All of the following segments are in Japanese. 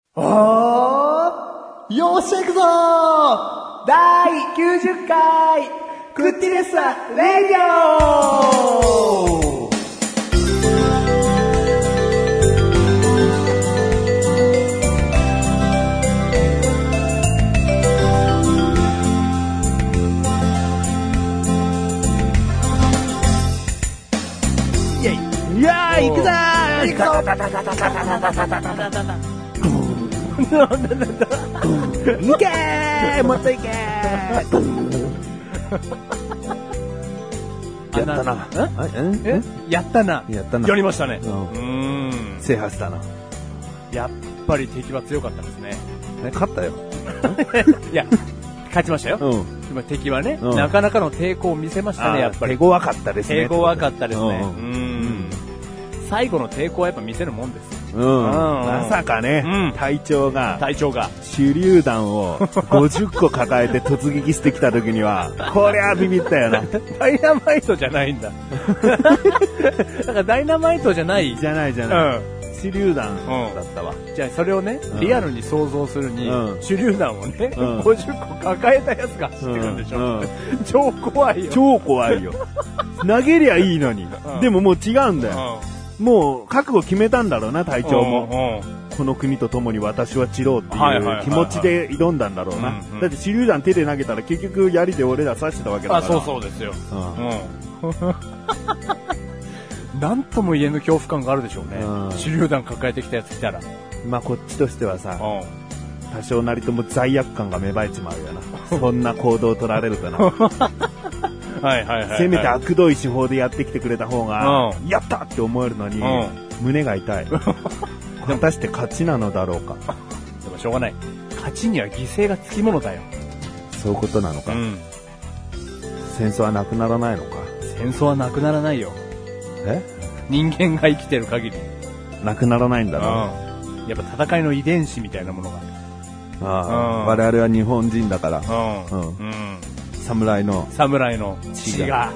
おーよっしゃ行くぞー第90回クッティレッサレディオイェイいやー行くぞー行くぞ行けーもっと行けーやったな。 やったな。 やったな。 やりましたね。 制覇したな。 やっぱり敵は強かったですね。 勝ったよ。 いや、勝ちましたよ。今敵はね、なかなかの抵抗を見せましたね、やっぱり。 手強かったですね。 手強かったですね。最後の抵抗はやっぱ見せるもんです。 まさかね、隊長が手榴弾を50個抱えて突撃してきた時には、こりゃビビったよな。 ダイナマイトじゃないんだ。だからダイナマイトじゃない。 じゃない。手榴弾だったわ。 じゃあそれをね、リアルに想像するに、手榴弾をね、50個抱えたやつが走ってくるんでしょ。超怖いよ。 超怖いよ。投げりゃいいのに。でももう違うんだよ。もう覚悟決めたんだろうな、隊長も。この国と共に私は散ろうっていう気持ちで挑んだんだろうな。だって手榴弾手で投げたら結局槍で俺ら刺してたわけだから。 そうですよ。なんとも言えぬ恐怖感があるでしょうね。手榴弾抱えてきたやつ来たら。 まあこっちとしてはさ、多少なりとも罪悪感が芽生えちまうよな。そんな行動を取られるとな。せめて悪どい手法でやってきてくれた方が、やったって思えるのに、胸が痛い。果たして勝ちなのだろうか。 でもしょうがない。勝ちには犠牲がつきものだよ。 そういうことなのか。戦争はなくならないのか。 戦争はなくならないよ。人間が生きてる限り。 なくならないんだろう。 やっぱ戦いの遺伝子みたいなものが。 我々は日本人だから。侍の血が。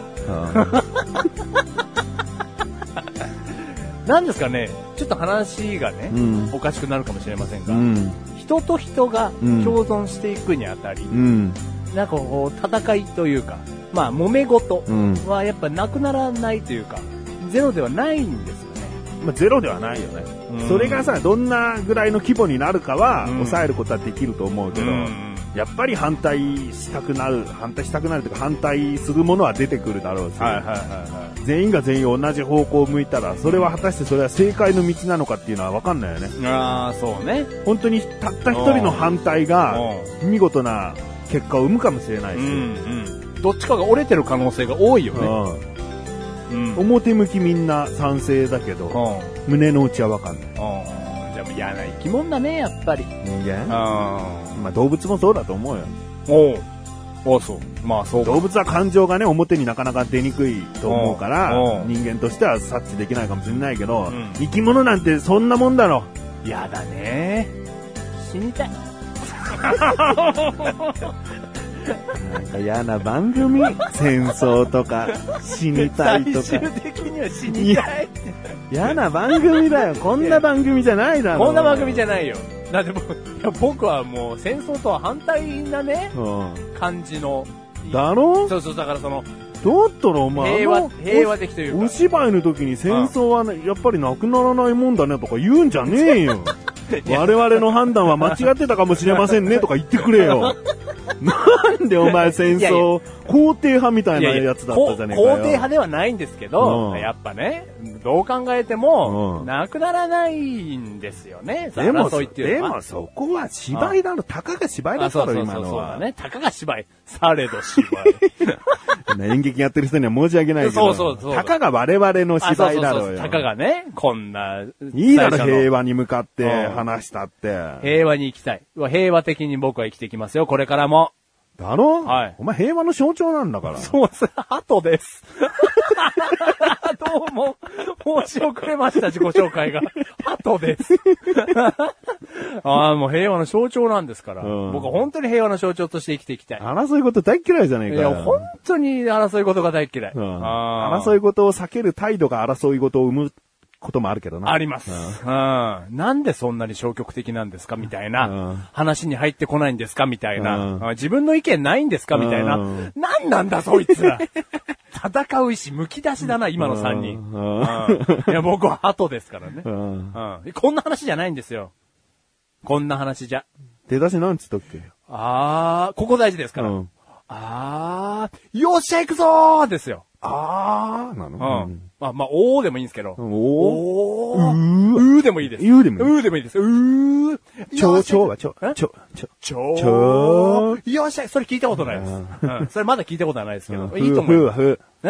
なんですかね、ちょっと話がね、おかしくなるかもしれませんが、人と人が共存していくにあたり、なんかこう、戦いというか、まあ、揉め事はやっぱなくならないというか、ゼロではないんですよね。 まあ、ゼロではないよね。それがさ、どんなぐらいの規模になるかは、抑えることはできると思うけど、やっぱり反対したくなるというか反対するものは出てくるだろうし、全員が全員同じ方向を向いたら、それは果たしてそれは正解の道なのかっていうのは分かんないよね。 そうね。 本当にたった一人の反対が見事な結果を生むかもしれないし、 どっちかが折れてる可能性が多いよね。 表向きみんな賛成だけど、胸の内は分かんない。 じゃあもう嫌な生き物だね、やっぱり。 人間？まあ動物もそうだと思うよ。 そう。まあそう。 動物は感情がね、表になかなか出にくいと思うから、人間としては察知できないかもしれないけど、生き物なんてそんなもんだろ。 やだね。死にたい。 なんか嫌な番組。戦争とか、死にたいとか。 最終的には死にたい。 嫌な番組だよ。こんな番組じゃないだろ。 こんな番組じゃないよ。だって僕はもう戦争とは反対なね、感じの。 だろ？ そう、だからその、 だったらお前平和的というか。 お芝居の時に戦争は、ね、やっぱりなくならないもんだねとか言うんじゃねえよ。我々の判断は間違ってたかもしれませんねとか言ってくれよ。なんでお前戦争肯定派みたいなやつだったじゃねえかよ。 肯定派ではないんですけど、やっぱね、どう考えても、なくならないんですよね。 でもそこは芝居だろ。たかが芝居だったろ、今のは。 そうだね。たかが芝居。されど芝居。演劇やってる人には申し訳ないけど。そう。たかが我々の芝居だろうよ。 たかがね、こんな。 いいだろ、平和に向かって話したって。 平和に生きたい。平和的に僕は生きていきますよ、これからも。 だろ？お前平和の象徴なんだから。 そうです。鳩です。どうも、申し遅れました、自己紹介が。鳩です。もう平和の象徴なんですから。僕は本当に平和の象徴として生きていきたい。 争い事大嫌いじゃねえかよ。 いや、本当に争い事が大嫌い。 争い事を避ける態度が争い事を生むこともあるけどな。 あります。なんでそんなに消極的なんですかみたいな。話に入ってこないんですかみたいな。自分の意見ないんですかみたいな。なんなんだそいつら。戦う意志むき出しだな、今の3人。いや、僕は鳩ですからね。こんな話じゃないんですよ。こんな話じゃ。 出だしなんつったっけ？ ここ大事ですから。よっしゃ行くぞーですよ。 なの？ まあ、おーでもいいんですけど。 おーでもいいです。 うーでもいい。 うーでもいいです。うー。 ちょはちょ。 よっしゃ、それ聞いたことないです。それまだ聞いたことはないですけど。いいと思います。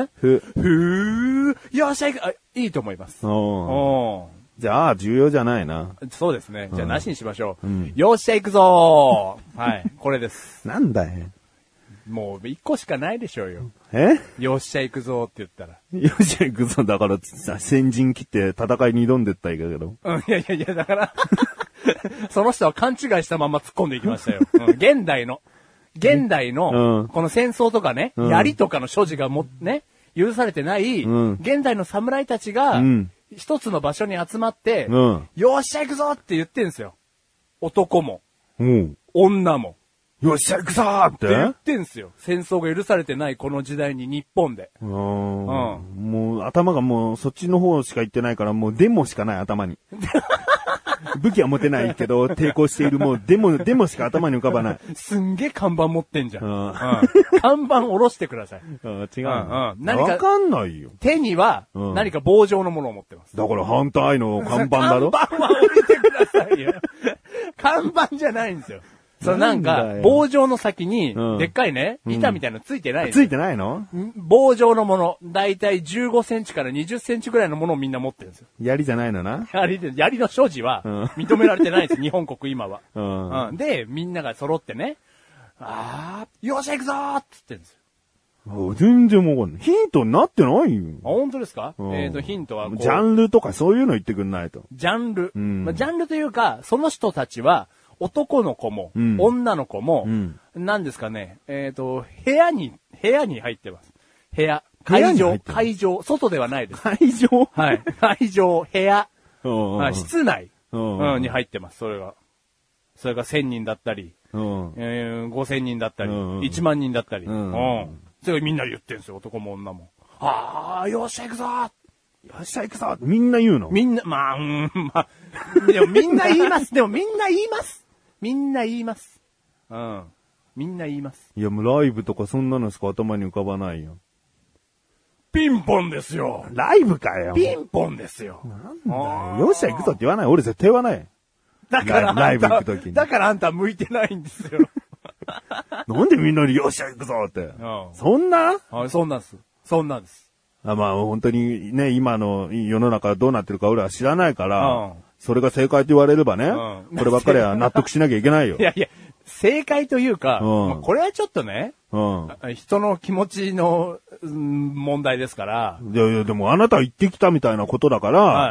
よっしゃ、いいと思います。 じゃあ、重要じゃないな。 そうですね。じゃあ、なしにしましょう。よっしゃ、行くぞー。はい。これです。 なんだよ。 もう、一個しかないでしょうよ。よっしゃ、行くぞーって言ったら。 よっしゃ、行くぞ。だからさ、先陣切って戦いに挑んでったらいいけど。 いや、だから、その人は勘違いしたまま突っ込んでいきましたよ。現代の、この戦争とかね、槍とかの所持が許されてない、現代の侍たちが、一つの場所に集まって、よっしゃ行くぞって言ってんすよ。男も、女も。 よっしゃ行くぞーって言ってんすよ。戦争が許されてないこの時代に日本で。 もう頭がもうそっちの方しか行ってないからもうデモしかない頭に。武器は持てないけど抵抗しているもうデモしか頭に浮かばない。 すんげえ看板持ってんじゃん。看板下ろしてください。 違う。何かわかんないよ。 手には何か棒状のものを持ってます。 だから反対の看板だろ。 看板は降りてくださいよ。看板じゃないんですよ。なんか、棒状の先に、でっかいね、板みたいなのついてない。 ついてないの？ 棒状のもの、だいたい15センチから20センチぐらいのものをみんな持ってるんですよ。 槍じゃないのな？ 槍の所持は、認められてないんです、日本国今は。で、みんなが揃ってね、よっしゃ行くぞーって言ってるんですよ。 全然わかんない。ヒントになってないよ。 本当ですか？ヒントはジャンルとかそういうの言ってくんないと。 ジャンル。ジャンルというか、その人たちは、男の子も、女の子も、何ですかね、部屋に入ってます。部屋。会場、外ではないです。 会場？ はい。会場、部屋、室内に入ってます、それが。それが1000人だったり、5000人だったり、1万人だったり。それみんな言ってんすよ、男も女も。よっしゃ行くぞー！よっしゃ行くぞ！ みんな言うの？ みんな、でもみんな言います。みんな言います。みんな言います。みんな言います。 いや、もうライブとかそんなのしか頭に浮かばないよ。 ピンポンですよ。 ライブかよ。 ピンポンですよ。 なんだよ。よっしゃ行くぞって言わない。俺絶対言わない。 だからライブ行くときに。 だからあんた向いてないんですよ。 なんでみんなによっしゃ行くぞって。そんな？ そんなんです。そんなんです。 本当にね、今の世の中どうなってるか俺は知らないから、それが正解と言われればね、こればっかりは納得しなきゃいけないよ。 いや、正解というか、これはちょっとね、人の気持ちの問題ですから。 いや、でもあなた行ってきたみたいなことだから、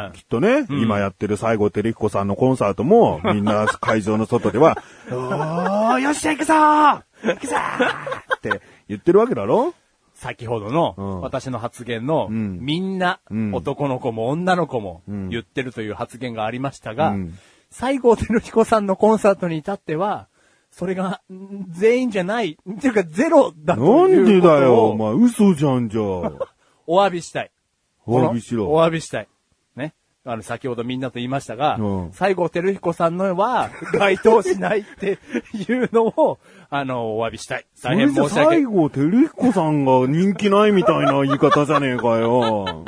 きっとね、今やってる西郷輝彦さんのコンサートも、みんな会場の外では、よっしゃ行くぞーって言ってるわけだろ？ 先ほどの私の発言の、みんな、男の子も女の子も言ってるという発言がありましたが、西郷輝彦さんのコンサートに至っては、それが全員じゃない、っていうかゼロだということを。 なんでだよ、お前嘘じゃんじゃあ。 お詫びしたい。 お詫びしろ。 お詫びしたい。ね。先ほどみんなと言いましたが、西郷輝彦さんのは該当しないっていうのを、お詫びしたい。大変申し訳ない。 西郷輝彦さんが人気ないみたいな言い方じゃねえかよ。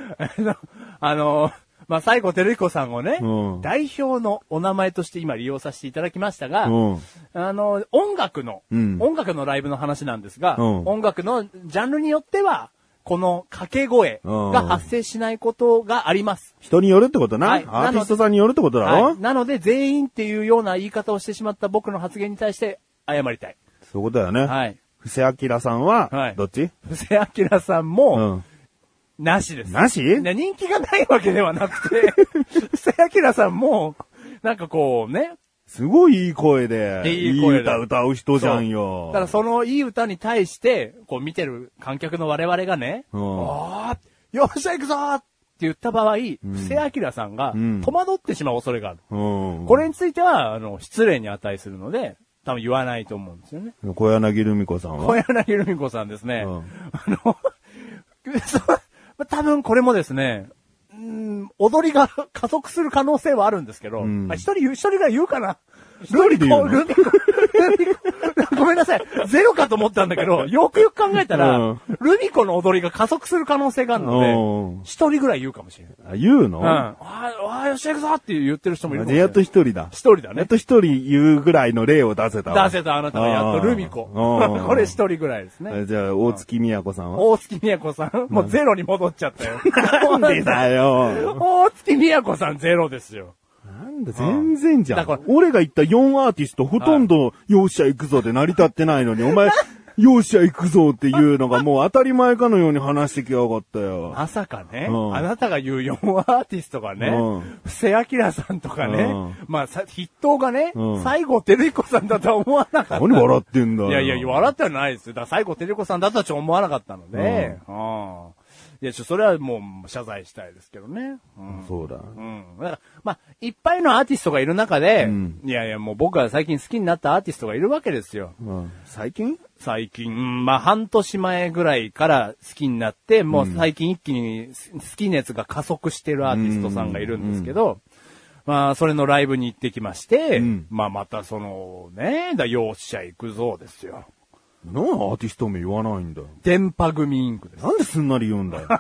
西郷輝彦さんをね、代表のお名前として今利用させていただきましたが、音楽のライブの話なんですが、音楽のジャンルによっては、この掛け声が発生しないことがあります。 人によるってことな。アーティストさんによるってことだろ。 なので、全員っていうような言い方をしてしまった僕の発言に対して謝りたい。 そういうことだよね。 はい。 布施明さんは、どっち？ 布施明さんも、なしです。 なし？ 人気がないわけではなくて、布施明さんも、なんかこうね、 すごいいい声で、いい歌歌う人じゃんよ。 だからそのいい歌に対して、こう見てる観客の我々がね、よっしゃ行くぞー言った場合、布施明さんが戸惑ってしまう恐れがある。これについては、失礼に値するので、多分言わないと思うんですよね。 小柳ルミ子さんは小柳ルミ子さんですね。多分これもですね、踊りが加速する可能性はあるんですけど、一人ぐらい言うかな。 ルミ子。 ごめんなさい。ゼロかと思ったんだけど、よくよく考えたら、ルミ子の踊りが加速する可能性があるので、一人ぐらい言うかもしれない。 あ、言うの？ あ、よし行くぞって言ってる人もいるかもしれない。 やっと一人だ。 一人だね。 やっと一人言うぐらいの例を出せたわ。 出せたあなたがやっとルミ子。これ一人ぐらいですね。 じゃあ、大月みやこさんは？ 大月みやこさんもうゼロに戻っちゃったよ。 なんでだよ。 大月みやこさんゼロですよ。 なんだ、全然じゃん。俺が言った4アーティストほとんど、よっしゃ行くぞで成り立ってないのに、お前、よっしゃ行くぞっていうのがもう当たり前かのように話してきやがったよ。 まさかね、あなたが言う4アーティストがね、布施明さんとかね、まあ、筆頭がね、西郷輝彦さんだとは思わなかった。 何笑ってんだよ。 いや、笑ってはないですよ。だから西郷輝彦さんだとは思わなかったので、いや、それはもう謝罪したいですけどね。 そうだ。 だから、まあ、いっぱいのアーティストがいる中で、いや、もう僕は最近好きになったアーティストがいるわけですよ。 最近、 まあ、半年前ぐらいから好きになって、もう最近一気に好き熱が加速してるアーティストさんがいるんですけど、まあ、それのライブに行ってきまして、まあ、またよっしゃ行くぞですよ。 なんでアーティスト名言わないんだよ。 電波組インクです。 なんですんなり言うんだよ。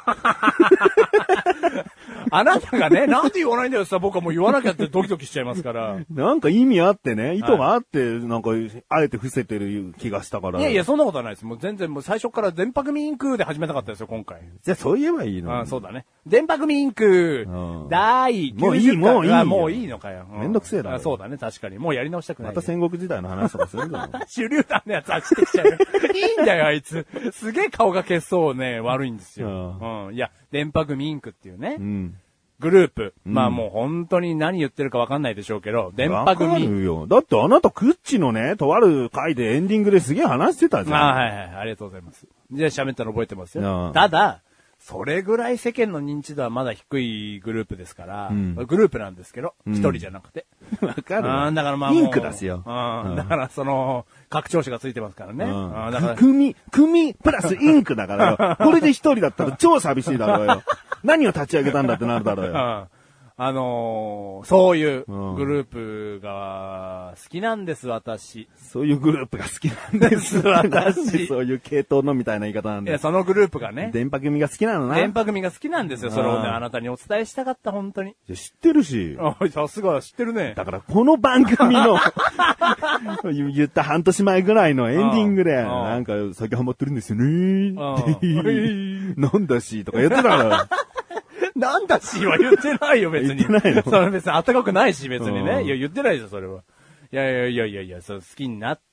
あなたがね、なんで言わないんだよさ、僕はもう言わなきゃってドキドキしちゃいますから。 なんか意味あってね、意図があって、なんか、あえて伏せてる気がしたから。 いや、そんなことはないです。もう全然、もう最初から電波組インクで始めたかったですよ、今回。 じゃあそう言えばいいの？ そうだね。電波組インク、第90回。 もういい。 もういいのかよ。 めんどくせえだろ。 そうだね、確かに。もうやり直したくない。 また戦国時代の話とかするんだろ。 手榴弾のやつあっちてきちゃうよ。いいんだよ、あいつ。すげえ顔が消そうね、悪いんですよ。いや、電波組インクっていうね。グループ。まあもう本当に何言ってるか分かんないでしょうけど、電波組。 わかるよ。だってあなたクッチのね、とある回でエンディングですげえ話してたじゃん。 はい、ありがとうございます。じゃあ喋ったの覚えてますよ。ただ、それぐらい世間の認知度はまだ低いグループですから、グループなんですけど、一人じゃなくて。 わかるわ。 だからまあインクですよ。 だから拡張子がついてますからね。 だから組プラスインクだからよ。これで一人だったら超寂しいだろうよ。何を立ち上げたんだってなるだろうよ。 そういうグループが好きなんです、私。 そういうグループが好きなんです、私。そういう系統のみたいな言い方なんで。 いや、そのグループがね。 電波組が好きなのな。 電波組が好きなんですよ。それをね、あなたにお伝えしたかった、本当に。 知ってるし。 さすが知ってるね。 だから、この番組の言った半年前ぐらいのエンディングで、なんか、酒ハマってるんですよね。なんだし、とか言ってたから。 なんだしは言ってないよ、別に。 言ってないの？ それ別に暖かくないし、別にね。いや、言ってないですよ、それは。いや、好きになって、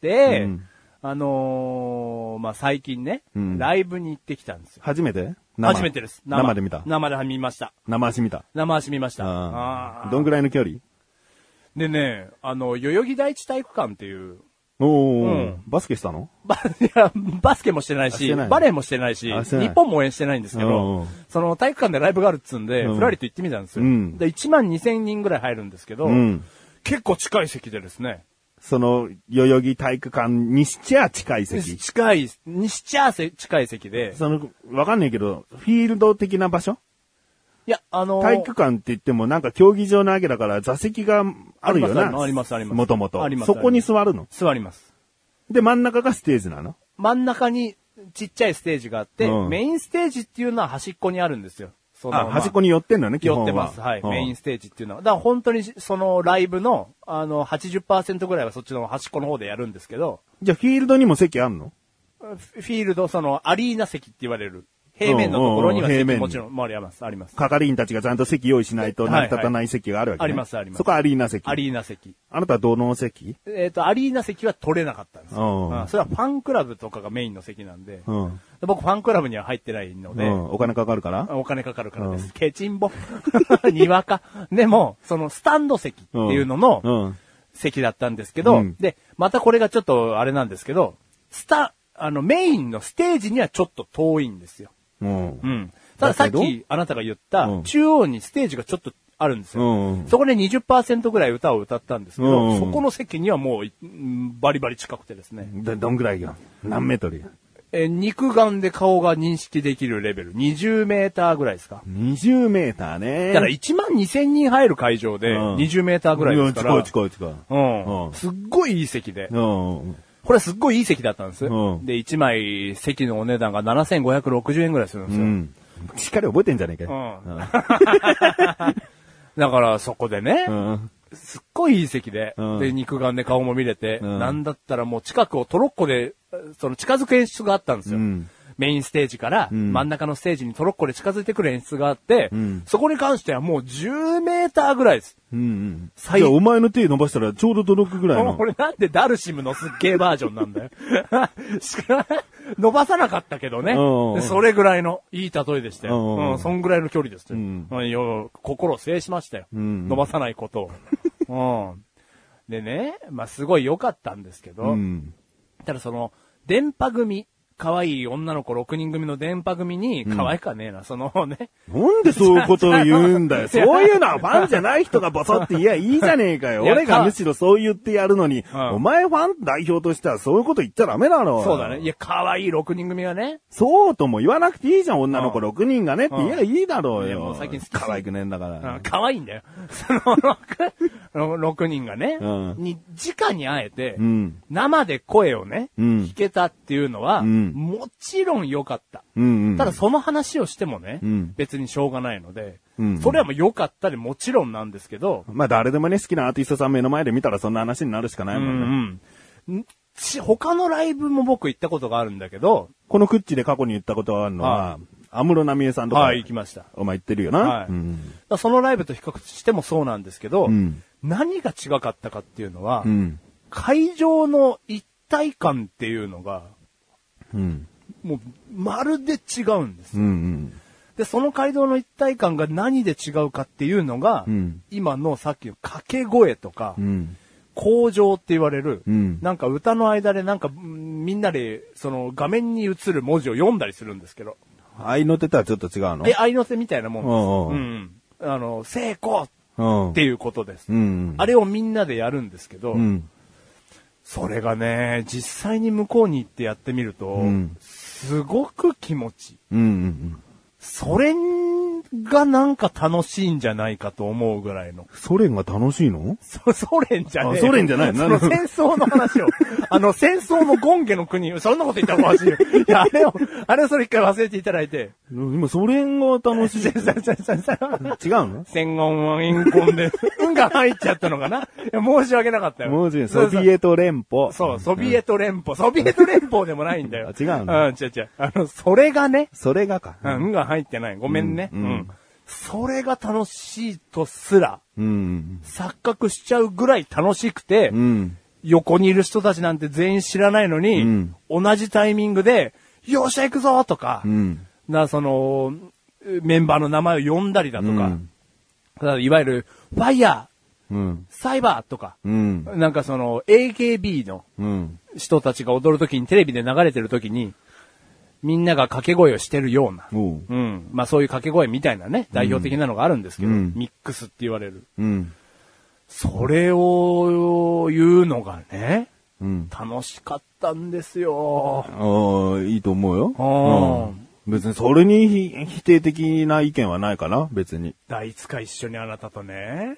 まあ、最近ね、ライブに行ってきたんですよ。 初めてです。 生で見た？ 生で見ました。 生足見た？ 生足見ました。 どんぐらいの距離？ でね、代々木第一体育館っていう、 バスケしたの？ バスケもしてないし、バレーもしてないし、日本も応援してないんですけど、その体育館でライブがあるっつうんで、ふらりと行ってみたんですよ。で、12000人ぐらい入るんですけど、結構近い席でですね。 その、代々木体育館にしちゃ近い席。 にしちゃ近い席で。 わかんないけど、フィールド的な場所？ いや、 体育館って言ってもなんか競技場なわけだから座席があるよな。 あります。 もともと。そこに座るの？ 座ります。 で、真ん中がステージなの？ 真ん中にちっちゃいステージがあって、メインステージっていうのは端っこにあるんですよ。 端っこに寄ってんのね、基本は。 寄ってます。はい。メインステージっていうのは。だから本当にそのライブの、80% ぐらいはそっちの端っこの方でやるんですけど。 じゃあフィールドにも席あんの？ フィールド、アリーナ席って言われる。平面のところには席もちろんあります。 係員たちがちゃんと席用意しないと成り立たない席があるわけね。 あります。 そこはアリーナ席。 アリーナ席。 あなたはどの席？ アリーナ席は取れなかったんですよ。それはファンクラブとかがメインの席なんで。僕ファンクラブには入ってないので。 お金かかるから？ お金かかるからです。ケチンボ。にわか。でも、スタンド席っていうのの席だったんですけど、で、またこれがちょっとあれなんですけど、メインのステージにはちょっと遠いんですよ。 たださっきあなたが言った、中央にステージがちょっとあるんですよ。そこで 20% ぐらい歌を歌ったんですけど、そこの席にはもうバリバリ近くてですね。 どんぐらいよ？何メートルよ？ 肉眼で顔が認識できるレベル。20メーターぐらいですか。 20メーターね。 だから1万2000人入る会場で20メーターぐらいですから。 近い。 すっごいいい席で。これすっごいいい席だったんです。で、1枚席のお値段が7560円ぐらいするんですよ。 しっかり覚えてんじゃねえかよ。 だからそこでね、すっごいいい席で、で、肉眼で顔も見れて、なんだったらもう近くをトロッコで、近づく演出があったんですよ。メインステージから真ん中のステージにトロッコで近づいてくる演出があって、そこに関してはもう10メーターぐらいです。 じゃあお前の手伸ばしたらちょうど届くぐらいの。 これなんでダルシムのすっげーバージョンなんだよ。伸ばさなかったけどね。それぐらいのいい例えでしたよ。そんぐらいの距離ですよ。心を制しましたよ。伸ばさないことを。でね、まあすごい良かったんですけど、ただ電波組、可愛い女の子6人組の電波組に、可愛かねえな、 なんでそういうことを言うんだよ。そういうのはファンじゃない人がボソって言えばいいじゃねえかよ。俺がむしろそう言ってやるのに、お前ファン代表としてはそういうこと言っちゃダメだろ。 そうだね。いや、可愛い6人組がね。 そうとも言わなくていいじゃん、女の子6人がねって言えばいいだろうよ。いや、もう最近可愛くねえんだから。 可愛いんだよ。6人がね、に、直に会えて、生で声をね、聞けたっていうのは、もちろん良かった。ただその話をしてもね、別にしょうがないので、それはもう良かったでもちろんなんですけど。 まあ誰でもね、好きなアーティストさん目の前で見たらそんな話になるしかないもんね。 他のライブも僕行ったことがあるんだけど、 このクッチで過去に言ったことがあるのは、安室奈美恵さんとか。 はい、行きました。 お前言ってるよな。はい。 そのライブと比較してもそうなんですけど、何が違かったかっていうのは、会場の一体感っていうのが、もう、まるで違うんです。で、その会場の一体感が何で違うかっていうのが、今のさっきの掛け声とか、口上って言われる、なんか歌の間でなんかみんなで画面に映る文字を読んだりするんですけど。 合いの手とはちょっと違うの？ 合いの手みたいなもんです。成功っていうことです。あれをみんなでやるんですけど、それがね、実際に向こうに行ってやってみると、すごく気持ちいい。それがなんか楽しいんじゃないかと思うぐらいの。 ソ連が楽しいの？ ソ連じゃねえ。 ソ連じゃない。 戦争の話を。戦争のゴンゲの国、そんなこと言ったらおかしいよ。いや、あれをそれ一回忘れていただいて。 今、ソ連が楽しい。違うの？ 戦後はインコンで、が入っちゃったのかな？いや、申し訳なかったよ。 ソビエト連邦。 そう、ソビエト連邦。ソビエト連邦でもないんだよ。 違うの？ 違う。それがね。 それがか。 が入ってない。ごめんね。それが楽しいとすら、錯覚しちゃうぐらい楽しくて、横にいる人たちなんて全員知らないのに、同じタイミングで、よっしゃ行くぞとか、メンバーの名前を呼んだりだとか、いわゆる、ファイヤー、サイバーとか、なんかAKB の人たちが踊るときにテレビで流れてるときに、みんなが掛け声をしてるような。まあそういう掛け声みたいなね、代表的なのがあるんですけど、ミックスって言われる。それを言うのがね、楽しかったんですよ。 いいと思うよ。別にそれに否定的な意見はないかな、別に。 いつか一緒にあなたとね。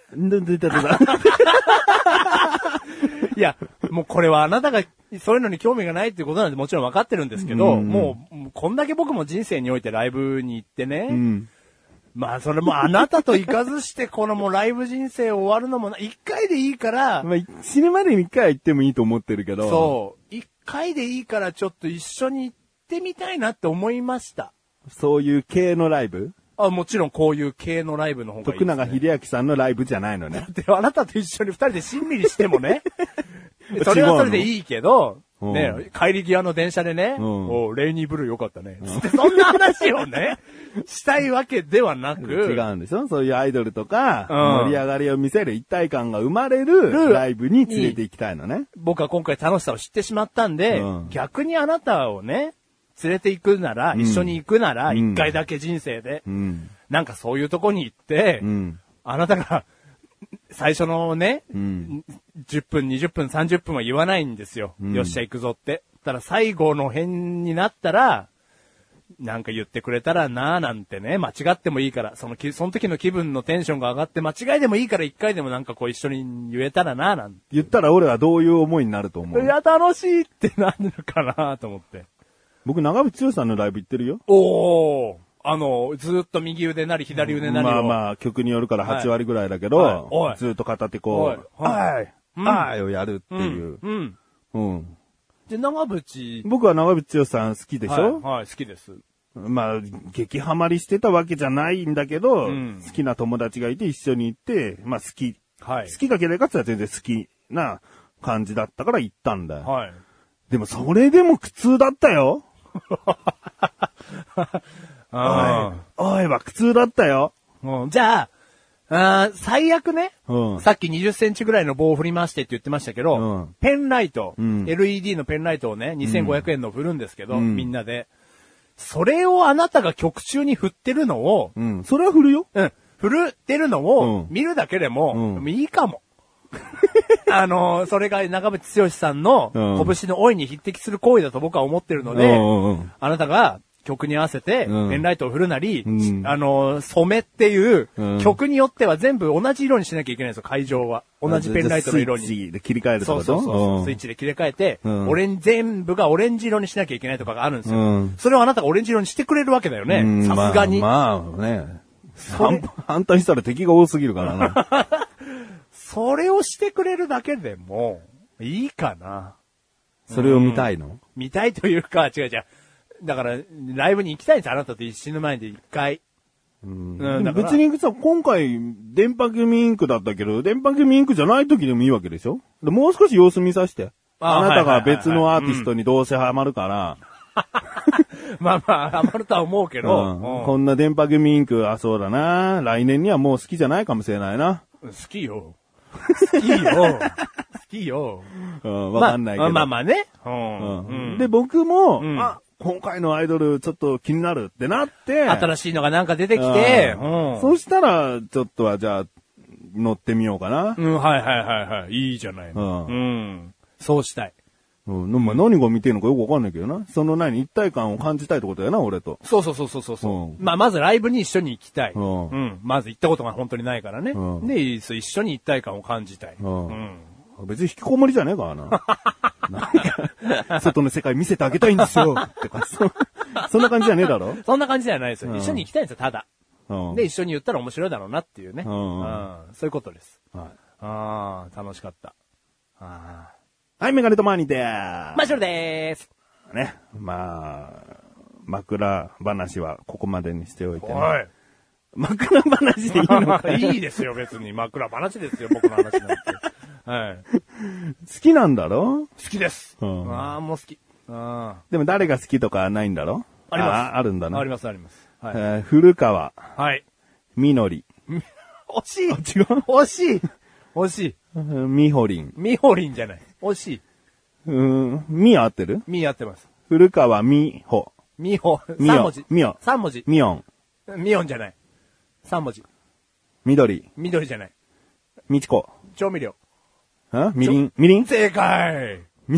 いや、もうこれはあなたがそういうのに興味がないっていうことなんでもちろん分かってるんですけど、もうこんだけ僕も人生においてライブに行ってね、まあそれもあなたと行かずしてこのもうライブ人生終わるのも一回でいいから、 まあ死ぬまでに一回は行ってもいいと思ってるけど、 そう、一回でいいからちょっと一緒に行ってみたいなって思いました。 そういう系のライブ？ もちろんこういう系のライブの方がいいですね。 徳永英明さんのライブじゃないのね。 だってあなたと一緒に二人でしんみりしてもね。それはそれでいいけど、ね、帰り際の電車でね、レイニーブルーよかったね。そんな話をね、したいわけではなく。 違うんでしょ？そういうアイドルとか、盛り上がりを見せる一体感が生まれるライブに連れて行きたいのね。 僕は今回楽しさを知ってしまったんで、逆にあなたをね、 連れて行くなら、一緒に行くなら、一回だけ人生で、なんかそういうとこに行って、あなたが、最初のね、10分、20分、30分は言わないんですよ。よっしゃ行くぞって。ただ最後の辺になったら、なんか言ってくれたらなーなんてね、間違ってもいいから、その時の気分のテンションが上がって間違いでもいいから一回でもなんかこう一緒に言えたらなーなんて。 言ったら俺はどういう思いになると思う？ いや、楽しいってなるかなと思って。 僕、長渕剛さんのライブ行ってるよ。 おー。ずっと右腕なり左腕なりを。 まあ、曲によるから8割ぐらいだけど、ずっと片手こう、はいをやるっていう。 で、 長渕。 僕は長渕剛さん好きでしょ？ はい、好きです。 まあ、激ハマりしてたわけじゃないんだけど、好きな友達がいて一緒に行って、まあ好き。好きか嫌いかって言ったら全然好きな感じだったから行ったんだよ。でもそれでも苦痛だったよ。おいは苦痛だったよ。 じゃあ、最悪ね、さっき20センチぐらいの棒を振り回してって言ってましたけど、ペンライト、LED のペンライトをね、2500円の振るんですけど、みんなで。それをあなたが曲中に振ってるのを、 それは振るよ。 振るってるのを見るだけでも、いいかも。それが長渕剛さんの拳の大いに匹敵する行為だと僕は思ってるので、あなたが曲に合わせてペンライトを振るなり、染めっていう曲によっては全部同じ色にしなきゃいけないんですよ、会場は。同じペンライトの色に。 スイッチで切り替えるってこと？ そう。スイッチで切り替えて、全部がオレンジ色にしなきゃいけないとかがあるんですよ。それをあなたがオレンジ色にしてくれるわけだよね。さすがに。 まあね。反対したら敵が多すぎるからな。 それをしてくれるだけでも、いいかな。 それを見たいの？ 見たいというか、違う。だから、ライブに行きたいんです、あなたと死ぬ前で一回。 別にさ、今回、電波組インクだったけど、電波組インクじゃない時でもいいわけでしょ？もう少し様子見させて。あなたが別のアーティストにどうせハマるから。 まあ、ハマるとは思うけど。 こんな電波組インク、そうだな。来年にはもう好きじゃないかもしれないな。 好きよ。好きよ。 わかんないけど。 まあね。 で、僕も、今回のアイドルちょっと気になるってなって。 新しいのがなんか出てきて。 そしたら、ちょっとはじゃあ、乗ってみようかな。 はい。いいじゃないの。そうしたい。 何が見てるのかよくわかんないけどな。その一体感を感じたいってことだよな、俺と。 そう。まずライブに一緒に行きたい。まず行ったことが本当にないからね。で、一緒に一体感を感じたい。 別に引きこもりじゃねえからな。なんか、外の世界見せてあげたいんですよ。ってか、そんな感じじゃねえだろ？ そんな感じじゃないですよ。一緒に行きたいんですよ、ただ。で、一緒に言ったら面白いだろうなっていうね。そういうことです。楽しかった。 はい、メガネとマーニーでーす。 マシュルでーす。 ね。まあ、枕話はここまでにしておいてね。枕話でいいのかいいですよ、別に。枕話ですよ、僕の話なんて。 好きなんだろ？ 好きです。もう好き。 でも誰が好きとかないんだろ？ あります。 あるんだな。 あります。 古川。みのり。 惜しい。 違う？ 惜しい。 みほりん。 みほりんじゃない。惜しい。 み合ってる？ み合ってます。 古川みほ。 みほ。 3文字。みお。 3文字。 みおん。 みおんじゃない。3文字。 緑。 緑じゃない。 みちこ。 調味料。 みりん正解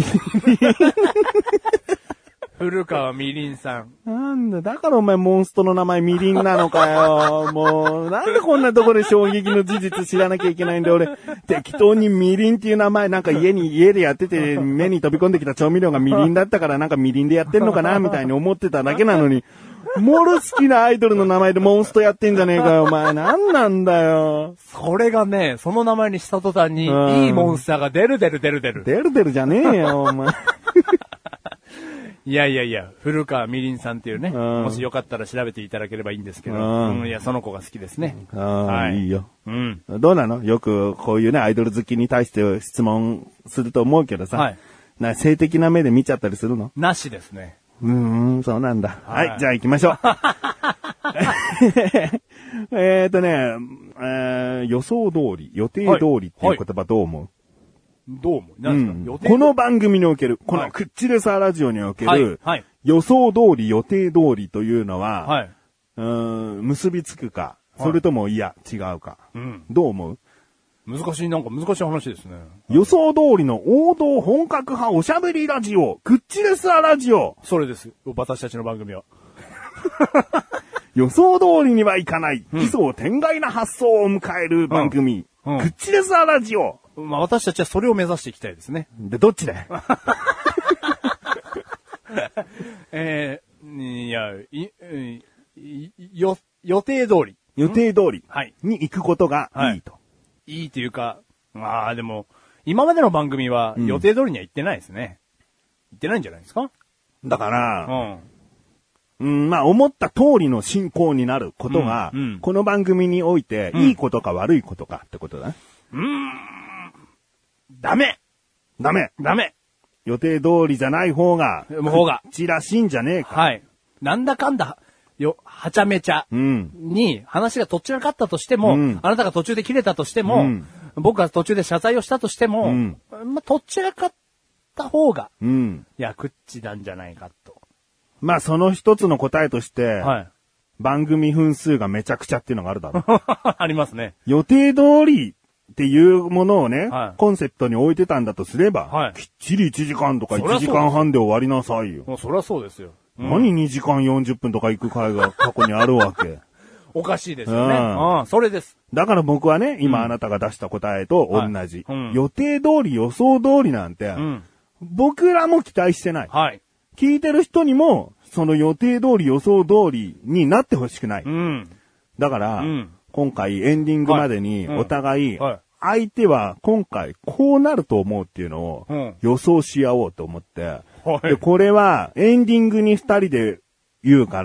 古川みりんさん。 なんだ、だからお前モンストの名前みりんなのかよ。もう、なんでこんなところで衝撃の事実知らなきゃいけないんだよ、俺。適当にみりんっていう名前、なんか家でやってて、目に飛び込んできた調味料がみりんだったから、なんかみりんでやってんのかな、みたいに思ってただけなのに。もろ好きなアイドルの名前でモンストやってんじゃねえかよ、お前。なんなんだよ。 それがね、その名前にした途端に、いいモンスターが出る。 出るじゃねえよ、お前。 いや、古川みりんさんっていうね、もしよかったら調べていただければいいんですけど、いや、その子が好きですね。 いいよ。どうなの？よくこういうね、アイドル好きに対して質問すると思うけどさ、性的な目で見ちゃったりするの？ なしですね。 そうなんだ。はい、じゃあ行きましょう。予想通り、予定通りっていう言葉どう思う？ どう思う？何ですか？ この番組における、このクッチレサーラジオにおける、 予想通り予定通りというのは、 はい。 結びつくか、それとも違うか。 うん。 どう思う？ 難しい話ですね。 予想通りの王道本格派おしゃべりラジオ、クッチレスアラジオ。 それです。私たちの番組は。 予想通りにはいかない、奇想天外な発想を迎える番組、クッチレスアラジオ。 まあ私たちはそれを目指していきたいですね。 で、どっちで予定通り。 予定通りはい。 に行くことがいいと。 いいというか、まあでも、今までの番組は予定通りには行ってないですね。行ってないんじゃないですか？ だから、まあ思った通りの進行になることが、この番組においていいことか悪いことかってことだね。 ダメ。 予定通りじゃない方が、 こっちらしいんじゃねえか。 はい。なんだかんだ、はちゃめちゃに話がとっちらかったとしても、あなたが途中で切れたとしても、僕が途中で謝罪をしたとしても、まあ、とっちらかった方が、クッチなんじゃないかと。 まあその一つの答えとして、番組分数がめちゃくちゃっていうのがあるだろう。 ありますね。 予定通りっていうものをね、コンセプトに置いてたんだとすれば、きっちり1時間とか1時間半で終わりなさいよ。 もうそりゃそうですよ。 何2時間40分とか行く回が過去にあるわけ。 おかしいですよね。それです。 だから僕はね、今あなたが出した答えと同じ。予定通り予想通りなんて、僕らも期待してない。聞いてる人にも、その予定通り予想通りになってほしくない。だから、今回エンディングまでにお互い、相手は今回こうなると思うっていうのを予想し合おうと思って、でこれはエンディングに2人で言うから、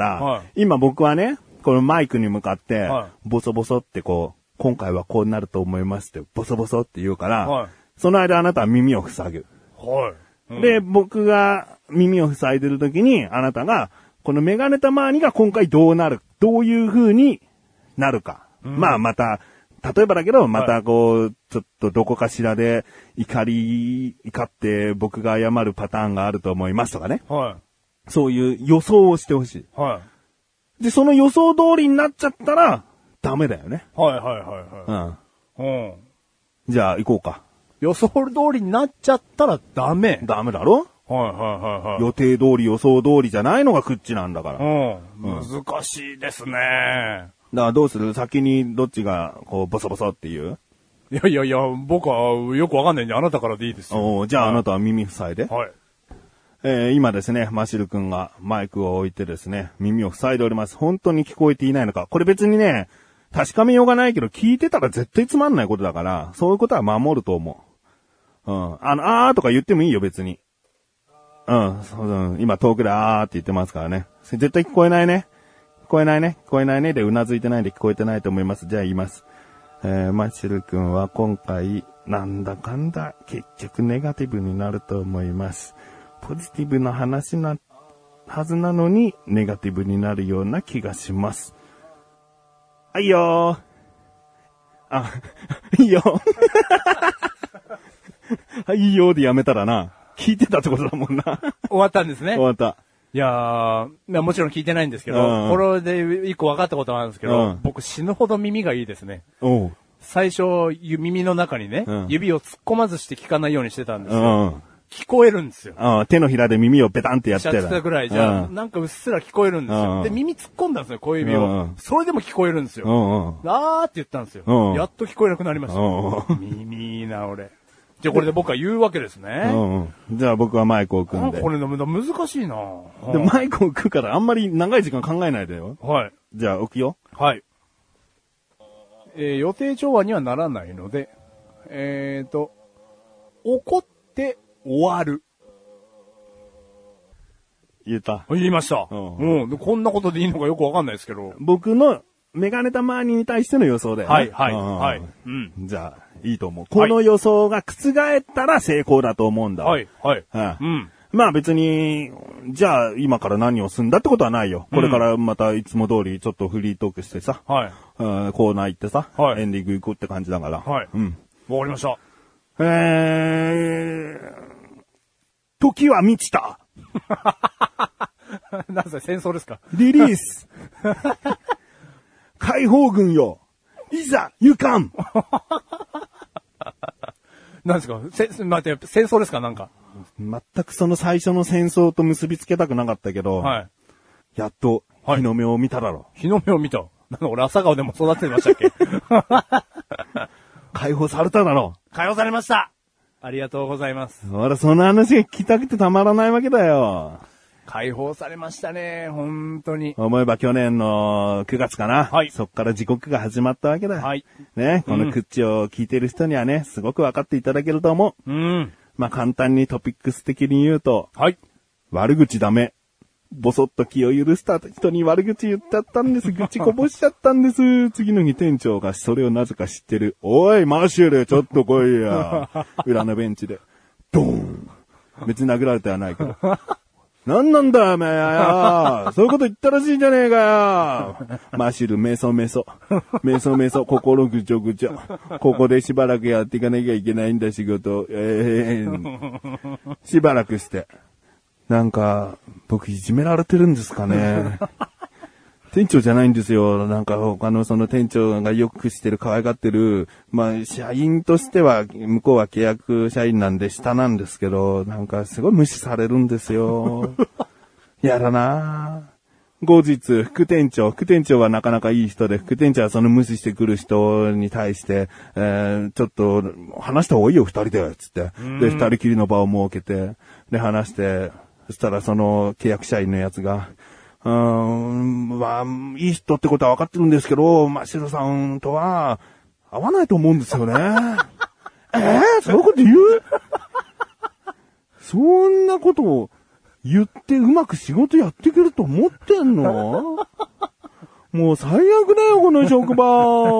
今僕はね、このマイクに向かって、ボソボソってこう、今回はこうなると思いますってボソボソって言うから、その間あなたは耳を塞ぐ。で、僕が耳を塞いでる時に、あなたが、このメガネたまーにが今回どういう風になるか。まあまた、例えばだけど、またこう、ちょっとどこかしらで怒って僕が謝るパターンがあると思いますとかね。そういう予想をしてほしい。で、その予想通りになっちゃったら、ダメだよね。じゃあ行こうか。 予想通りになっちゃったらダメ。 ダメだろ？予定通り予想通りじゃないのがクッチなんだから。 難しいですね。 だからどうする？先にどっちがこうボソボソっていう？ いや、僕はよくわかんないんであなたからでいいですよ。 じゃああなたは耳塞いで。今ですね、マシル君がマイクを置いてですね、耳を塞いでおります。本当に聞こえていないのか。これ別にね、確かめようがないけど聞いてたら絶対つまんないことだから、そういうことは守ると思う。あーとか言ってもいいよ別に。今遠くであーって言ってますからね。絶対聞こえないね。聞こえないねでうなずいてないで聞こえてないと思います。じゃあ言います。マシル君は今回、なんだかんだ結局ネガティブになると思います。ポジティブな話なはずなのにネガティブになるような気がします。はいよー。いいよ。はい、いいよでやめたらな。聞いてたってことだもんな。 終わったんですね。 終わった。 いやー、もちろん聞いてないんですけど、これで一個分かったことなんですけど、僕死ぬほど耳がいいですね。最初、耳の中にね、指を突っ込まずして聞かないようにしてたんですよ。聞こえるんですよ。 手のひらで耳をベタンってやってた。 やってたぐらいじゃ、なんかうっすら聞こえるんですよ。で、耳突っ込んだんですよ、小指を。それでも聞こえるんですよ。あーって言ったんですよ。やっと聞こえなくなりました。耳いいな、俺。じゃあこれで僕は言うわけですね。 じゃあ僕はマイクを置くんで。 これ難しいな。 でマイクを置くからあんまり長い時間考えないでよ。じゃあ置くよ。 予定調和にはならないので、怒って終わる。 言いました。こんなことでいいのかよくわかんないですけど。 僕のメガネたまーに対しての予想だよね。じゃあ、いいと思う。この予想が覆ったら成功だと思うんだ。まあ別に、じゃあ今から何をするんだってことはないよ。これからまたいつも通りちょっとフリートークしてさ、コーナー行ってさ、エンディング行くって感じだから。 わかりました。 時は満ちた。 なんすか、戦争ですか？ リリース解放軍よいざ行かんなんですか待って、戦争ですかなんか。 全くその最初の戦争と結びつけたくなかったけど、 はい。 やっと日の目を見ただろ。 日の目を見た。なんだ俺朝顔でも育ててましたっけ？ 解放されただろ。 解放されました。ありがとうございます。 俺その話が聞きたくてたまらないわけだよ。 解放されましたね、本当に。 思えば去年の9月かな。 はい。 そっから地獄が始まったわけだ。 はい。 ね、このクッチを聞いてる人にはね、すごく分かっていただけると思う。まあ簡単にトピックス的に言うと、 はい。 悪口ダメ。ぼそっと気を許した人に悪口言っちゃったんです。愚痴こぼしちゃったんです。次の日店長がそれをなぜか知ってる。おい、マシュル、ちょっと来いや。裏のベンチで。ドーン。別に殴られてはないけど。なんなんだよ、お前や。そういうこと言ったらしいじゃねえかよ。マシュル、メソメソ。メソメソ、心ぐちょぐちょ。ここでしばらくやっていかなきゃいけないんだ、仕事。しばらくして。なんか、僕いじめられてるんですかね。店長じゃないんですよ。なんか他のその店長がよくしてる可愛がってる、まあ社員としては向こうは契約社員なんで下なんですけど、なんかすごい無視されるんですよ。やだなぁ。後日、副店長はなかなかいい人で、副店長はその無視してくる人に対して、ちょっと話した方がいいよ二人で、つって。で、二人きりの場を設けて、で話して、そしたらその契約社員のやつが、まあ、いい人ってことは分かってるんですけど、まあ、シロさんとは合わないと思うんですよね。そういうこと言う？そんなことを言ってうまく仕事やっていけると思ってんの？もう最悪だよ、この職場。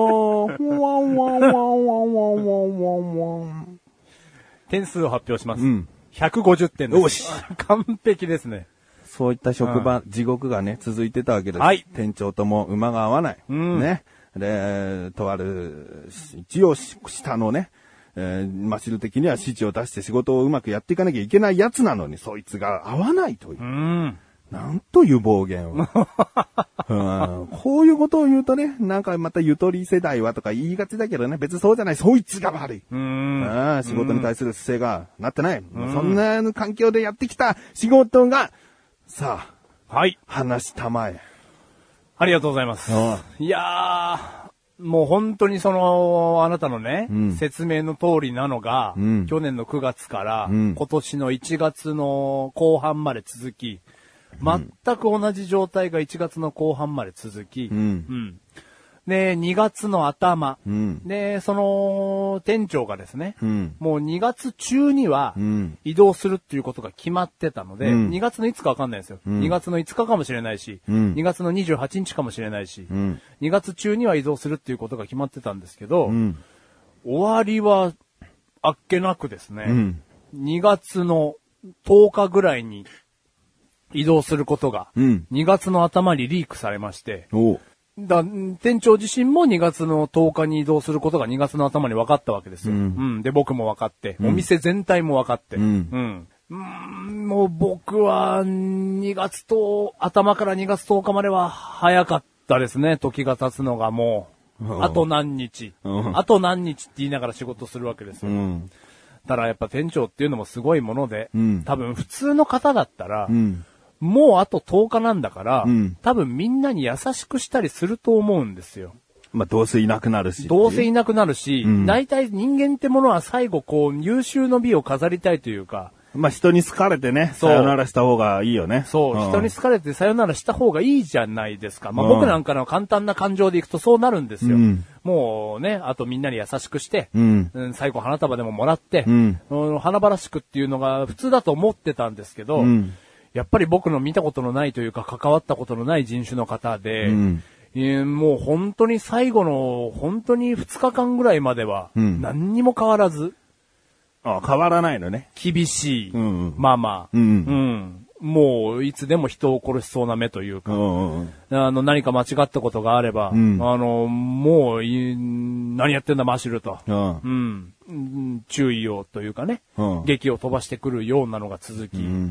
点数を発表します。150点です。 よし。 完璧ですね。 そういった職場、地獄がね、続いてたわけです。 はい。 店長とも馬が合わない。ね。で、とある、一応下のね、マシル的には指示を出して仕事をうまくやっていかなきゃいけないやつなのに、そいつが合わないという。なんという暴言を。こういうことを言うとね、なんかまたゆとり世代はとか言いがちだけどね、別にそうじゃない、そいつが悪い。仕事に対する姿勢がなってない。そんな環境でやってきた仕事が、さあ、 はい。 話したまえ。 ありがとうございます。いやー、もう本当にその、あなたのね、説明の通りなのが、去年の9月から、今年の1月の後半まで続き、全く同じ状態が1月の後半まで続き、で、2月の頭、で、その、店長がですね、もう2月中には、移動するっていうことが決まってたので、2月のいつかわかんないですよ。2月の5日かもしれないし、2月の28日かもしれないし、2月中には移動するっていうことが決まってたんですけど、終わりは、あっけなくですね、2月の10日ぐらいに移動することが、2月の頭にリークされまして、店長自身も2月の10日に移動することが2月の頭に分かったわけですよ。で、僕も分かって、お店全体も分かって、もう僕は2月と、頭から2月10日までは早かったですね、時が経つのがもう。あと何日。あと何日って言いながら仕事するわけですよ。だからやっぱ店長っていうのもすごいもので、多分普通の方だったら、もうあと10日なんだから、多分みんなに優しくしたりすると思うんですよ。 まあ、どうせいなくなるし。 大体人間ってものは最後こう、優秀の美を飾りたいというか、 まあ、人に好かれてね、さよならした方がいいよね。 そう、人に好かれてさよならした方がいいじゃないですか。まあ、僕なんかの簡単な感情でいくとそうなるんですよ。もうね、あとみんなに優しくして、最後花束でももらって、華々しくっていうのが普通だと思ってたんですけど、やっぱり僕の見たことのないというか関わったことのない人種の方で、もう本当に最後の本当に2日間ぐらいまでは何にも変わらず、 変わらないのね。 厳しい。まあまあ。もういつでも人を殺しそうな目というか、何か間違ったことがあれば、もう何やってんだマシルと、注意をというかね、劇を飛ばしてくるようなのが続き、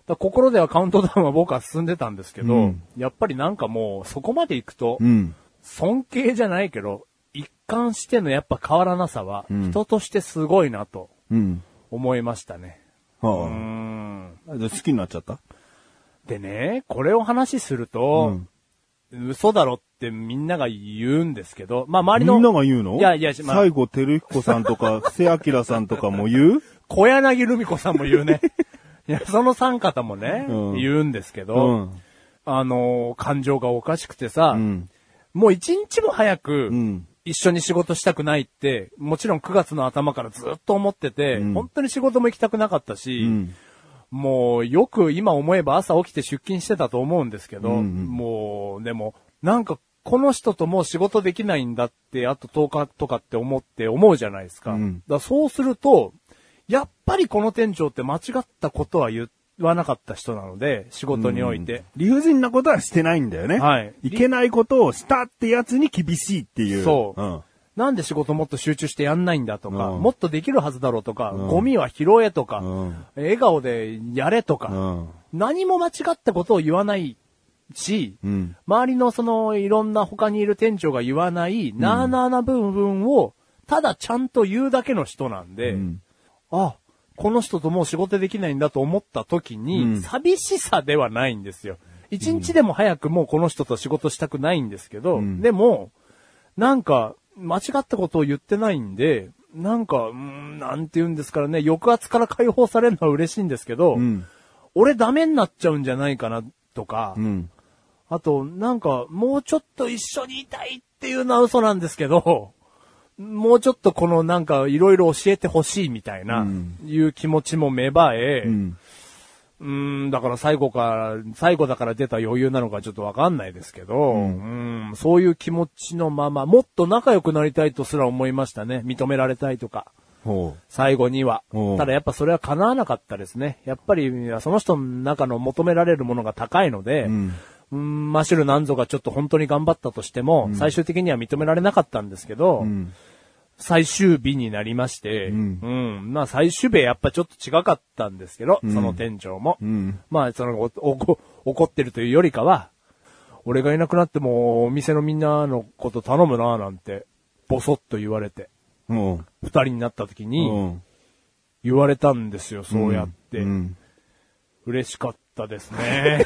心ではカウントダウンは僕は進んでたんですけど、やっぱりなんかもうそこまで行くと、尊敬じゃないけど、一貫してのやっぱ変わらなさは、人としてすごいなと思いましたね。 好きになっちゃった？ でね、これを話すると、嘘だろってみんなが言うんですけど、まあ周りの。 みんなが言うの？ いや、 西郷輝彦さんとか、布施明さんとかも言う？ 小柳ルミ子さんも言うね。いや、その三方もね、言うんですけど、感情がおかしくてさ、もう一日も早く、一緒に仕事したくないって、もちろん9月の頭からずっと思ってて、本当に仕事も行きたくなかったし、もうよく今思えば朝起きて出勤してたと思うんですけど、もう、でも、なんかこの人ともう仕事できないんだって、あと10日とかって思うじゃないですか。だからそうすると、やっぱりこの店長って間違ったことは言わなかった人なので、仕事において。 理不尽なことはしてないんだよね。 はい。 いけないことをしたってやつに厳しいっていう。 そう。なんで仕事もっと集中してやんないんだとか、もっとできるはずだろうとか、ゴミは拾えとか、笑顔でやれとか、何も間違ったことを言わないし、周りのそのいろんな他にいる店長が言わない、なーなーな部分を、ただちゃんと言うだけの人なんで、あ、この人ともう仕事できないんだと思った時に、寂しさではないんですよ。一日でも早くもうこの人と仕事したくないんですけど、でも、なんか、間違ったことを言ってないんで、なんか、なんて言うんですからね、抑圧から解放されるのは嬉しいんですけど、俺ダメになっちゃうんじゃないかなとか、あと、なんか、もうちょっと一緒にいたいっていうのは嘘なんですけど、もうちょっとこのなんかいろいろ教えてほしいみたいな、いう気持ちも芽生え、だから最後だから出た余裕なのかちょっとわかんないですけど、そういう気持ちのまま、もっと仲良くなりたいとすら思いましたね。認められたいとか。最後には。ただやっぱそれは叶わなかったですね。やっぱりその人の中の求められるものが高いので、マシュルなんぞがちょっと本当に頑張ったとしても、最終的には認められなかったんですけど、最終日になりまして、まあ最終日やっぱちょっと違かったんですけど、その店長も。まあその怒ってるというよりかは、俺がいなくなってもお店のみんなのこと頼むななんて、ボソッと言われて、二人になった時に、言われたんですよ、そうやって。嬉しかったですね。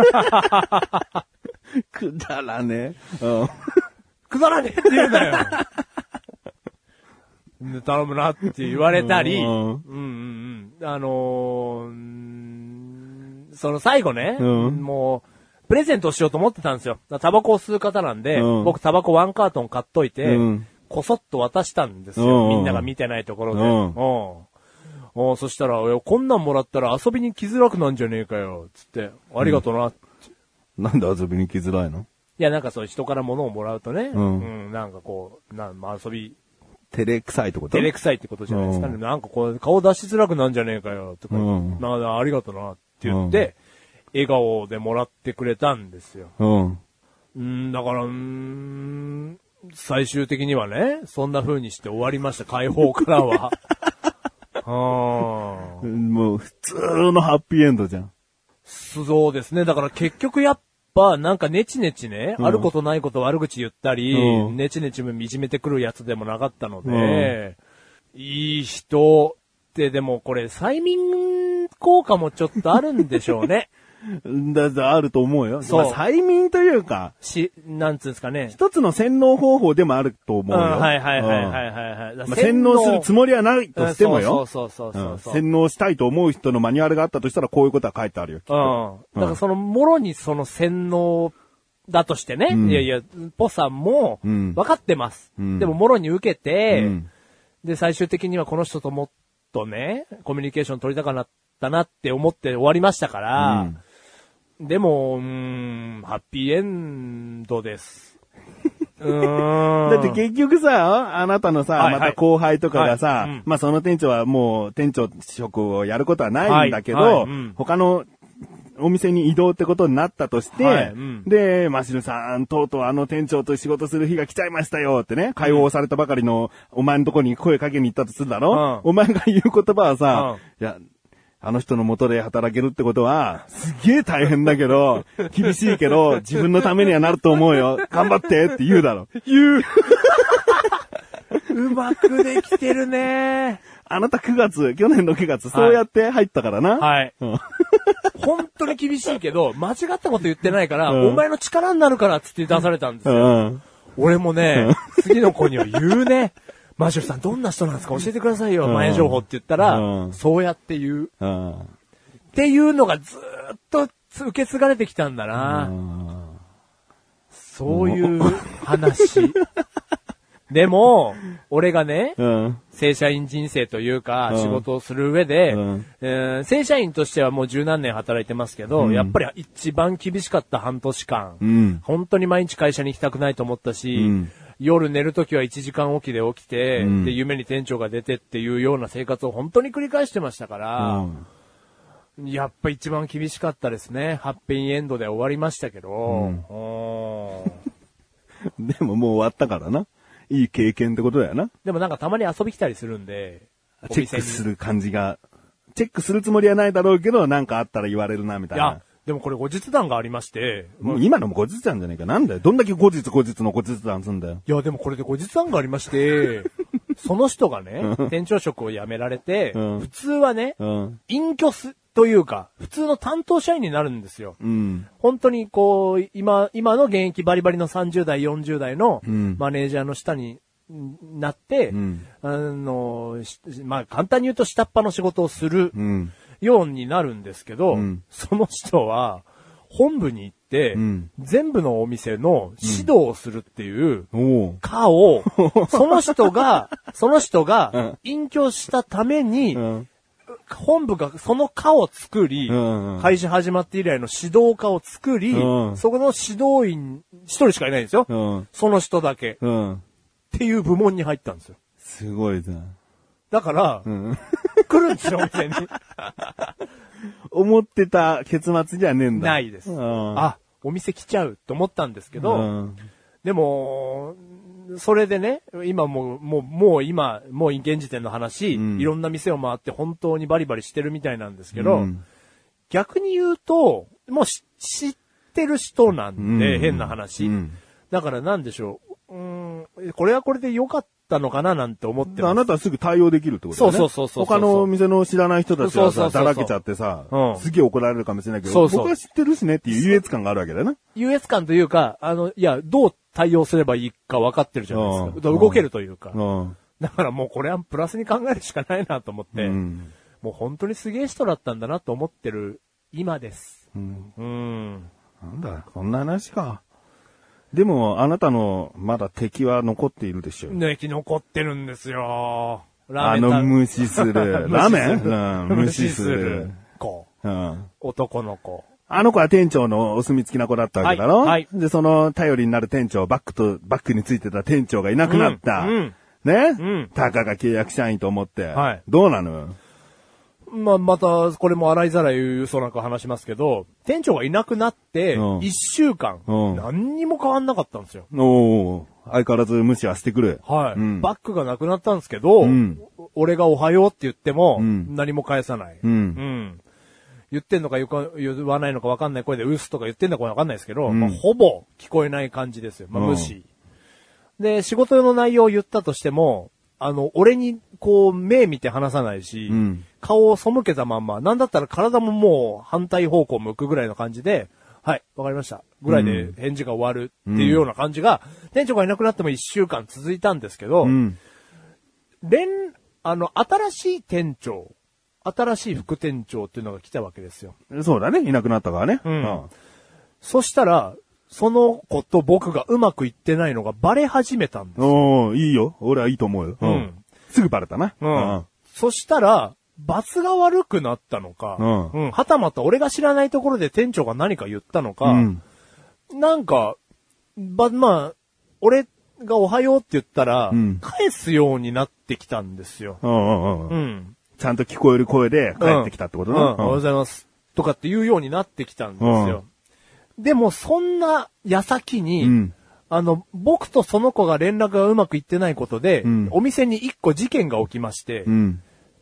くだらねくだらねえって言うなよ。頼むなって言われたり、その最後ね、もう、プレゼントをしようと思ってたんですよ。タバコを吸う方なんで、僕タバコ1カートン買っといて、こそっと渡したんですよ。みんなが見てないところで。そしたら、こんなんもらったら遊びに来づらくなんじゃねえかよ、つって、ありがとうなって。 なんで遊びに来づらいの？ いや、なんかそう人から物をもらうとね、なんかこう、遊び、 照れくさいってこと？ 照れくさいってことじゃないですかね。なんかこう、顔出しづらくなんじゃねえかよ、とか、ありがとうなって言って、笑顔でもらってくれたんですよ。だから、最終的にはね、そんな風にして終わりました、解放からは。 もう普通のハッピーエンドじゃん。 そうですね。だから結局やっぱなんかネチネチね、あることないこと悪口言ったり、ネチネチいじめてくるやつでもなかったので、いい人ってでもこれ催眠効果もちょっとあるんでしょうね。 あると思うよ。そう。催眠というか。 なんつうんですかね。 一つの洗脳方法でもあると思うよ。 はい。 洗脳するつもりはないとしてもよ。 そう。 洗脳したいと思う人のマニュアルがあったとしたらこういうことは書いてあるよ。 だからその、もろにその洗脳だとしてね。いや、ポさんも、分かってます。でももろに受けて、で、最終的にはこの人ともっとね、コミュニケーション取りたかったなって思って終わりましたから、でも、ハッピーエンドです。 だって結局さ、あなたのさ、また後輩とかがさ、まあその店長はもう店長職をやることはないんだけど、他のお店に移動ってことになったとして、で、マシルさん、とうとうあの店長と仕事する日が来ちゃいましたよってね、解放されたばかりのお前のところに声かけに行ったとするだろ、お前が言う言葉はさ、いや、 あの人の元で働けるってことは、すげえ大変だけど、厳しいけど、自分のためにはなると思うよ。頑張ってって言うだろ。言う。 うまくできてるね。 あなた去年の9月、そうやって入ったからな。 はい。本当に厳しいけど、間違ったこと言ってないから、お前の力になるからっつって出されたんですよ。俺もね、次の子には言うね。マジョルさんどんな人なんですか教えてくださいよ、前情報って言ったら、そうやって言う。っていうのがずーっと受け継がれてきたんだな。そういう話。でも、俺がね、正社員人生というか、仕事をする上で、正社員としてはもう十何年働いてますけど、やっぱり一番厳しかった半年間、本当に毎日会社に行きたくないと思ったし、夜寝るときは1時間おきで起きて、で、夢に店長が出てっていうような生活を本当に繰り返してましたから、やっぱ一番厳しかったですね。ハッピーエンドで終わりましたけど、 でももう終わったからな。いい経験ってことだよな。 でもなんかたまに遊び来たりするんで、 チェックする感じが、チェックするつもりはないだろうけど、なんかあったら言われるな、みたいな。 いや、でもこれ後日談がありまして。 もう今のも後日談じゃねえか。なんだよ。どんだけ後日の後日談すんだよ。 いや、でもこれで後日談がありまして、その人がね、店長職を辞められて、普通はね、隠居というか、普通の担当社員になるんですよ。本当にこう、今の現役バリバリの30代、40代のマネージャーの下になって、まあ簡単に言うと下っ端の仕事をするようになるんですけど、その人は本部に行って、全部のお店の指導をするっていう課を、その人が隠居したために、本部がその課を作り、会社始まって以来の指導課を作り、そこの指導員一人しかいないんですよ。その人だけ、っていう部門に入ったんですよ。 すごいな。 だから、来るんですよ、お店に。 思ってた結末じゃねえんだ。 ないです。あ、お店来ちゃうと思ったんですけど、でも、それでね、今もう現時点の話、いろんな店を回って本当にバリバリしてるみたいなんですけど、逆に言うと、もう知ってる人なんで、変な話。だからなんでしょう、これはこれで良かったのかななんて思ってます。 あなたはすぐ対応できるってことだね。 そう。 他のお店の知らない人たちはさ、だらけちゃってさ、すげえ怒られるかもしれないけど、僕は知ってるしねっていう優越感があるわけだよな。 優越感というか、いや、どう対応すればいいか分かってるじゃないですか。動けるというか。だからもうこれはプラスに考えるしかないなと思って、もう本当にすげえ人だったんだなと思ってる今です。 なんだ、こんな話か。でも、あなたのまだ敵は残っているでしょ。 敵残ってるんですよ。 無視する。ラーメン無視する。 子。男の子。 あの子は店長のお墨付きな子だったわけだろ、で、その頼りになる店長、バックについてた店長がいなくなった。ね、たかが契約社員と思って。どうなの？ また、これも洗いざらい嘘なく話しますけど、店長がいなくなって、1週間、何にも変わんなかったんですよ。 相変わらず無視はしてくる。 バックがなくなったんですけど、俺がおはようって言っても、何も返さない。言ってんのか言わないのか分かんない声でうすとか言ってんのか分かんないですけど、ほぼ聞こえない感じですよ。無視。で、仕事の内容を言ったとしても、俺にこう目見て話さないし、顔を背けたまんま、なんだったら体ももう反対方向向くぐらいの感じで、はい、わかりました。ぐらいで返事が終わるっていうような感じが、店長がいなくなっても1週間続いたんですけど、新しい店長、新しい副店長っていうのが来たわけですよ。 そうだね、いなくなったからね。 そしたら、その子と僕がうまくいってないのがバレ始めたんですよ。 いいよ。俺はいいと思うよ。すぐバレたな。 そしたら、罰が悪くなったのか、はたまた俺が知らないところで店長が何か言ったのか、なんか、まあ、俺がおはようって言ったら、返すようになってきたんですよ。 ちゃんと聞こえる声で帰ってきたってことね。 おはようございます。とかっていうようになってきたんですよ。でも、そんな矢先に、僕とその子が連絡がうまくいってないことで、お店に一個事件が起きまして、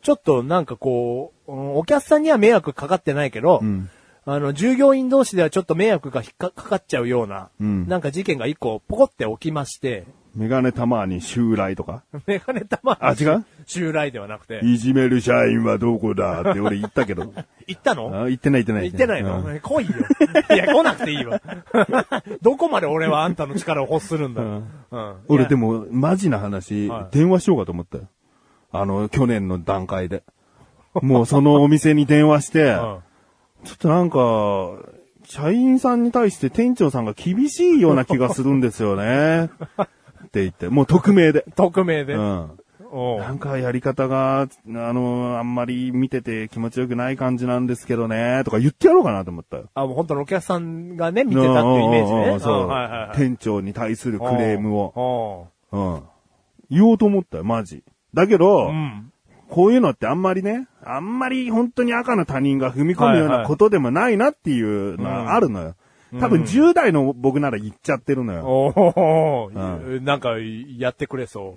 ちょっとなんかこう、お客さんには迷惑かかってないけど、従業員同士ではちょっと迷惑がかかっちゃうような、なんか事件が一個ポコって起きまして、 メガネたまに襲来とかメガネたまに違う襲来ではなくて。 いじめる社員はどこだって俺言ったけど。 言ったの？ 言ってない。 言ってないの？来いよ。いや、来なくていいわ。どこまで俺はあんたの力を欲するんだ。 俺でも、マジな話、電話しようかと思ったよ。去年の段階で。もうそのお店に電話して、ちょっとなんか、社員さんに対して店長さんが厳しいような気がするんですよね。って言って、もう匿名で。 匿名で。 なんかやり方が、あんまり見てて気持ちよくない感じなんですけどね、とか言ってやろうかなと思ったよ。 もう本当のお客さんがね、見てたっていうイメージね。 そう。店長に対するクレームを。言おうと思ったよ、マジ。だけど、こういうのってあんまり本当に赤の他人が踏み込むようなことでもないなっていうのはあるのよ。多分10代の僕なら言っちゃってるのよ。 なんかやってくれそう。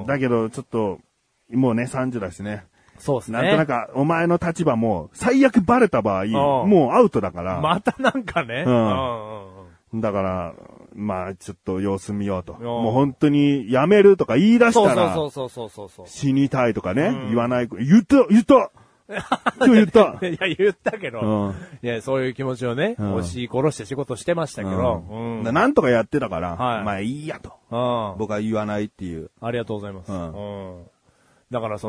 だけどちょっと、もうね、30だしね。 そうですね。 なんとなくお前の立場も最悪バレた場合、もうアウトだから。 またなんかね。 だから、まあちょっと様子見ようと。もう本当に辞めるとか言い出したら、死にたいとかね、言わない。言った今日言ったいや、言ったけど、いや、そういう気持ちをね、押し殺して仕事してましたけど、 なんとかやってたから、まあいいやと。僕は言わないっていう。 ありがとうございます。だから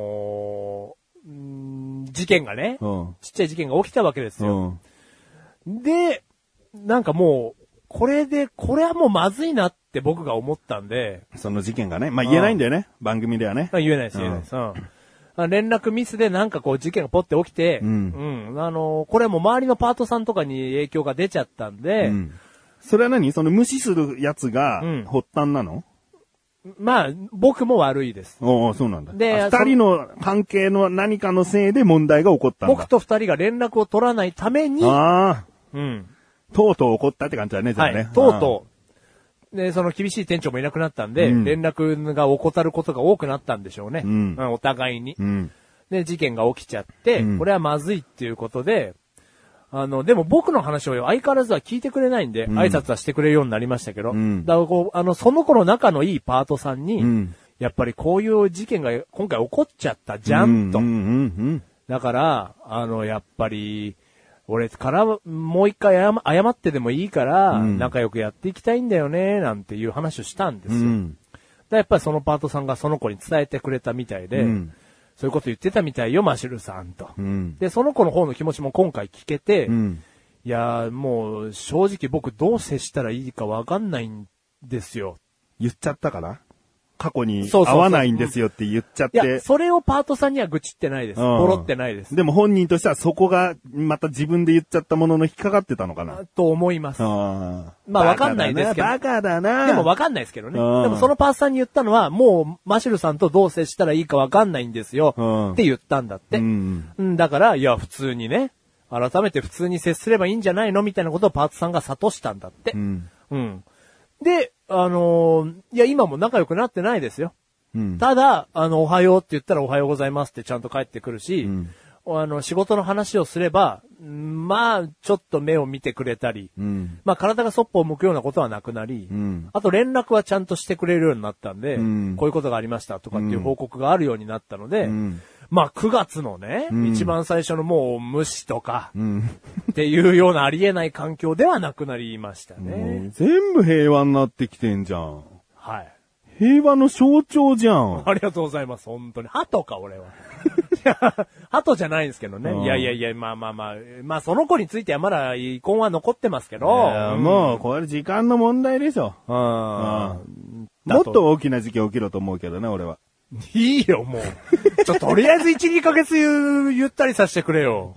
事件がね、ちっちゃい事件が起きたわけですよ。で、なんかもう、これはもうまずいなって僕が思ったんで。 その事件がね。まあ言えないんだよね。番組ではね。 言えないです。連絡ミスでなんかこう事件がポッて起きて、これも周りのパートさんとかに影響が出ちゃったんで、 それは何？その無視するやつが発端なの？ まあ、僕も悪いです。 そうなんだ。で、二人の関係の何かのせいで問題が起こったんだ。 僕と二人が連絡を取らないために、 とうとう起こったって感じだね、じゃあね。 とうとう。で、その厳しい店長もいなくなったんで、連絡が怠ることが多くなったんでしょうね。お互いに。で、事件が起きちゃって、これはまずいっていうことで、でも僕の話を相変わらずは聞いてくれないんで、挨拶はしてくれるようになりましたけど、だからこう、その頃仲のいいパートさんに、やっぱりこういう事件が今回起こっちゃったじゃんと。だから、やっぱり、俺からもう一回謝ってでもいいから、仲良くやっていきたいんだよね、なんていう話をしたんですよ。やっぱりそのパートさんがその子に伝えてくれたみたいで、そういうこと言ってたみたいよ、マシュルさんと。で、その子の方の気持ちも今回聞けて、いや、もう正直僕どう接したらいいかわかんないんですよ。 言っちゃったから過去に会わないんですよって言っちゃって。 いや、それをパートさんには愚痴ってないです。ポロってないです。 でも本人としてはそこがまた自分で言っちゃったものの引っかかってたのかなと思います。まあわかんないですけど。 バカだな。 でもわかんないですけどね。でもそのパートさんに言ったのは、もうマシュルさんとどう接したらいいかわかんないんですよ。って言ったんだって。だから、いや、普通にね、改めて普通に接すればいいんじゃないのみたいなことをパートさんが諭したんだって。で、いや、今も仲良くなってないですよ。ただ、おはようって言ったらおはようございますってちゃんと帰ってくるし、仕事の話をすれば、まあ、ちょっと目を見てくれたり、まあ、体がそっぽを向くようなことはなくなり、あと連絡はちゃんとしてくれるようになったんで、こういうことがありましたとかっていう報告があるようになったので、まあ、9月のね、一番最初のもう無視とか、っていうようなありえない環境ではなくなりましたね。 全部平和になってきてんじゃん。 はい。 平和の象徴じゃん。 ありがとうございます、本当に。鳩か、俺は。いや、鳩じゃないんですけどね。いや、まあ、その子についてはまだ遺恨は残ってますけど。 もう、これ時間の問題でしょ。もっと大きな事件起きろと思うけどね、俺は。 いいよ、もう。とりあえず1、2ヶ月ゆったりさせてくれよ。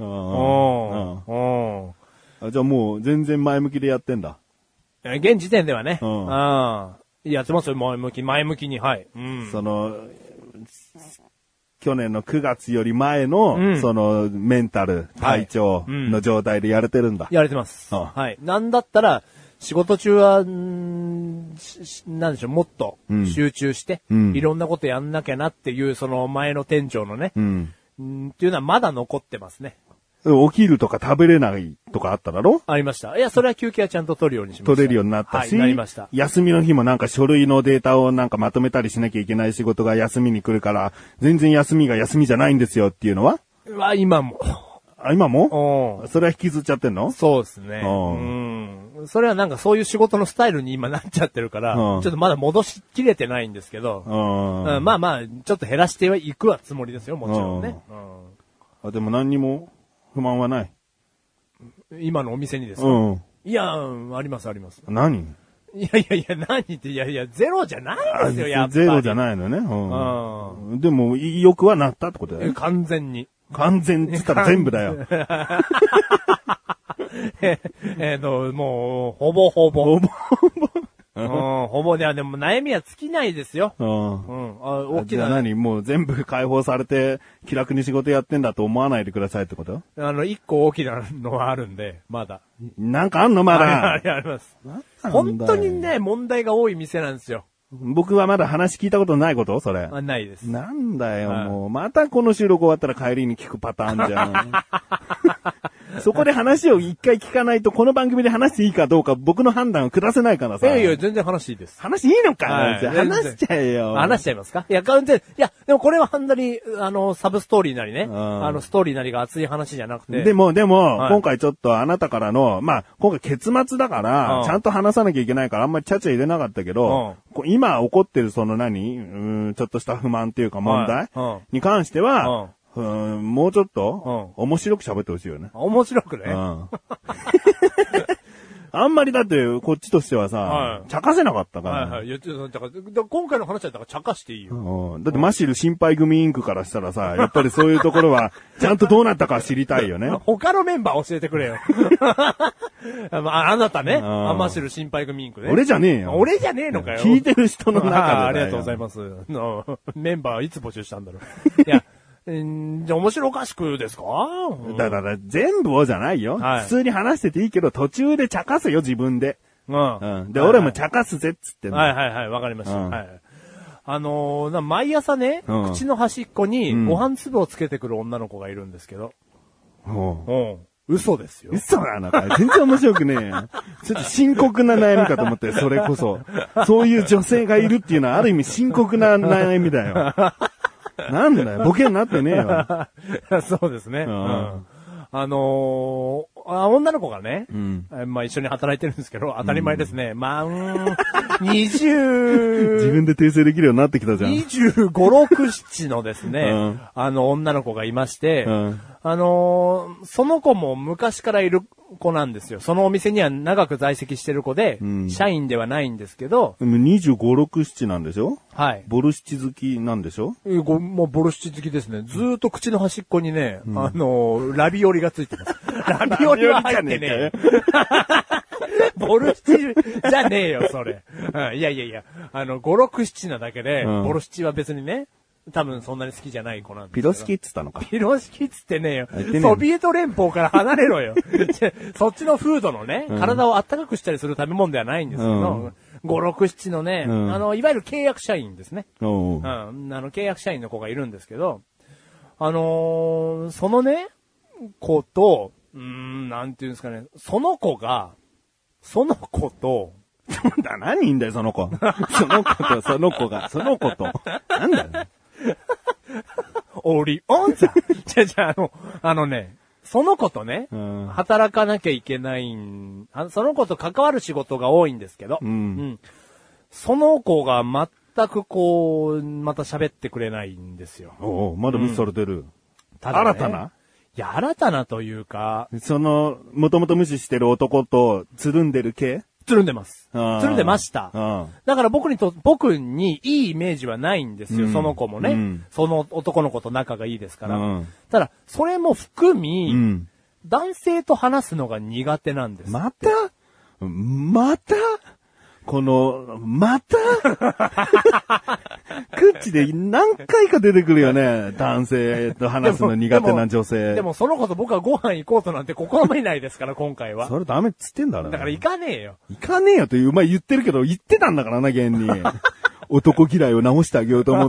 じゃあもう全然前向きでやってんだ。 現時点ではね。やってますよ、前向きに、はい。 去年の9月より前の、メンタル、体調の状態でやれてるんだ。 やれてます。はい。なんだったら、 仕事中は、なんでしょう、もっと集中して、いろんなことやんなきゃなっていう、その前の店長のね、っていうのはまだ残ってますね。 起きるとか食べれないとかあっただろ？ ありました。いや、それは休憩はちゃんと取るようにしました。 取れるようになったし、 はい、なりました。 休みの日もなんか書類のデータをなんかまとめたりしなきゃいけない仕事が休みに来るから、全然休みが休みじゃないんですよっていうのは？ 今も。 今も？それは引きずっちゃってんの？ そうですね。それはなんかそういう仕事のスタイルに今なっちゃってるから、ちょっとまだ戻しきれてないんですけど、まあまあ、ちょっと減らしてはいくはつもりですよ、もちろんね。 でも何にも不満はない。 今のお店にですか？いや、ありますあります。 何？ いや、何って、いや、ゼロじゃないですよ、やっぱり。 ゼロじゃないのね。でも、意欲はなったってことだよね。 完全に。 完全って言ったら全部だよ。 もう、ほぼほぼ。ほぼではでも悩みは尽きないですよ。 大きな。何もう全部解放されて気楽に仕事やってんだと思わないでくださいってこと？ 一個大きなのはあるんで、まだ。 なんかあんのまだ。 あります。本当にね、問題が多い店なんですよ。 僕はまだ話聞いたことないことそれ。 ないです。 なんだよ、もう。またこの収録終わったら帰りに聞くパターンじゃん。そこで話を一回聞かないと、この番組で話していいかどうか僕の判断を下せないからさ。 いや、全然話していいです。 話いいのか、話しちゃえよ。 話しちゃいますか？いや、完全、いや、でもこれは本当に、サブストーリーなりね、ストーリーなりが熱い話じゃなくて。 でも、今回ちょっとあなたからの、まあ、今回結末だから、ちゃんと話さなきゃいけないからあんまりちゃちゃ入れなかったけど、今起こってるそのちょっとした不満っていうか問題に関しては、もうちょっと、面白く喋ってほしいよね。 面白くね。 あんまりだって、こっちとしてはさ、茶化せなかったから。 だから今回の話だったから茶化していいよ。 だってマシル心配組インクからしたらさ、やっぱりそういうところは、ちゃんとどうなったか知りたいよね。 他のメンバー教えてくれよ。あなたね。マシル心配組インクね。 俺じゃねえよ。 俺じゃねえのかよ。 聞いてる人の中で。 ありがとうございます。メンバーいつ募集したんだろう。いや、じゃあ面白おかしくですか？ だから全部をじゃないよ。普通に話してていいけど、途中で茶化すよ、自分で。で、俺も茶化すぜっつってんの。 はい、わかりました。はい。毎朝ね、口の端っこにご飯粒をつけてくる女の子がいるんですけど。嘘ですよ。 嘘なのか。全然面白くねえよ。ちょっと深刻な悩みかと思って、それこそ。そういう女性がいるっていうのはある意味深刻な悩みだよ。なんだよ、ボケになってねえよ。 そうですね。女の子がね、まあ一緒に働いてるんですけど、当たり前ですね。まあ、自分で訂正できるようになってきたじゃん。 25、6、7のですね、女の子がいまして、その子も昔からいる子なんですよ。そのお店には長く在籍してる子で、社員ではないんですけど。 25、6、7なんでしょ？ はい。 ボルシチ好きなんでしょ？ もうボルシチ好きですね。ずーっと口の端っこにね、ラビオリがついてます。ラビオリは入ってねえ。ボルシチじゃねえよ、それ。いや、5、6、7なだけで、ボルシチは別にね、多分そんなに好きじゃない子なんですけど。 ピロシキっつったのか。 ピロシキっつってねえよ。ソビエト連邦から離れろよ。そっちのフードのね、体を温かくしたりする食べ物ではないんですけど、5、6、7のね、いわゆる契約社員ですね。契約社員の子がいるんですけど、そのね、子と、なんていうんですかね、その子と、 何いいんだよ、その子。その子と、その子が、その子と。なんだよ。 オリオン座。その子とね、働かなきゃいけないその子と関わる仕事が多いんですけど、その子が全くまた喋ってくれないんですよ。 まだ無視されてる。 ただね、 新たな？ いや、新たなというか、 もともと無視してる男と、つるんでる系？ つるんでます。つるんでました。だから僕にいいイメージはないんですよ、その子もね。その男の子と仲がいいですから。ただ、それも含み、男性と話すのが苦手なんです。 またこの、またクッチで何回か出てくるよね。男性と話すの苦手な女性。 でもその子と僕はご飯行こうとなんて心もいないですから、今回は。 それダメっつってんだろ。 だから行かねえよ。 行かねえよという、言ってるけど、言ってたんだからな、現に。男嫌いを直してあげようと思って、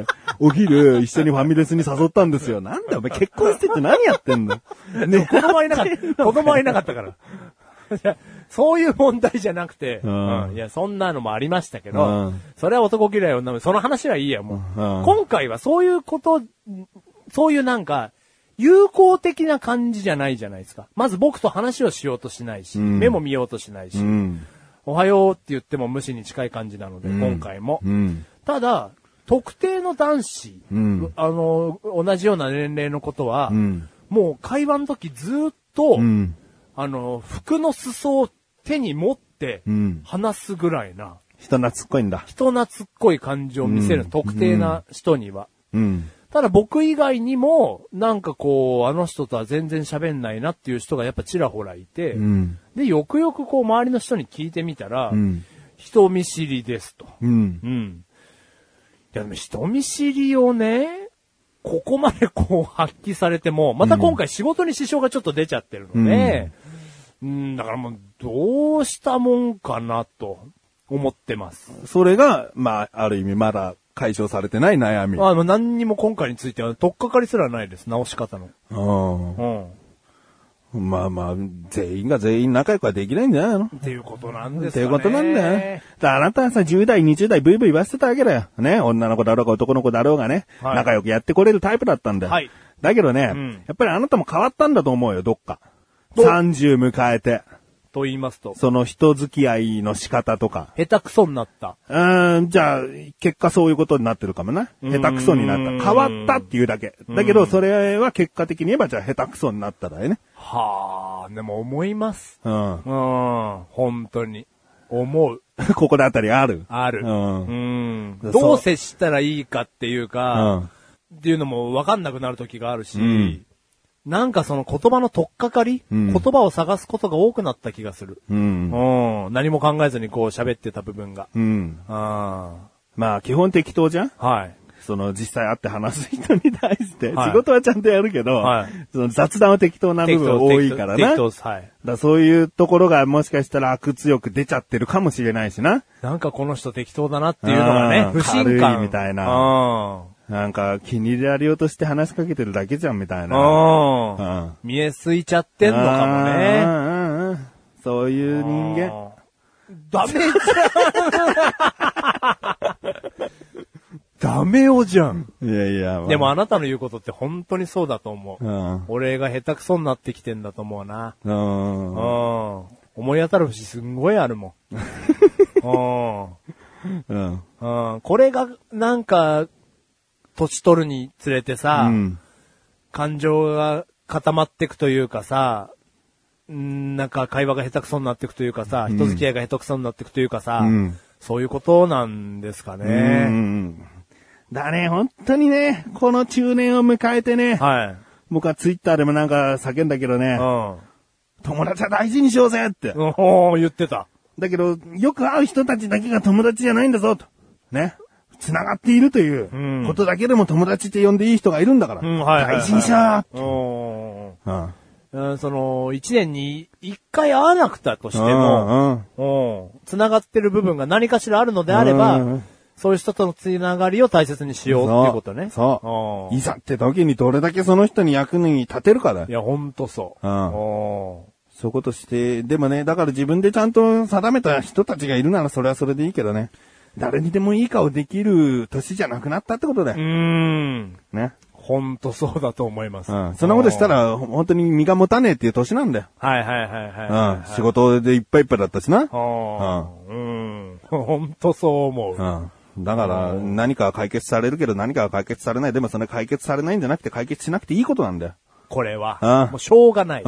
お昼一緒にファミレスに誘ったんですよ。なんだお前結婚してって何やってんのね、子供はいなかった。子供はいなかったから。そういう問題じゃなくて、いや、そんなのもありましたけど、それは男嫌い女、その話はいいや、もう。今回はそういうこと、そういうなんか、友好的な感じじゃないじゃないですか。まず僕と話をしようとしないし、目も見ようとしないし、おはようって言っても無視に近い感じなので、今回も。ただ、特定の男子、同じような年齢のことは、もう会話の時ずっと、服の裾を手に持って話すぐらいな。 人懐っこいんだ。 人懐っこい感情を見せる、特定な人には。ただ僕以外にも、なんかこう、あの人とは全然喋んないなっていう人がやっぱちらほらいて、で、よくよくこう周りの人に聞いてみたら、人見知りですと。いやでも人見知りをね、ここまでこう発揮されても、また今回仕事に支障がちょっと出ちゃってるので、だからもうどうしたもんかなと思ってます。 それが、ある意味まだ解消されてない悩み。 何にも今回については取っかかりすらないです。直し方の。 全員が全員仲良くはできないんじゃないのっていうことなんですかね。 っていうことなんだよ。あなたはさ、10代、20代、ブイブイ言わせてたわけだよ。ね。女の子だろうが男の子だろうがね。仲良くやってこれるタイプだったんだよ。だけどね、やっぱりあなたも変わったんだと思うよ、どっか。30迎えて。 と言いますと。 その人付き合いの仕方とか。 下手くそになった。 じゃあ、結果そういうことになってるかもな。下手くそになった。変わったっていうだけ。だけど、それは結果的に言えば、じゃあ下手くそになっただよね。 はあ、でも思います。本当に。思う。 ここであたりある。 ある。どう接したらいいかっていうか、っていうのも分かんなくなる時があるし、なんかその言葉の取っかかり、言葉を探すことが多くなった気がする。何も考えずにこう喋ってた部分が。 基本適当じゃん？ はい。 その実際会って話す人に対して、仕事はちゃんとやるけど、その雑談は適当な部分多いからな。だそういうところがもしかしたら悪強く出ちゃってるかもしれないしな。 なんかこの人適当だなっていうのがね、不信感みたいな。なんか気に入られようとして話しかけてるだけじゃんみたいな。 見えすいちゃってんのかもね。 そういう人間。 ダメじゃんダメよじゃん。 いやいや、 でもあなたの言うことって本当にそうだと思う。俺が下手くそになってきてんだと思うな。思い当たる節すんごいあるもん。これがなんか、年取るにつれてさ、感情が固まっていくというかさ、なんか会話が下手くそになっていくというかさ、人付き合いが下手くそになっていくというかさ、そういうことなんですかね。 だね、本当にね、この中年を迎えてね、僕はツイッターでもなんか叫んだけどね、友達は大事にしようぜって。 言ってた。 だけど、よく会う人たちだけが友達じゃないんだぞと。ね。繋がっているということだけでも友達って呼んでいい人がいるんだから。大事にしよう。 その、一年に一回会わなくたとしても、繋がってる部分が何かしらあるのであれば、そういう人との繋がりを大切にしようっていうことね。 そう。いざって時にどれだけその人に役に立てるかだ。 いや、ほんとそう。 そういうことして、でもね、だから自分でちゃんと定めた人たちがいるならそれはそれでいいけどね。誰にでもいい顔できる年じゃなくなったってことだよ。ね。 ほんとそうだと思います。 そんなことしたら、本当に身が持たねえっていう年なんだよ。仕事でいっぱいいっぱいだったしな。 ほんとそう思う。 だから、何かは解決されるけど何かは解決されない。でもそれ解決されないんじゃなくて解決しなくていいことなんだよ。 これは。もうしょうがない。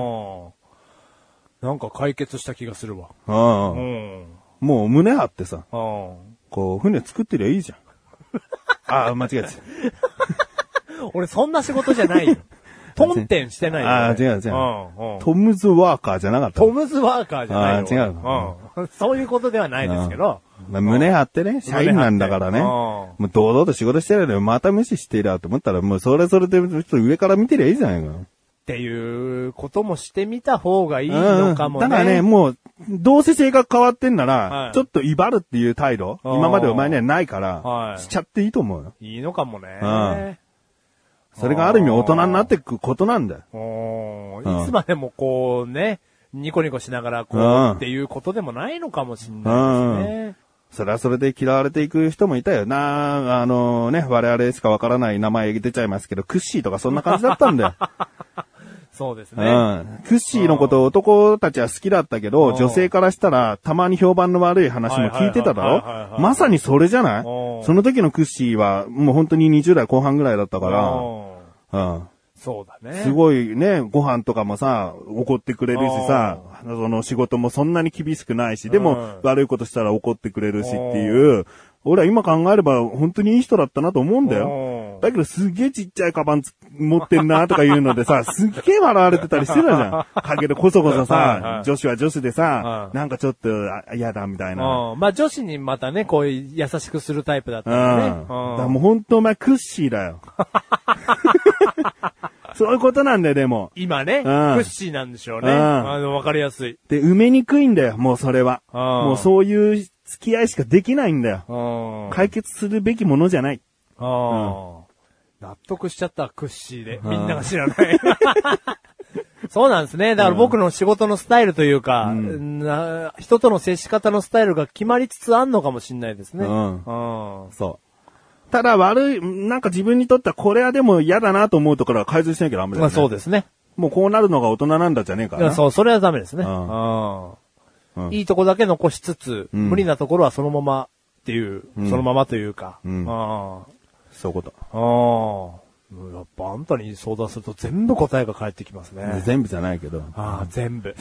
なんか解決した気がするわ。 もう胸張ってさ、こう、船作ってりゃいいじゃん。間違えた。 俺そんな仕事じゃないよ。 トンテンしてないよ、ね。 ああ、違う。トムズワーカーじゃなかった。 トムズワーカーじゃないよ。 違う。 そういうことではないですけど。 まあ、胸張ってね、社員なんだからね。もう堂々と仕事してるのにまた無視していると思ったら、もうそれでちょっと上から見てりゃいいじゃないか。 っていうこともしてみた方がいいのかもね。 だからね、もう、どうせ性格変わってんなら、ちょっと威張るっていう態度、今までお前にはないから、しちゃっていいと思うよ。 いいのかもね。 それがある意味大人になっていくことなんだよ。 いつまでもこうね、ニコニコしながらこうっていうことでもないのかもしれないですね。 それはそれで嫌われていく人もいたよな。我々しかわからない名前出ちゃいますけど、クッシーとかそんな感じだったんだよ。 そうですね。 クッシーのこと男たちは好きだったけど、女性からしたらたまに評判の悪い話も聞いてただろ。まさにそれじゃない？その時のクッシーはもう本当に20代後半ぐらいだったから、 そうだね。 すごいね、ご飯とかもさ、怒ってくれるしさ、その仕事もそんなに厳しくないし、でも悪いことしたら怒ってくれるしっていう、俺は今考えれば本当にいい人だったなと思うんだよ。だけどすげえちっちゃいカバン持ってんなとか言うのでさ、すっげえ笑われてたりしてたじゃん。陰でこそこそさ、女子は女子でさ、なんかちょっと嫌だみたいな。 まあ女子にまたね、こういう優しくするタイプだったんだね。だからもう本当お前クッシーだよ。そういうことなんだよ、でも。 今ね、クッシーなんでしょうね。わかりやすい。 で、埋めにくいんだよ、もうそれは。もうそういう付き合いしかできないんだよ。解決するべきものじゃない。 納得しちゃった、クッシーで。みんなが知らない。そうなんですね。だから僕の仕事のスタイルというか、人との接し方のスタイルが決まりつつあんのかもしれないですね。 そう。ただなんか自分にとってはこれはでも嫌だなと思うところは改善しなきゃダメだよね。 まあそうですね。 もうこうなるのが大人なんだじゃねえからな。 そう、それはダメですね。いいとこだけ残しつつ、無理なところはそのままっていう、そのままというか。 そういうこと。 やっぱあんたに相談すると全部答えが返ってきますね。 全部じゃないけど。 全部。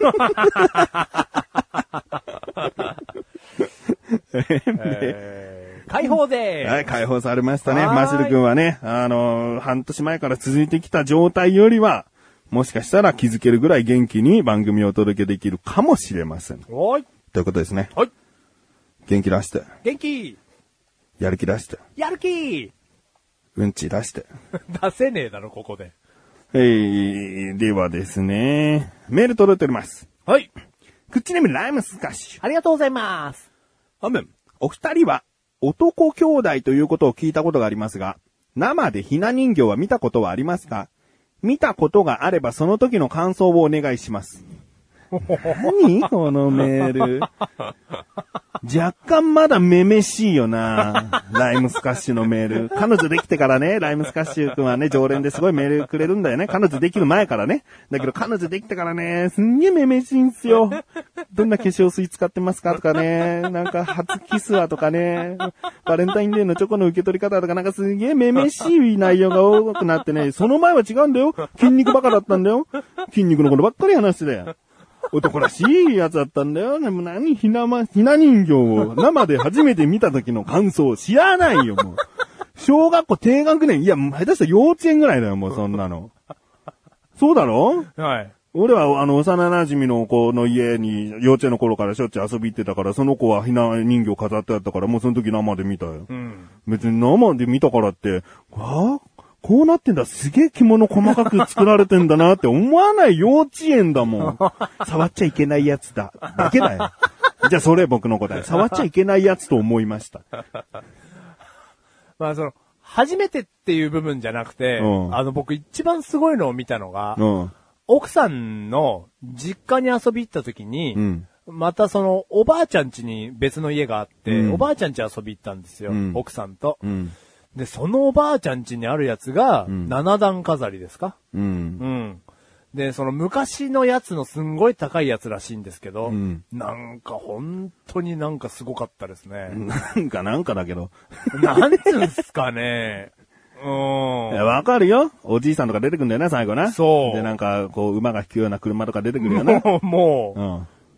解放でーす。 はい、解放されましたね。マシル君はね、半年前から続いてきた状態よりは、もしかしたら気づけるぐらい元気に番組をお届けできるかもしれません。 はい。 ということですね。 はい。 元気出して。 元気。 やる気出して。 やる気。 うんち出して。 出せねえだろ、ここで。 ではですね、メール届いております。 はい。 クッチネームライムスカッシュ。 ありがとうございます。 本文。お二人は男兄弟ということを聞いたことがありますが、生でひな人形は見たことはありますか？見たことがあればその時の感想をお願いします。何このメール。若干まだめめしいよな。ライムスカッシュのメール。彼女できてからね、ライムスカッシュ君はね、常連ですごいメールくれるんだよね。彼女できる前からね。だけど彼女できてからね、すんげえめめしいんすよ。どんな化粧水使ってますかとかね。なんか初キスはとかね。バレンタインデーのチョコの受け取り方とかなんかすげえめめしい内容が多くなってね。その前は違うんだよ。筋肉バカだったんだよ。筋肉のことばっかり話してたよ。男らしいやつだったんだよ。でも何ひな人形を生で初めて見た時の感想を知らないよ、もう。小学校低学年、いや、下手したら幼稚園ぐらいだよ、もうそんなの。そうだろ？ はい。 俺は幼馴染の子の家に幼稚園の頃からしょっちゅう遊び行ってたから、その子はひな人形飾ってあったから、もうその時生で見たよ。別に生で見たからって、こうなってんだ、すげえ着物細かく作られてんだなって思わない幼稚園だもん。触っちゃいけないやつだ。だけだよ。じゃあそれ僕の答え。触っちゃいけないやつと思いました。 まあ初めてっていう部分じゃなくて、僕一番すごいのを見たのが、奥さんの実家に遊び行った時に、またおばあちゃん家に別の家があって、おばあちゃん家遊び行ったんですよ。奥さんと。で、そのおばあちゃん家にあるやつが、7段飾りですか？で、昔のやつのすんごい高いやつらしいんですけど、なんか本当になんかすごかったですね。 なんかだけど。 なんつうんすかね。 わかるよ。おじいさんとか出てくるんだよな、最後な。 そう。 で、なんか、馬が引くような車とか出てくるよな。 もう、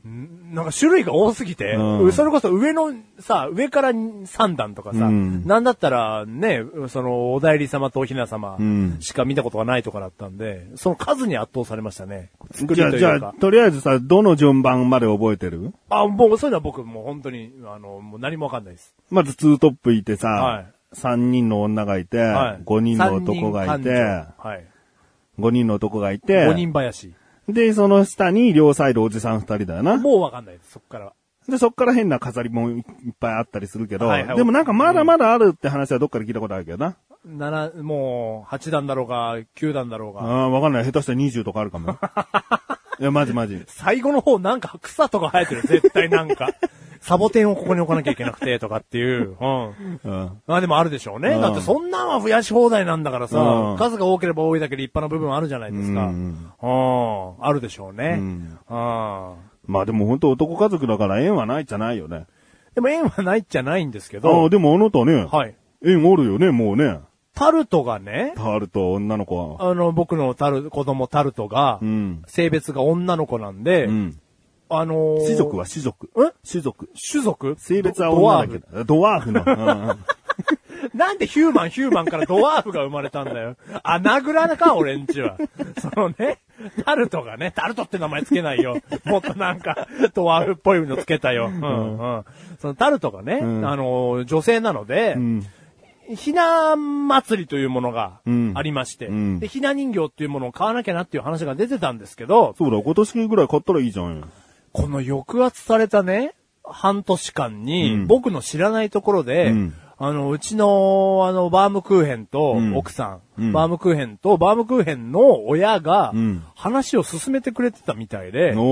なんか種類が多すぎて、それこそ上から3段とかさ、なんだったらね、そのお代理様とお雛様しか見たことがないとかだったんで、その数に圧倒されましたね。 じゃあ、とりあえずさ、どの順番まで覚えてる？ もうそういうのは僕もう本当に、もう何もわかんないです。 まずツートップいてさ、3人の女がいて、5人の男がいて、5人の男がいて、 5人林。 で、その下に両サイドおじさん2人だよな。 もうわかんないです、そっからは。 で、そっから変な飾りもいっぱいあったりするけど、でもなんかまだまだあるって話はどっかで聞いたことあるけどな。 もう、8段だろうが、9段だろうが。 わかんない。下手したら20とかあるかも。いや、マジ。 最後の方なんか草とか生えてる、絶対なんか。サボテンをここに置かなきゃいけなくて、とかっていう。でもあるでしょうね。だってそんなんは増やし放題なんだからさ、数が多ければ多いだけ立派な部分あるじゃないですか。あるでしょうね。 まあでも本当男家族だから縁はないじゃないよね。 でも縁はないっちゃないんですけど。 でもあなたね。 はい。 縁あるよね、もうね。 タルトがね。 タルト、女の子は。 僕の子供タルトが、性別が女の子なんで、 種族は種族。 種族性別は女だけど。ドワーフの。 なんでヒューマンからドワーフが生まれたんだよ。穴蔵か、俺んちは。そのね、タルトがね、タルトって名前つけないよ。もっとなんか、ドワーフっぽいのつけたよ。そのタルトがね、女性なので、ひな祭りというものがありまして、で、ひな人形っていうものを買わなきゃなっていう話が出てたんですけど、 そうだ、今年ぐらい買ったらいいじゃん。 この抑圧されたね、半年間に、僕の知らないところで、うちのバームクーヘンと奥さん、バームクーヘンとバームクーヘンの親が、話を進めてくれてたみたいで、バ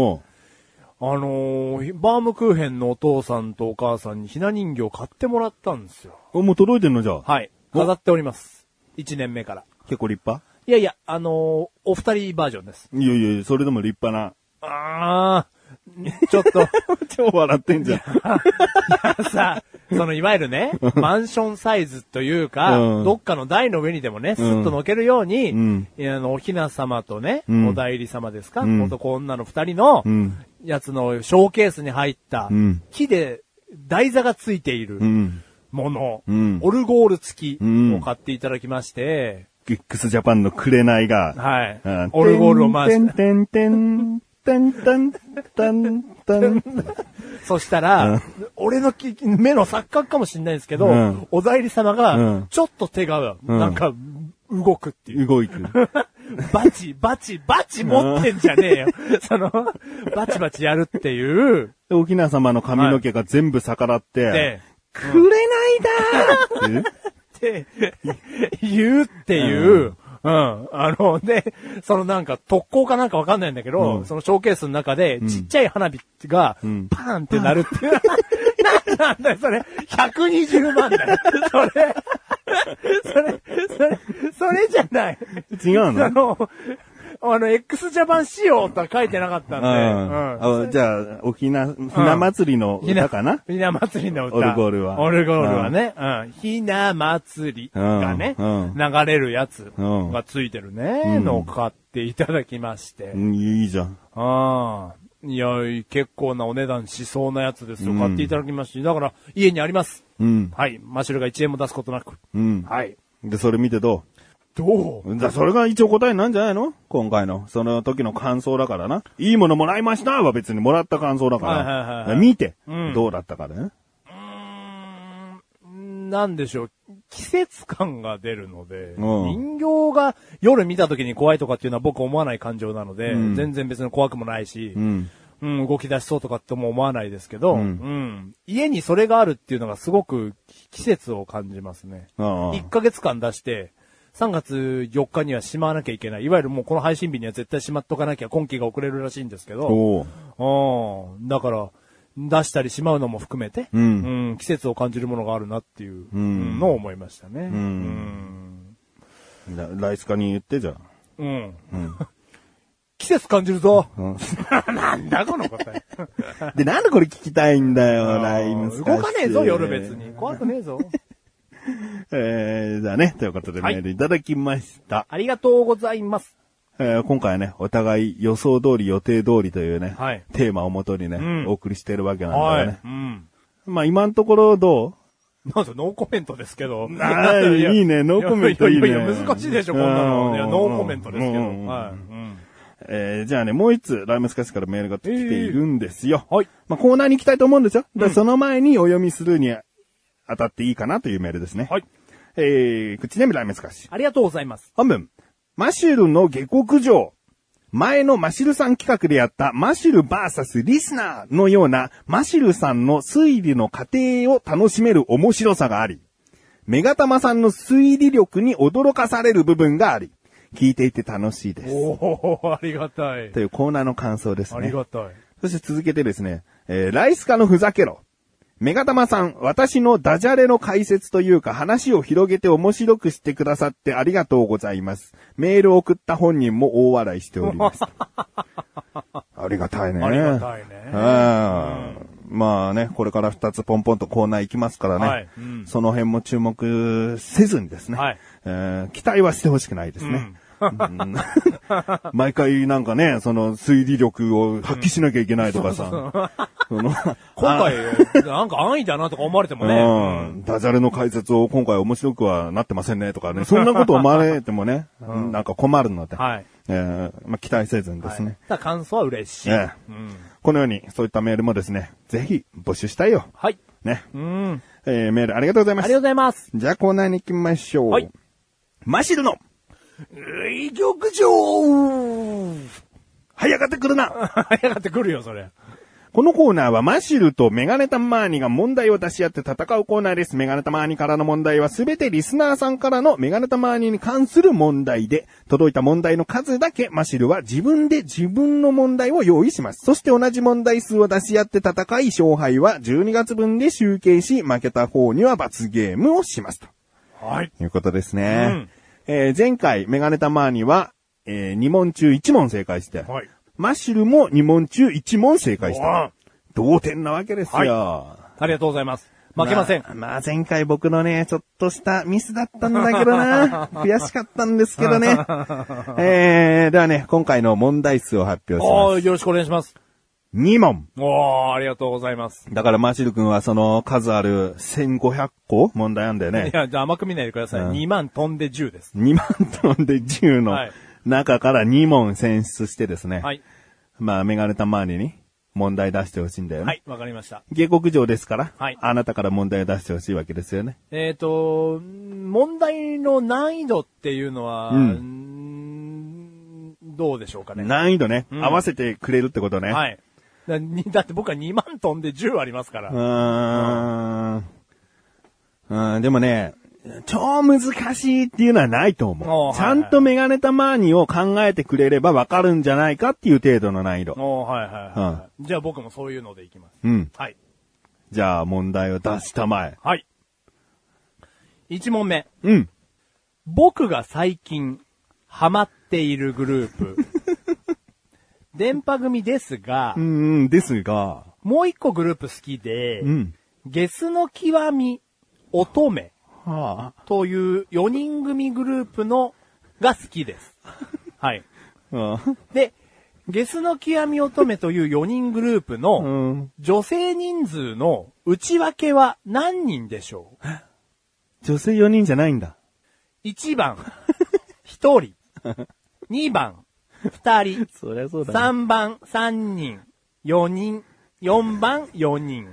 ームクーヘンのお父さんとお母さんにひな人形を買ってもらったんですよ。 もう届いてんのじゃあ？ はい。飾っております。1年目から。 結構立派？ いやいや、お二人バージョンです。 いや、それでも立派な。ちょっと。 超笑ってんじゃん。いやさ、いわゆるね、マンションサイズというか、どっかの台の上にでもね、スッと乗けるように、おひな様とね、お代理様ですか、男女の二人の、やつのショーケースに入った、木で台座がついているもの、オルゴール付きを買っていただきまして、 X ジャパンの紅が、 はい。オルゴールを回して。そしたら、俺の目の錯覚かもしれないんですけど、お代理様が、ちょっと手が、なんか、動くっていう。 動いてる。 バチ持ってんじゃねえよ。バチバチやるっていう。 おひな様の髪の毛が全部逆らって、 紅だーって言うっていう、で、なんか特攻かなんかわかんないんだけど、そのショーケースの中で、ちっちゃい花火が、パーンってなるっていう。なんだよ、それ。120万だよ。それじゃない。 違うの X ジャパン仕様とは書いてなかったんで。 じゃあ、ひな祭りの歌かな？ ひな祭りの歌。 オルゴールは。 オルゴールはね。ひな祭りがね、流れるやつがついてるね、のを買っていただきまして。 いいじゃん。 いや、結構なお値段しそうなやつですよ。買っていただきまして。だから、家にあります。はい。マシュルが1円も出すことなく。はい。 で、それ見てどう？それが一応答えなんじゃないの？今回の。その時の感想だからな。いいものもらいましたは別にもらった感想だから。見て、どうだったかね。 なんでしょう。季節感が出るので、人形が夜見た時に怖いとかっていうのは僕思わない感情なので、全然別に怖くもないし、動き出しそうとかっても思わないですけど、家にそれがあるっていうのがすごく季節を感じますね。1ヶ月間出して、3月4日にはしまわなきゃいけない。いわゆるもうこの配信日には絶対しまっとかなきゃ今期が遅れるらしいんですけど、だから、出したりしまうのも含めて、季節を感じるものがあるなっていうのを思いましたね。 ライスカに言ってじゃん。季節感じるぞ。なんだこの答え。 で、なんでこれ聞きたいんだよ、ライムスカ。 動かねえぞ、夜別に。怖くねえぞ。 じゃあね、ということでメールいただきました。 ありがとうございます。 今回はね、お互い予想通り予定通りというね、 はい、 テーマをもとにね、お送りしているわけなんだよね。 はい、 まあ今のところどうなんかノーコメントですけど。 いいね、ノーコメントいいね。 いや難しいでしょ、こんなの。いや、ノーコメントですけど。はい。 じゃあね、もう一つ、ライムスカシからメールが来ているんですよ。 はい。 まあコーナーに行きたいと思うんですよ。その前にお読みするに当たっていいかなというメールですね。 はい。 口ネームライムスカシ。 ありがとうございます。 本文。マシュルの下克上。前のマシルさん企画でやったマシルバーサスリスナーのようなマシルさんの推理の過程を楽しめる面白さがあり、メガタマさんの推理力に驚かされる部分があり、聞いていて楽しいです。 おー、ありがたい。 というコーナーの感想ですね。 ありがたい。 そして続けてですね、ライスカのふざけろ。メガタマさん、私のダジャレの解説というか話を広げて面白くしてくださってありがとうございます。メールを送った本人も大笑いしております。ありがたいね。 ありがたいね。 まあね、これから2つポンポンとコーナー行きますからね。はい、その辺も注目せずにですね。はい、期待はしてほしくないですね。毎回なんかね、その推理力を発揮しなきゃいけないとかさ。 今回、なんか安易だなとか思われてもね。 ダジャレの解説を今回面白くはなってませんねとかね。そんなこと思われてもね、なんか困るので。はい。まあ、期待せずにですね。 ただ感想は嬉しい。 このように、そういったメールもですね、ぜひ募集したいよ。 はい。 ね。メールありがとうございます。 ありがとうございます。 じゃあコーナーに行きましょう。はい。マシルの玉上早がってくるな早がってくるよ、それ。 このコーナーはマシルとメガネタマーニが問題を出し合って戦うコーナーです。メガネタマーニからの問題はすべてリスナーさんからのメガネタマーニに関する問題で、届いた問題の数だけマシルは自分で自分の問題を用意します。そして同じ問題数を出し合って戦い、勝敗は12月分で集計し、負けた方には罰ゲームをしますと。 はい。 いうことですね。前回メガネタマーニは、2問中1問正解して、はい、マッシュルも2問中1問正解した。同点なわけですよ、 はい。ありがとうございます。負けません。 まあ前回僕のね、ちょっとしたミスだったんだけどな。悔しかったんですけどね。ではね、今回の問題数を発表します。 よろしくお願いします。 2問。 ありがとうございます。 だからマシル君はその数ある1500個問題あんだよね。 いや、じゃあ甘く見ないでください。2万飛んで10です。 2万飛んで10の中から2問選出してですね。はい。まあメガネたまわりに問題出してほしいんだよね。 はい、わかりました。 下克上ですから、はい。あなたから問題を出してほしいわけですよね。 問題の難易度っていうのは、どうでしょうかね。 難易度ね。合わせてくれるってことね。 はい。だって僕は2万飛んで10ありますから。 でもね、超難しいっていうのはないと思う。ちゃんとメガネたまーにを考えてくれればわかるんじゃないかっていう程度の難易度。 じゃあ僕もそういうのでいきます。はい。 じゃあ問題を出したまえ。 はい。1問目。僕が最近ハマっているグループ。電波組ですが、 ですが、 もう一個グループ好きで、ゲスの極み乙女という4人組グループのが好きです。はい。で、ゲスの極み乙女という4人グループの女性人数の内訳は何人でしょう？ 女性4人じゃないんだ。 1番、1人。2番、2人。 そりゃそうだね。 3番、3人。4人。4番、4人。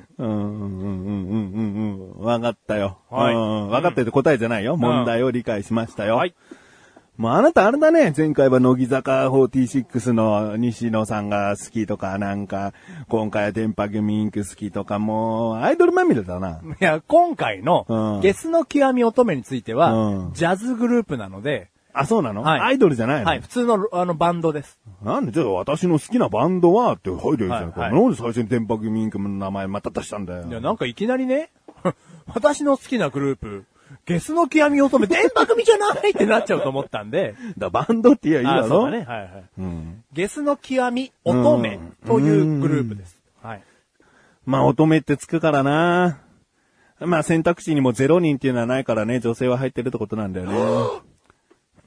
わかったよ。わかったよ答えじゃないよ。問題を理解しましたよ。はい。もうあなたあれだね。前回は乃木坂46の西野さんが好きとかなんか、今回は電波組インク好きとかもうアイドルまみれだな。 いや、今回のゲスの極み乙女については、ジャズグループなので、 あ、そうなの？はい。アイドルじゃないの？ はい、普通のバンドです。 なんで、じゃあ私の好きなバンドはって入るよ、なんで最初に電波組インクの名前また出したんだよ。 いや、なんかいきなりね、私の好きなグループ、ゲスの極み乙女、電波組じゃないってなっちゃうと思ったんで。 バンドって言えばいいだろ？ そうだね、はいはい。ゲスの極み乙女というグループです。はい。 まあ、乙女ってつくからな。まあ、選択肢にも0人っていうのはないからね、女性は入ってるってことなんだよね。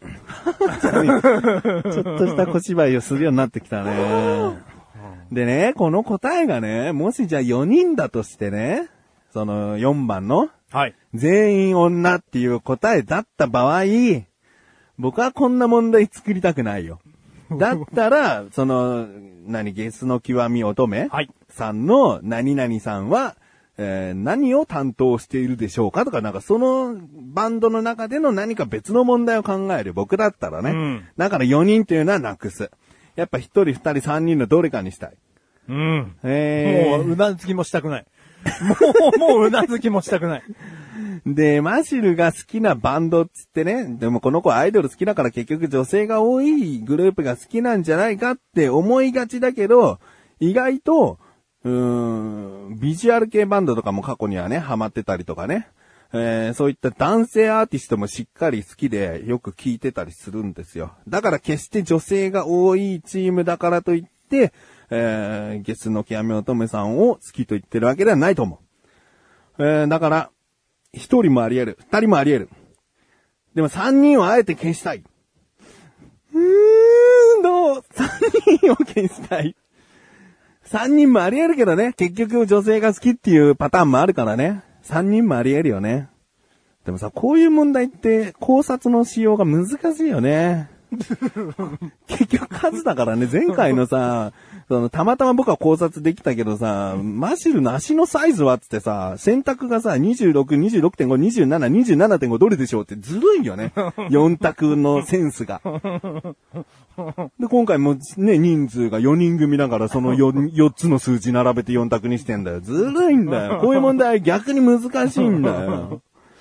ちょっとした小芝居をするようになってきたね。でね、この答えがね、もしじゃあ4人だとしてね、その4番の、 はい。 全員女っていう答えだった場合、僕はこんな問題作りたくないよ。だったら、その、ゲスの極み乙女さんの何々さんは、何を担当しているでしょうかとか、なんかそのバンドの中での何か別の問題を考える僕だったらね。うん、だから4人というのはなくす。やっぱ1人、2人、3人のどれかにしたい。 うん。もううなずきもしたくない。もううなずきもしたくない。 で、マシルが好きなバンドっつってね、でもこの子アイドル好きだから結局女性が多いグループが好きなんじゃないかって思いがちだけど、意外と、ビジュアル系バンドとかも過去にはね、ハマってたりとかね、そういった男性アーティストもしっかり好きでよく聴いてたりするんですよ。だから決して女性が多いチームだからといって、ゲスの極み乙女さんを好きと言ってるわけではないと思う。だから、一人もあり得る。二人もあり得る。でも三人をあえて消したい。三人を消したい。三人もあり得るけどね。結局女性が好きっていうパターンもあるからね。三人もあり得るよね。でもさ、こういう問題って考察の仕様が難しいよね。結局数だからね、前回のさ、たまたま僕は考察できたけどさ、マシルの足のサイズはつってさ、選択がさ、26、26.5、27、27.5 どれでしょうってずるいよね。4択のセンスが。で、今回もね、人数が4人組だからその 4つの数字並べて4択にしてんだよ。ずるいんだよ。こういう問題は逆に難しいんだよ。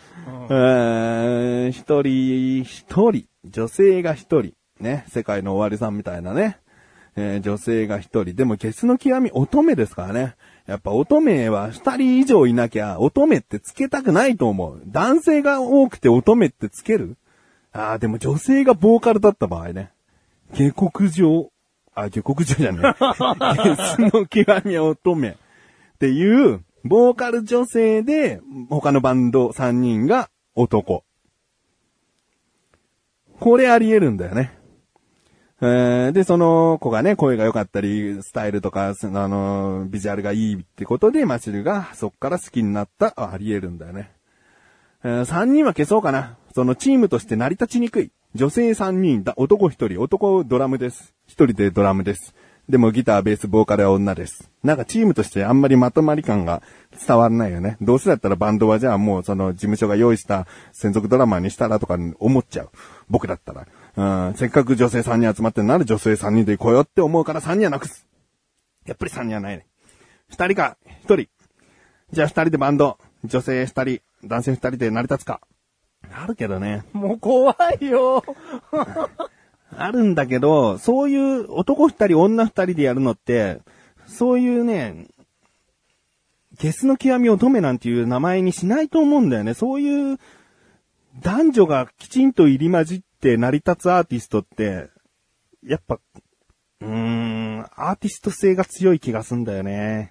一人、女性が一人。ね、世界の終わりさんみたいなね。女性が一人。でも、ゲスの極み乙女ですからね。やっぱ乙女は二人以上いなきゃ、乙女ってつけたくないと思う。男性が多くて乙女ってつける？でも女性がボーカルだった場合ね。下克上じゃねえ。ゲスの極み乙女っていう、ボーカル女性で、他のバンド3人が男。これあり得るんだよね。で、その子がね、声が良かったり、スタイルとか、ビジュアルがいいってことで、マシルがそっから好きになった、あり得るんだよね。3人は消そうかな。そのチームとして成り立ちにくい。女性3人だ、男1人、男ドラムです。1人でドラムです。でもギター、ベース、ボーカルは女です。なんかチームとしてあんまりまとまり感が伝わらないよね。どうせだったらバンドはじゃあもうその事務所が用意した専属ドラマーにしたらとか思っちゃう。僕だったら。せっかく女性3人集まってるなら女性3人で来ようって思うから3人はなくす。やっぱり3人はないね。2人か1人。じゃあ2人でバンド。女性2人、男性2人で成り立つか。あるけどね。 もう怖いよ。 あるんだけど、そういう男2人、女2人でやるのって、そういうね、ゲスの極み乙女なんていう名前にしないと思うんだよね。そういう男女がきちんと入り混じって成り立つアーティストって、やっぱ、アーティスト性が強い気がすんだよね。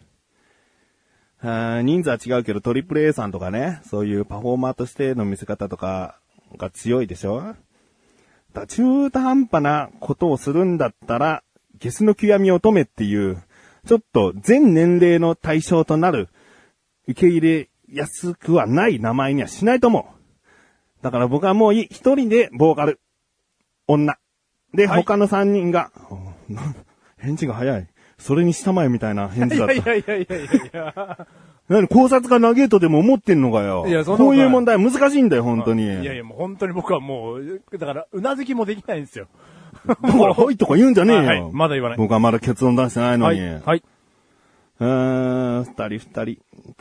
人数は違うけどトリプル A さんとかね、そういうパフォーマーとしての見せ方とかが強いでしょ？中途半端なことをするんだったら、ゲスの極み乙女っていう、ちょっと全年齢の対象となる、受け入れやすくはない名前にはしないと思う。だから僕はもう一人でボーカル、女。で、はい、他の3人が、返事が早い。それにしたまえみたいな返事だった。いや。何考察が長えとでも思ってんのかよ。いや、こういう問題難しいんだよ、本当に。 いや、もう本当に僕はもう、だから、うなずきもできないんですよ。 だから、はいとか言うんじゃねえよ。 はい、まだ言わない。 僕はまだ結論出してないのに。 はい。 二人。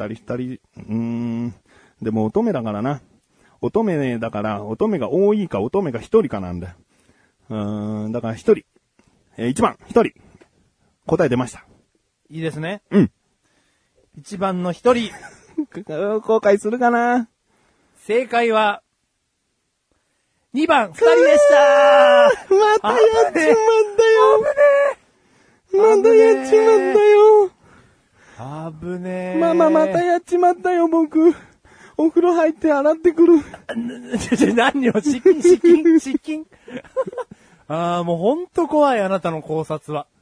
でも乙女だからな。乙女だから、乙女が多いか乙女が一人かなんだよ。だから一人。1番、一人。答え出ました。 いいですね。 うん。 1番の一人。 後悔するかな。 正解は、2番、2人でしたまたやっちまったよ。またやっちまったよ。 危ねえ。 ママまたやっちまったよ、僕。 お風呂入って洗ってくる。 何を、失禁。ああ、もうほんと怖い、あなたの考察は。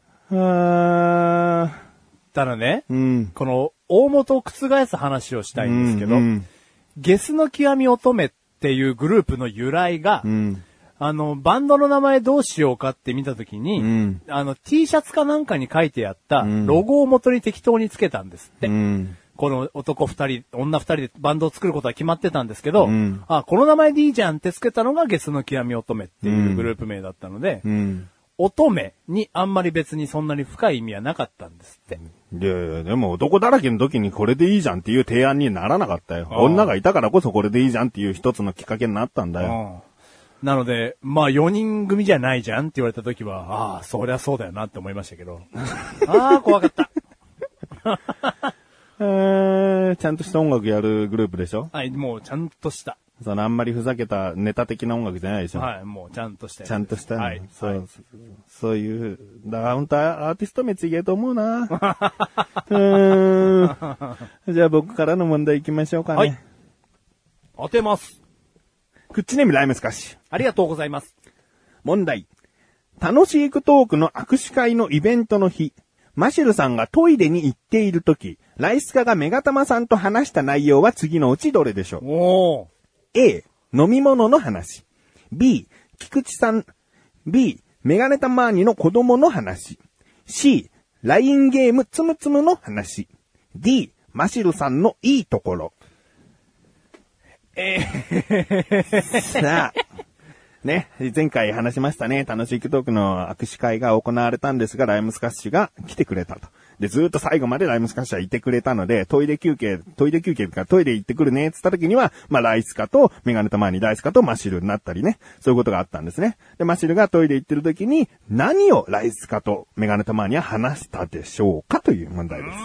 ただね、この、大元を覆す話をしたいんですけど、ゲスの極み乙女っていうグループの由来が、バンドの名前どうしようかって見たときに、T シャツかなんかに書いてあったロゴを元に適当につけたんですって。この男二人、女二人でバンドを作ることは決まってたんですけど、この名前でいいじゃんってつけたのがゲスの極み乙女っていうグループ名だったので、乙女にあんまり別にそんなに深い意味はなかったんですって。 いや、でも男だらけの時にこれでいいじゃんっていう提案にならなかったよ。女がいたからこそこれでいいじゃんっていう一つのきっかけになったんだよ。 なので、まあ4人組じゃないじゃんって言われた時は、そりゃそうだよなって思いましたけど。怖かった。 ちゃんとした音楽やるグループでしょ？ はい、もうちゃんとした。 あんまりふざけたネタ的な音楽じゃないでしょ？ はい、もうちゃんとした。 ちゃんとした。 はい。 そういう、だから本当はアーティスト名ついげと思うな。じゃあ僕からの問題行きましょうかね。はい。 当てます。 クッチネームライムスカッシュ。 ありがとうございます。 問題。楽しいクトークの握手会のイベントの日、マシュルさんがトイレに行っているとき、ライスカがメガタマさんと話した内容は次のうちどれでしょう？A、飲み物の話。B、菊池さん。B、メガネタマーニの子供の話。C、LINE ゲームつむつむの話。D、マシルさんのいいところ。さあ、ね、前回話しましたね。楽しいトークの握手会が行われたんですが、ライムスカッシュが来てくれたと。で、ずっと最後までライムスカッシュはいてくれたので、トイレ休憩かトイレ行ってくるねって言った時には、ライスカとメガネタマーニ、ライスカとマシルになったりね。そういうことがあったんですね。で、マシルがトイレ行ってる時に、何をライスカとメガネタマーニは話したでしょうかという問題です。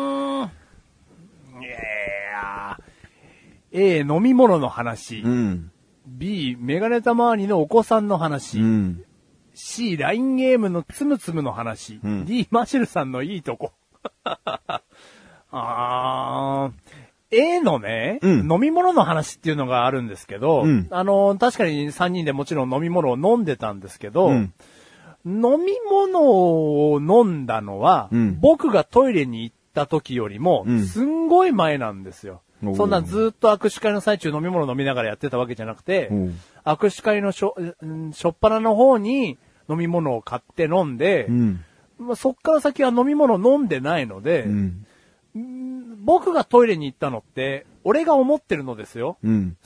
A、飲み物の話。B、メガネタマーニのお子さんの話。C、LINE ゲームのつむつむの話。D、マシルさんのいいとこ。A のね、飲み物の話っていうのがあるんですけど、確かに3人でもちろん飲み物を飲んでたんですけど、飲み物を飲んだのは、僕がトイレに行った時よりも、すんごい前なんですよ。そんなずっと握手会の最中飲み物飲みながらやってたわけじゃなくて、握手会のしょっぱなの方に飲み物を買って飲んで、そっから先は飲み物飲んでないので、僕がトイレに行ったのって、俺が思ってるのですよ。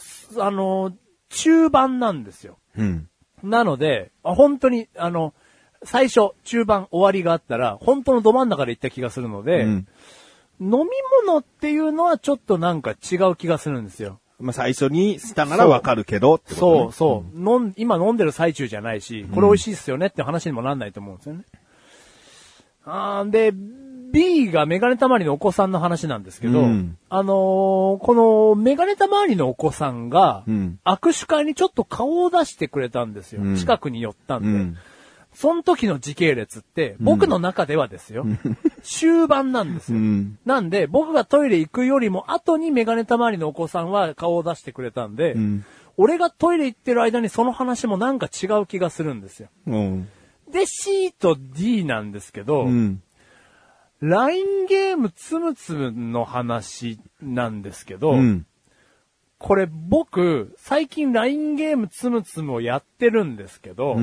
中盤なんですよ。なので、本当に、最初、中盤、終わりがあったら、本当のど真ん中で行った気がするので、飲み物っていうのはちょっとなんか違う気がするんですよ。 最初にしたならわかるけどってことね。 そう。今飲んでる最中じゃないし、これ美味しいっすよねって話にもなんないと思うんですよね。で、B がメガネたまわりのお子さんの話なんですけど、このメガネたまわりのお子さんが、握手会にちょっと顔を出してくれたんですよ。近くに寄ったんで。その時の時系列って、僕の中ではですよ、終盤なんですよ。なんで、僕がトイレ行くよりも後にメガネたまわりのお子さんは顔を出してくれたんで、俺がトイレ行ってる間にその話もなんか違う気がするんですよ。で、C と D なんですけど、LINE ゲームつむつむの話なんですけど、これ僕、最近 LINE ゲームつむつむをやってるんですけど、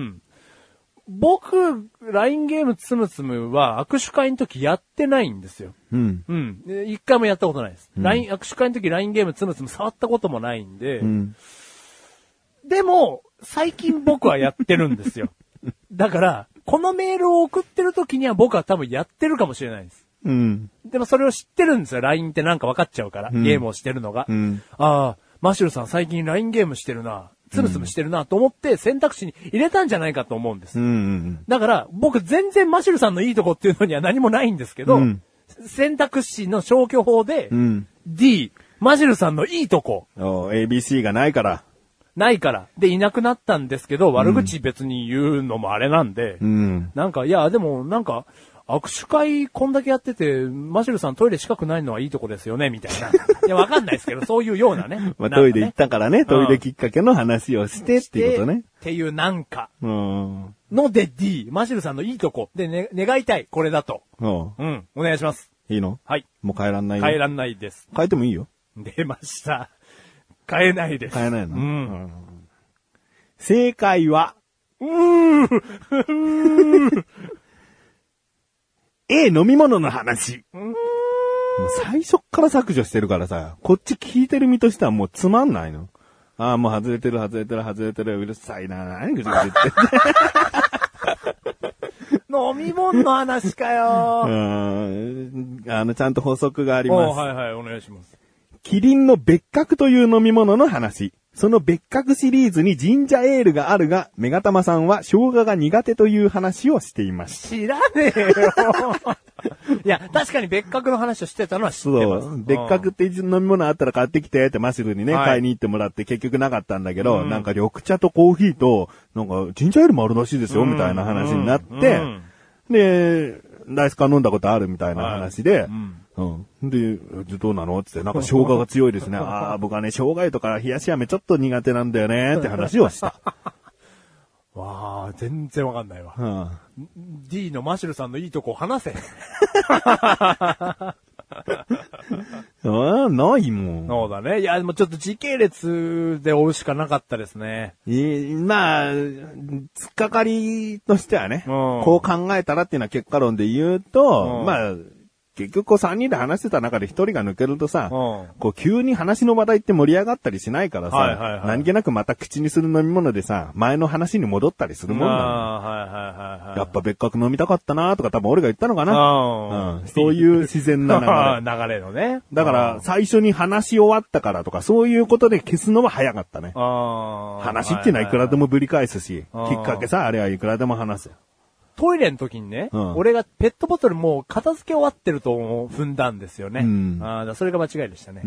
僕、LINE ゲームつむつむは握手会の時やってないんですよ。一回もやったことないです。握手会の時 LINE ゲームつむつむ触ったこともないんで、でも、最近僕はやってるんですよ。だから、このメールを送ってる時には僕は多分やってるかもしれないです。でもそれを知ってるんですよ。LINE ってなんか分かっちゃうから、ゲームをしてるのが。マシュルさん最近 LINE ゲームしてるな。つむつむしてるなと思って選択肢に入れたんじゃないかと思うんです。だから僕全然マシュルさんのいいとこっていうのには何もないんですけど、選択肢の消去法で、D、マシュルさんのいいとこ。 ABC がないから。 ないから。で、いなくなったんですけど、悪口別に言うのもあれなんで、なんか、いや、でもなんか、 握手会こんだけやってて、マシュルさんトイレ近くないのはいいとこですよね、みたいな。いや、わかんないですけど、そういうようなね。 まあ、トイレ行ったからね、トイレきっかけの話をしてっていうことね。 っていうなんか。 うん。 ので D、マシュルさんのいいとこ。で、ね、願いたい、これだと。うん。お願いします。 いいの？ はい。 もう変えらんないよ。 変えらんないです。 変えてもいいよ。 出ました。変えないです。 変えないの？正解は、A 飲み物の話。もう最初っから削除してるからさ、こっち聞いてる身としてはもうつまんないの。ああ、もう外れてる、うるさいな。何ぐずぐず言って飲み物の話かよ。 ちゃんと補足があります。 はいはい、お願いします。 キリンの別格という飲み物の話。その別格シリーズにジンジャーエールがあるが、メガタマさんは生姜が苦手という話をしていました。 知らねえよ。いや、確かに別格の話をしてたのは知ってます。 そう。別格って飲み物あったら買ってきてってマシルにね、買いに行ってもらって結局なかったんだけど、なんか緑茶とコーヒーと、なんかジンジャーエールもあるらしいですよ、みたいな話になって、で、ライスカー飲んだことあるみたいな話で、で、どうなのって言って、なんか生姜が強いですね。ああ、僕はね、生姜湯とか冷やし飴ちょっと苦手なんだよねって話をした。 わあ、全然わかんないわ。D のマシュルさんのいいとこ話せ。 ないもん。 そうだね。いや、でもちょっと時系列で追うしかなかったですね。 まあ、突っかかりとしてはね、こう考えたらっていうのは結果論で言うと、まあ、結局こう3人で話してた中で1人が抜けるとさ、こう急に話の話題って盛り上がったりしないからさ、何気なくまた口にする飲み物でさ、前の話に戻ったりするもんなんだ。やっぱ別格飲みたかったなとか多分俺が言ったのかな。そういう自然な流れ。 流れのね。 だから最初に話し終わったからとかそういうことで消すのは早かったね。話っていうのはいくらでもぶり返すし、きっかけさ、あれはいくらでも話すよ。 トイレの時にね、俺がペットボトルもう片付け終わってると踏んだんですよね。それが間違いでしたね。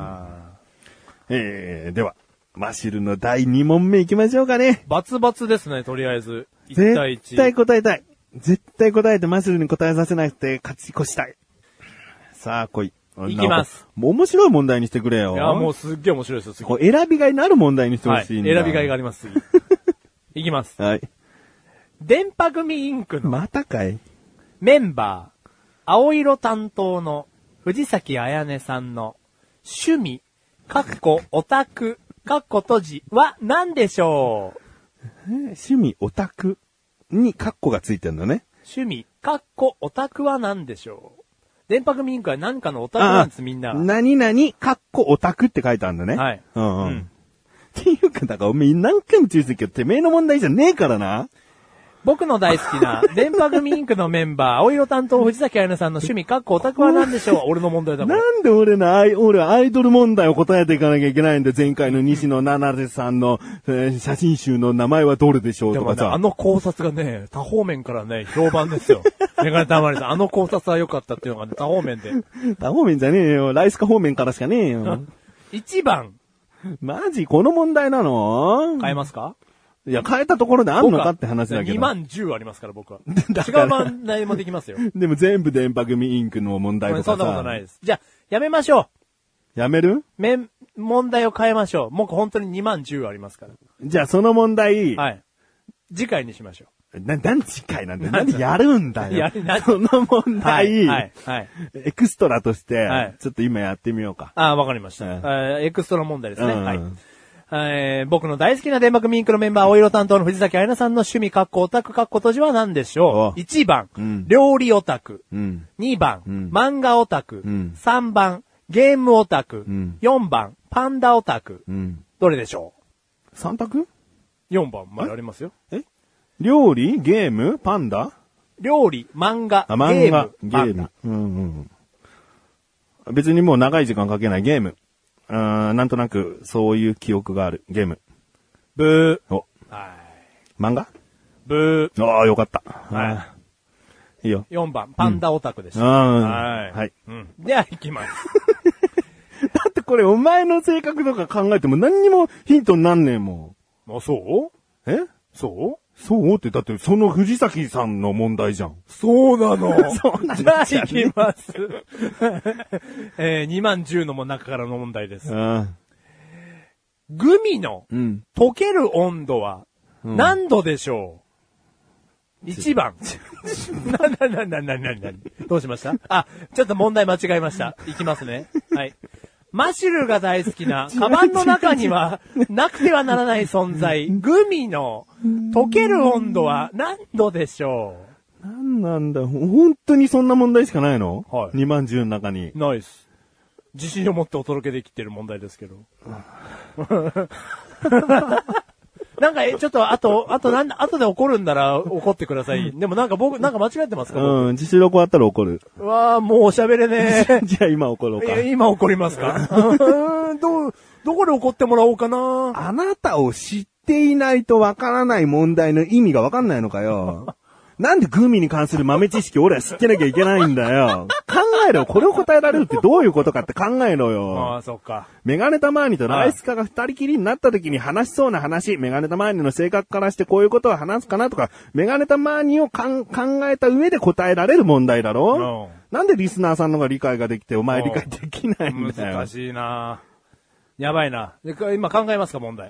では、マシルの第2問目行きましょうかね。 バツバツですね、とりあえず。1対1。 絶対答えたい。絶対答えてマシルに答えさせなくて勝ち越したい。さあ、来い。 いきます。 もう面白い問題にしてくれよ。 いや、もうすっげえ面白いですよ、次。 こう選びがいのある問題にしてほしいんだ。 選びがいがあります、次。いきます。 はい。 電波組インクのまたかいメンバー、青色担当の藤崎彩音さんの趣味、オタク、閉じは何でしょう？趣味オタクにカッコがついてんだね。 趣味、オタクは何でしょう？電波組インクは何かのオタクなんです、みんな。 何々、オタクって書いてあるんだね。 はい。 っていうか、だからおめえ何回も注意するけど、てめえの問題じゃねえからな。 僕の大好きな、電波組インクのメンバー、青色担当藤崎彩音さんの趣味、オタクは何でしょう？俺の問題だもん。 なんで俺アイドル問題を答えていかなきゃいけないんで、前回の西野七瀬さんの、写真集の名前はどれでしょうとかさ。 あの考察がね、多方面からね、評判ですよ。メガネたまりさん、あの考察は良かったっていうのがね、多方面で。 多方面じゃねえよ。ライスカ方面からしかねえよ。 1番。 マジこの問題なの？ 変えますか？ いや、変えたところであんのかって話だけど。 2万10ありますから、僕は。違う問題もできますよ。 でも全部電波組インクの問題とかさ。 そんなことないです。じゃあ、やめましょう。やめる？ 問題を変えましょう。僕本当に2万10ありますから。 じゃあ、その問題。 はい。次回にしましょう。 何次回なんだよ。何やるんだよ。その問題。はい。 エクストラとして、ちょっと今やってみようか。 わかりました。エクストラ問題ですね。はい。僕の大好きな電波組インクのメンバー、青色担当の藤崎彩音さんの趣味、オタク、閉じは何でしょう？ 1 番、料理オタク。2番、漫画オタク。3番、ゲームオタク。4番、パンダオタク。どれでしょう？ 3 択？ 4番までありますよ。 料理？ゲーム？パンダ？ 料理、漫画、ゲーム、パンダ。 別にもう長い時間かけないゲーム。なんとなく、そういう記憶がある。ゲーム。 ブー。 漫画？ ブー。 ああ、よかった。いいよ。 4番、パンダオタクでした。 はい。 では、行きます。 だってこれ、お前の性格とか考えても何にもヒントになんねえもん。そう？ え？ そう？ そうって、だってその藤崎さんの問題じゃん。 そうなの。 そうなんじゃあ行きます。2万10の中からの問題です。グミの溶ける温度は何度でしょう、?1 番。どうしました？あ、ちょっと問題間違えました。いきますね。はい。マシュルが大好きな、カバンの中にはなくてはならない存在、グミの溶ける温度は何度でしょう？なんなんだ、本当にそんな問題しかないの？ はい。 2万10の中に。 ないです。自信を持ってお届けできてる問題ですけど。なんか、ちょっと、あとで怒るんなら怒ってください。でもなんか僕、なんか間違えてますか？ 実力あったら怒る。 うわぁ、もうおしゃべれねー。じゃあ今怒ろうか。 今怒りますか？どこで怒ってもらおうかな。 あなたを知っていないとわからない問題の意味がわかんないのかよ。なんでグミに関する豆知識を俺は知ってなきゃいけないんだよ。考えろよ。これを答えられるってどういうことかって考えろよ。 ああ、そっか。 メガネタマーニとライスカが二人きりになった時に話しそうな話、メガネタマーニの性格からしてこういうことを話すかなとか、メガネタマーニを考えた上で答えられる問題だろ、なんでリスナーさんのが理解ができてお前理解できないんだよ。 難しいな。やばいな。今考えますか、問題。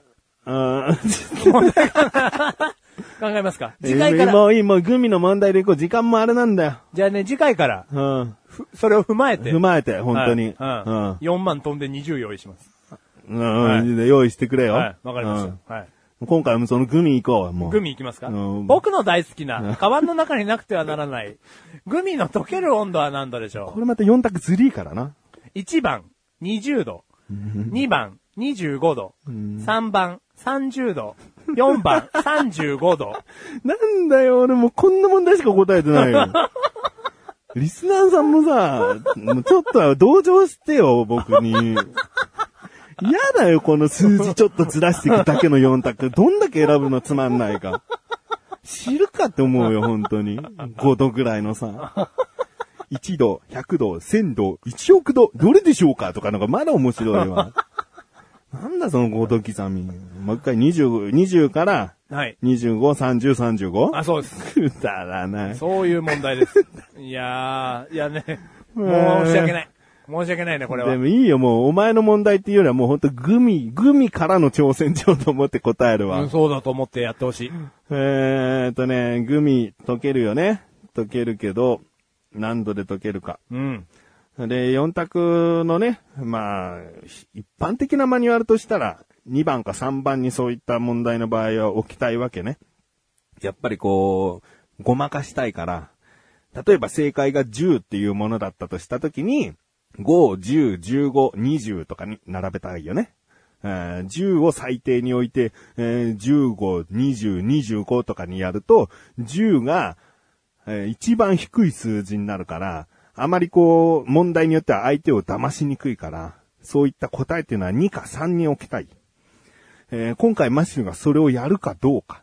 考えますか。次回から。 もうグミの問題でいこう。時間もあれなんだよ。 じゃあね、次回から。それを踏まえて。 本当に。 4万飛んで20用意します。 用意してくれよ。 はい、わかりました。はい。 今回もそのグミ行こう。もうグミ行きますか？僕の大好きな、カバンの中になくてはならない、グミの溶ける温度は何度でしょう？ これまた4択ずりーからな。 1番、20度。2番、25度。3番、30度。4番、35度。 なんだよ、俺もうこんな問題しか答えてないよ。リスナーさんもさ、ちょっとは同情してよ、僕に。嫌だよ、この数字ちょっとずらしていくだけの4択。どんだけ選ぶのつまんないか。知るかって思うよ、本当に。5度ぐらいのさ。1度、100度、1000度、1億度、どれでしょうかとかのがまだ面白いわ。なんだその5度刻み。もう一回20から、 はい。 25、30、35? あ、そうです。 くだらない。 そういう問題です。いやね、申し訳ない。申し訳ないね、これは。 でもいいよ、もう、お前の問題っていうよりはもうほんとグミからの挑戦状と思って答えるわ。 そうだと思ってやってほしい。 グミ溶けるよね。溶けるけど、何度で溶けるか。で、4択のね、まあ、一般的なマニュアルとしたら、2番か3番にそういった問題の場合は置きたいわけね。やっぱりこう、ごまかしたいから、例えば正解が10っていうものだったとしたときに、5、10、15、20とかに並べたいよね。10を最低に置いて、15、20、25とかにやると、10が、一番低い数字になるから、あまりこう、問題によっては相手を騙しにくいから、そういった答えっていうのは2か3に置きたい。今回マシュルがそれをやるかどうか。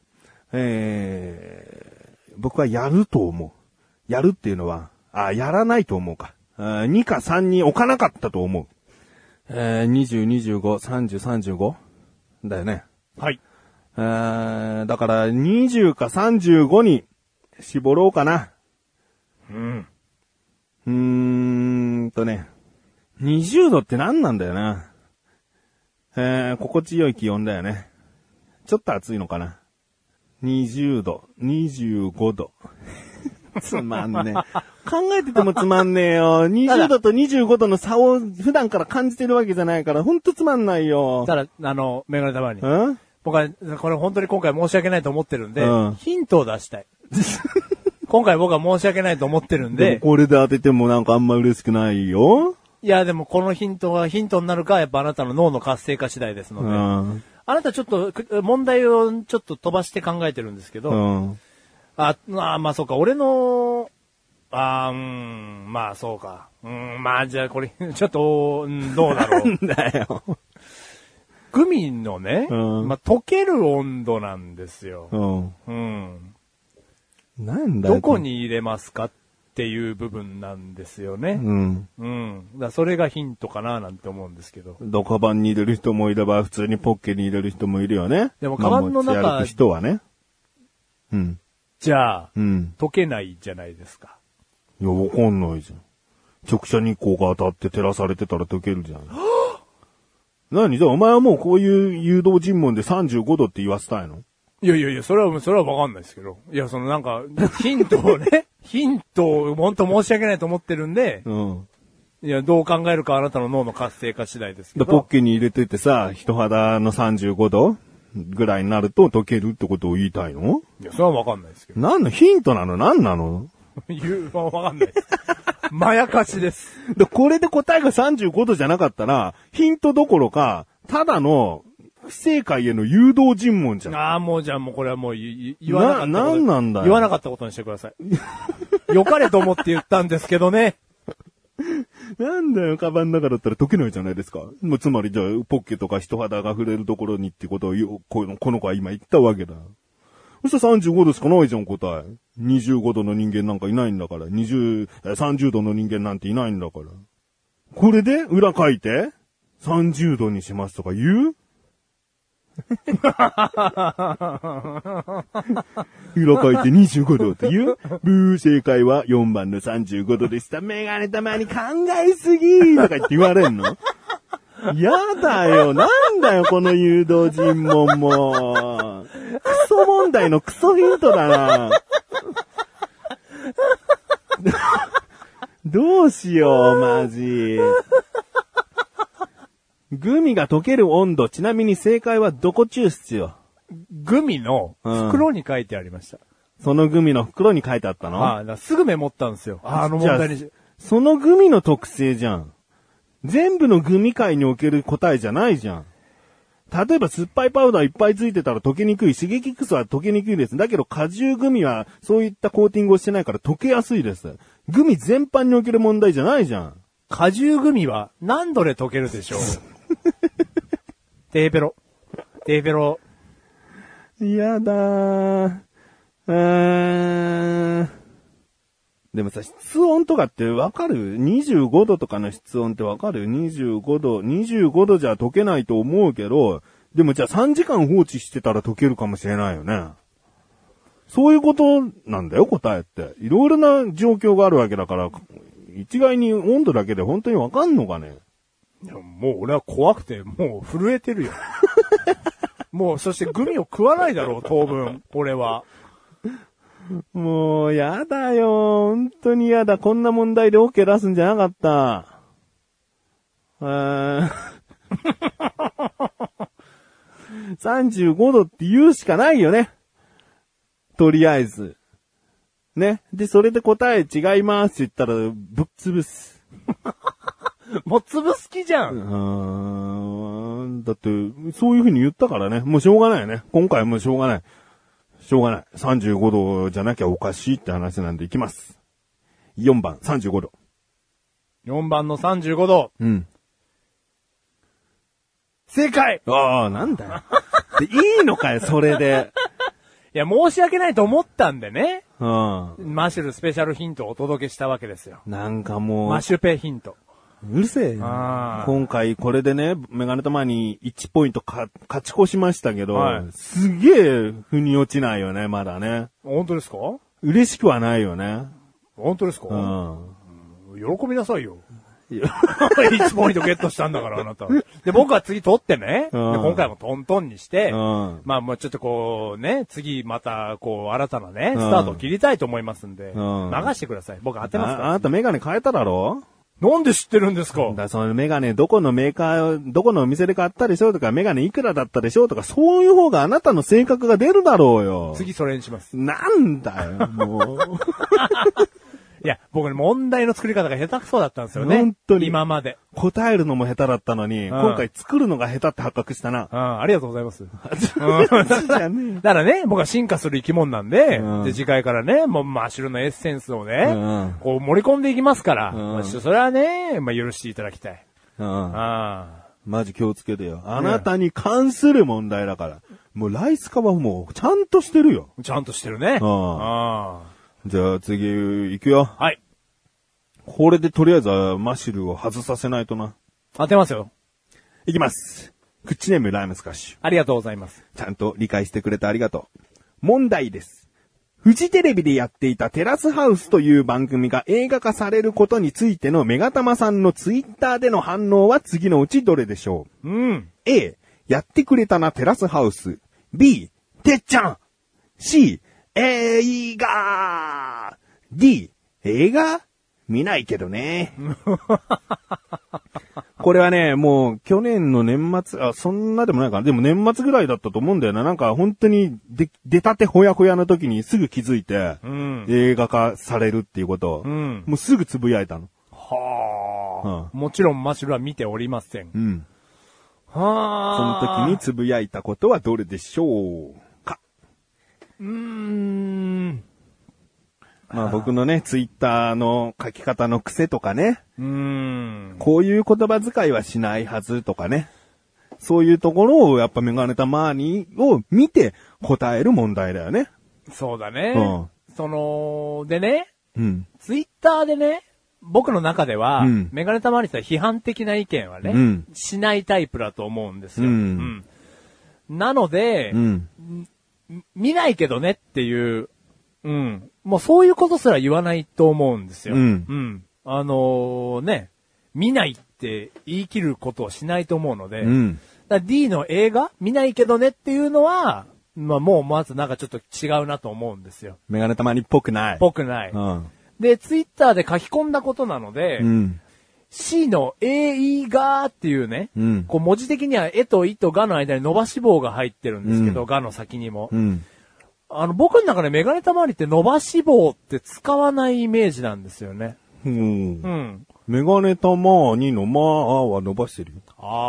僕はやると思う。やるっていうのは、やらないと思うか。2か3に置かなかったと思う。20、25、30、35? だよね。 はい。 だから20か35に絞ろうかな。20度って何なんだよな。心地よい気温だよね。ちょっと暑いのかな。20度、25度。つまんねえ。考えててもつまんねえよ。20度と25度の差を普段から感じてるわけじゃないから、ほんとつまんないよ。 ただ、メガネ玉に。僕は、これ本当に今回申し訳ないと思ってるんで、ヒントを出したい。今回僕は申し訳ないと思ってるんで。 でもこれで当ててもなんかあんま嬉しくないよ。 いや、でもこのヒントがヒントになるかはやっぱあなたの脳の活性化次第ですので。あなたちょっと、問題をちょっと飛ばして考えてるんですけど。まあそうか、俺の、まあそうか。まあじゃあこれ、ちょっと、どうだろう。 なんだよ。 グミのね、まあ溶ける温度なんですよ。 なんだよ。 どこに入れますかっていう部分なんですよね。だそれがヒントかななんて思うんですけど。 カバンに入れる人もいれば、普通にポッケに入れる人もいるよね。 でもカバンの中、 人はね。 うん。 じゃあ、溶けないじゃないですか。 いや、わかんないじゃん。直射日光が当たって照らされてたら溶けるじゃん。何じゃあお前はもうこういう誘導尋問で35度って言わせたいの？ いや、それはわかんないですけど。いや、なんか、ヒントをね、ほんと申し訳ないと思ってるんで、いや、どう考えるかあなたの脳の活性化次第ですけど。 ポッケに入れててさ、人肌の35度ぐらいになると溶けるってことを言いたいの？ いや、それはわかんないですけど。 ヒントなの？何なの？ わかんないです。まやかしです。 これで答えが35度じゃなかったら、ヒントどころか、ただの、不正解への誘導尋問じゃん。 ああ、もうこれはもう言わなかったこと。 なんなんだよ。 言わなかったことにしてください。良かれと思って言ったんですけどね。 なんだよ、カバンの中だったら溶けないじゃないですか。もうつまりじゃあ、ポッケとか人肌が触れるところにってことをこの子は今言ったわけだ。そしたら35度しかないじゃん、答え。25度の人間なんかいないんだから。30度の人間なんていないんだから。これで裏書いて、30度にしますとか言う？裏書いて25度って言う？正解は4番の35度でした。メガネたまに考えすぎとか言って言われんの？やだよ、なんだよ、この誘導尋問も。クソ問題のクソヒントだな。どうしよう、マジ。グミが溶ける温度、ちなみに正解はどこ抽出よ。 グミの袋に書いてありました。 そのグミの袋に書いてあったの？ すぐメモったんですよ。問題に。 そのグミの特性じゃん。全部のグミ界における答えじゃないじゃん。例えば酸っぱいパウダーいっぱいついてたら溶けにくい。シゲキックスは溶けにくいです。だけど果汁グミはそういったコーティングをしてないから溶けやすいです。グミ全般における問題じゃないじゃん。 果汁グミは何度で溶けるでしょう？テーペロ。 やだー。でもさ、室温とかってわかる？ 25 度とかの室温ってわかる？ 25 度じゃ溶けないと思うけど、でもじゃあ3時間放置してたら溶けるかもしれないよね。そういうことなんだよ、答えって。いろいろな状況があるわけだから、一概に温度だけで本当にわかんのかね？ いや、もう俺は怖くて、もう震えてるよ。もう、そしてグミを食わないだろう、当分、俺は。 もう、やだよ。本当にやだ。こんな問題で OK 出すんじゃなかった。35度って言うしかないよね。とりあえず。ね。で、それで答え違いますって言ったら、ぶっ潰す。 もう潰す気じゃん。 だって、そういう風に言ったからね。もうしょうがないよね。今回はもうしょうがない。しょうがない。35度じゃなきゃおかしいって話なんでいきます。4番、35度。 4番の35度。 うん。 正解！ ああ、なんだよ。でいいのかよ、それで。 いや、申し訳ないと思ったんでね。 うん。 マシュルスペシャルヒントをお届けしたわけですよ。 なんかもう。 マシュペヒント。 うるせえ。今回これでね、メガネたまに1ポイント勝ち越しましたけど、はい、すげえ腑に落ちないよね、まだね。 本当ですか？ 嬉しくはないよね。 本当ですか？喜びなさいよ。 いや 1ポイントゲットしたんだから、あなた。で、僕は次取ってね、で今回もトントンにして、まあもうちょっとこうね、次またこう新たなね、スタートを切りたいと思いますんで、任してください。僕当てますから。 あなたメガネ変えただろ？ なんで知ってるんですか？ そのメガネどこのメーカー、どこのお店で買ったでしょうとか、メガネいくらだったでしょうとか、そういう方があなたの性格が出るだろうよ。 次それにします。 なんだよ、もう。 いや、僕ね、問題の作り方が下手くそだったんですよね。本当に。今まで。 答えるのも下手だったのに、今回作るのが下手って発覚したな。 ありがとうございます。だからね、僕は進化する生き物なんで、で、次回からね、もうマッシュルのエッセンスをね、こう盛り込んでいきますから、それはね、まあ許していただきたい。 マジ気をつけてよ。あなたに関する問題だから。もうライスカはもうちゃんとしてるよ。 ちゃんとしてるね。 じゃあ次行くよ。 はい。 これでとりあえずはマシルを外させないとな。 当てますよ。 行きます。クッチネームライムスカッシュ。 ありがとうございます。 ちゃんと理解してくれてありがとう。問題です。 フジテレビでやっていたテラスハウスという番組が映画化されることについてのメガタマさんのツイッターでの反応は次のうちどれでしょう？A、やってくれたなテラスハウス。B、てっちゃん。C、映画。D、映画？見ないけどね。これはね、もう去年の年末、そんなでもないかな。でも年末ぐらいだったと思うんだよな。なんか本当に出たてほやほやの時にすぐ気づいて、映画化されるっていうことを、もうすぐつぶやいたの。 はあ。もちろんマシュルは見ておりません。はあ。その時につぶやいたことはどれでしょうか。まあ僕のね、ツイッターの書き方の癖とかね。こういう言葉遣いはしないはずとかね。そういうところをやっぱメガネタマーニを見て答える問題だよね。 そうだね。でね、ツイッターでね、僕の中では、メガネタマーニさん批判的な意見はね、しないタイプだと思うんですよ。なので、見ないけどねっていう、もうそういうことすら言わないと思うんですよ。見ないって言い切ることをしないと思うので、D の映画見ないけどねっていうのは、まあもうまずなんかちょっと違うなと思うんですよ。 メガネたまにっぽくない。 ぽくない。で、ツイッターで書き込んだことなので、C の映画っていうね、こう文字的にはえといとがの間に伸ばし棒が入ってるんですけど、がの先にも。僕の中でメガネたまりって伸ばし棒って使わないイメージなんですよね。 メガネたまにのまあは伸ばしてるよ。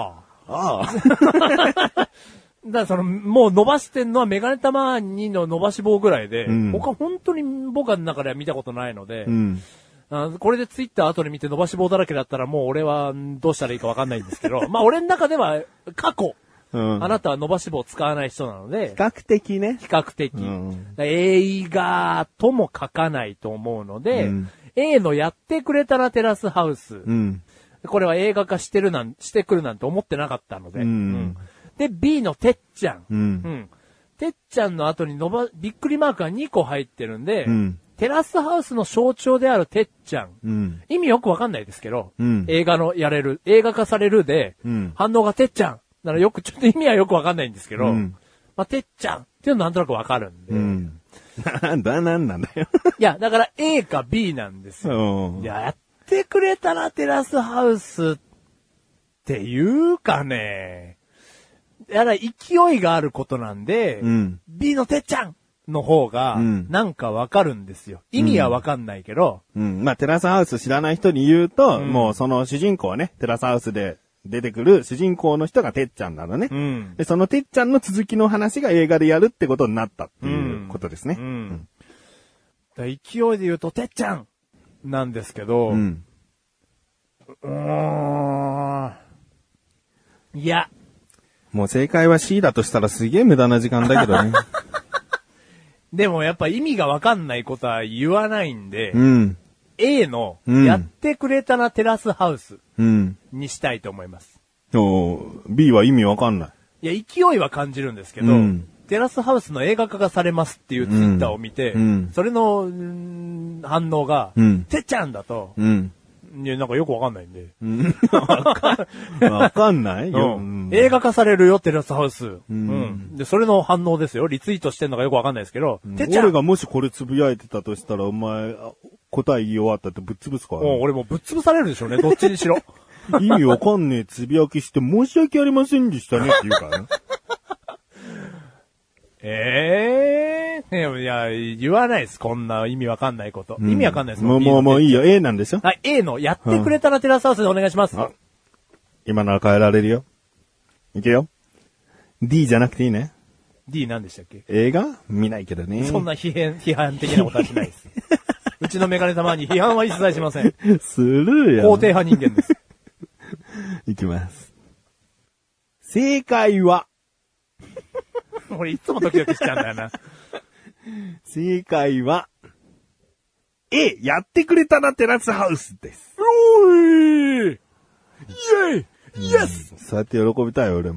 だからもう伸ばしてんのはメガネたまにの伸ばし棒ぐらいで、他本当に僕の中では見たことないので、これでツイッター後で見て伸ばし棒だらけだったらもう俺はどうしたらいいかわかんないんですけど、まあ俺の中では過去、あなたは伸ばし棒を使わない人なので、 比較的ね。 比較的。映画とも書かないと思うので、A のやってくれたらテラスハウス。これは映画化してくるなんて思ってなかったので。で、B のてっちゃん。てっちゃんの後にびっくりマークが2個入ってるんで、テラスハウスの象徴であるてっちゃん。意味よくわかんないですけど、映画化されるで、反応がてっちゃん。だからちょっと意味はよくわかんないんですけど、まあ、てっちゃんっていうのなんとなくわかるんで。 なんだよ。 いや、だから A か B なんですよ。やってくれたらテラスハウスっていうかね、だから勢いがあることなんで、B のてっちゃんの方が、なんかわかるんですよ。意味はわかんないけど。 まあ、テラスハウス知らない人に言うと、もうその主人公はね、テラスハウスで出てくる主人公の人がてっちゃんなのね。で、そのてっちゃんの続きの話が映画でやるってことになったっていうことですね。 勢いで言うとてっちゃんなんですけど、いや。 もう正解は C だとしたらすげえ無駄な時間だけどね。 でもやっぱ意味がわかんないことは言わないんで、A のやってくれたなテラスハウスにしたいと思います。 B は意味わかんない。 いや、勢いは感じるんですけど、テラスハウスの映画化がされますっていうツイッターを見て、それの反応が、てっちゃんだと、いや、なんかよくわかんないんで。 わかんないよ、 映画化されるよ、テラスハウス。で、それの反応ですよ。リツイートしてんのかよくわかんないですけど、てっちゃん。 俺がもしこれつぶやいてたとしたら、お前、答え言い終わったってぶっ潰すから、 俺もぶっ潰されるでしょうね、どっちにしろ。 意味わかんねえつぶやきして申し訳ありませんでしたねって言うからね。 いや、言わないです。こんな意味わかんないこと。意味わかんないです。 もういいよ。A なんでしょ？ はい、A のやってくれたらテラスハウスでお願いします。 今なら変えられるよ。いけよ。D じゃなくていいね。 D 何でしたっけ？ 映画見ないけどね。 そんな批判的なことはしないです。うちのメガネ玉に批判は一切しません。 するよ。 肯定派人間です。 いきます。正解は俺いつもドキドキしちゃうんだよな。 正解は、A、やってくれたなテラスハウスです。 おーいイェイイエスそうやって喜びたいよ、俺も。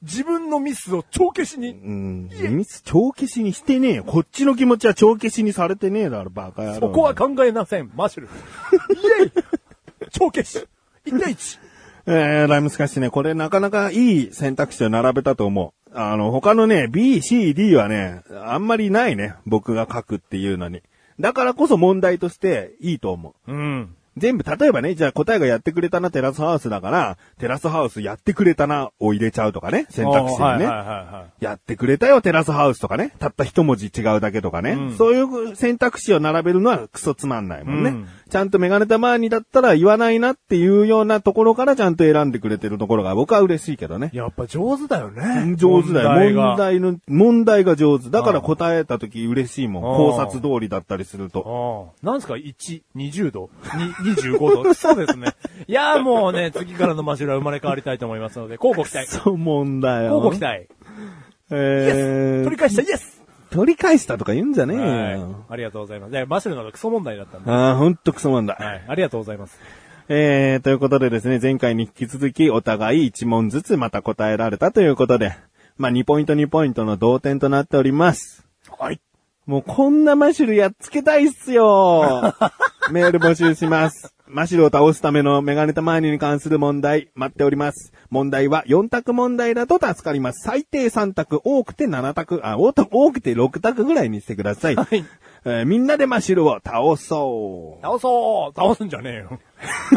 自分のミスを帳消しに。 ミス帳消しにしてねえよ。こっちの気持ちは帳消しにされてねえだろ、バカ野郎。 そこは考えなせん、マッシュル。イェイ帳消し。1対1。 ライムスカッシュね、これなかなかいい選択肢を並べたと思う。他のね、B、C、D はね、あんまりないね。僕が書くっていうのに。だからこそ問題としていいと思う。全部、例えばね、じゃあ答えがやってくれたなテラスハウスだから、テラスハウスやってくれたなを入れちゃうとかね、選択肢にね。やってくれたよテラスハウスとかね、たった一文字違うだけとかね。そういう選択肢を並べるのはクソつまんないもんね。ちゃんとメガネたまーにだったら言わないなっていうようなところからちゃんと選んでくれてるところが僕は嬉しいけどね。 やっぱ上手だよね。 上手だよ。問題が上手。だから答えた時嬉しいもん。考察通りだったりすると。 なんすか ?1、20度 ?25 度そうですね。いやーもうね、次からのマシュルは生まれ変わりたいと思いますので、交互期待。 そうもんだよ。 交互期待。イエス取り返したイエス取り返したとか言うんじゃねえよ。ありがとうございます。マシュルのクソ問題だったんで。 ほんとクソ問題。 はい。ありがとうございます。 ということでですね、前回に引き続きお互い1問ずつまた答えられたということで、2ポイント2ポイントの同点となっております。 はい。 もうこんなマシュルやっつけたいっすよ。メール募集します。マシュルを倒すためのメガネたまーにに関する問題待っております。問題は4択問題だと助かります。最低3択、多くて7択、多くて6択ぐらいにしてください。はい。みんなでマシュルを倒そう。 倒すんじゃねえよ。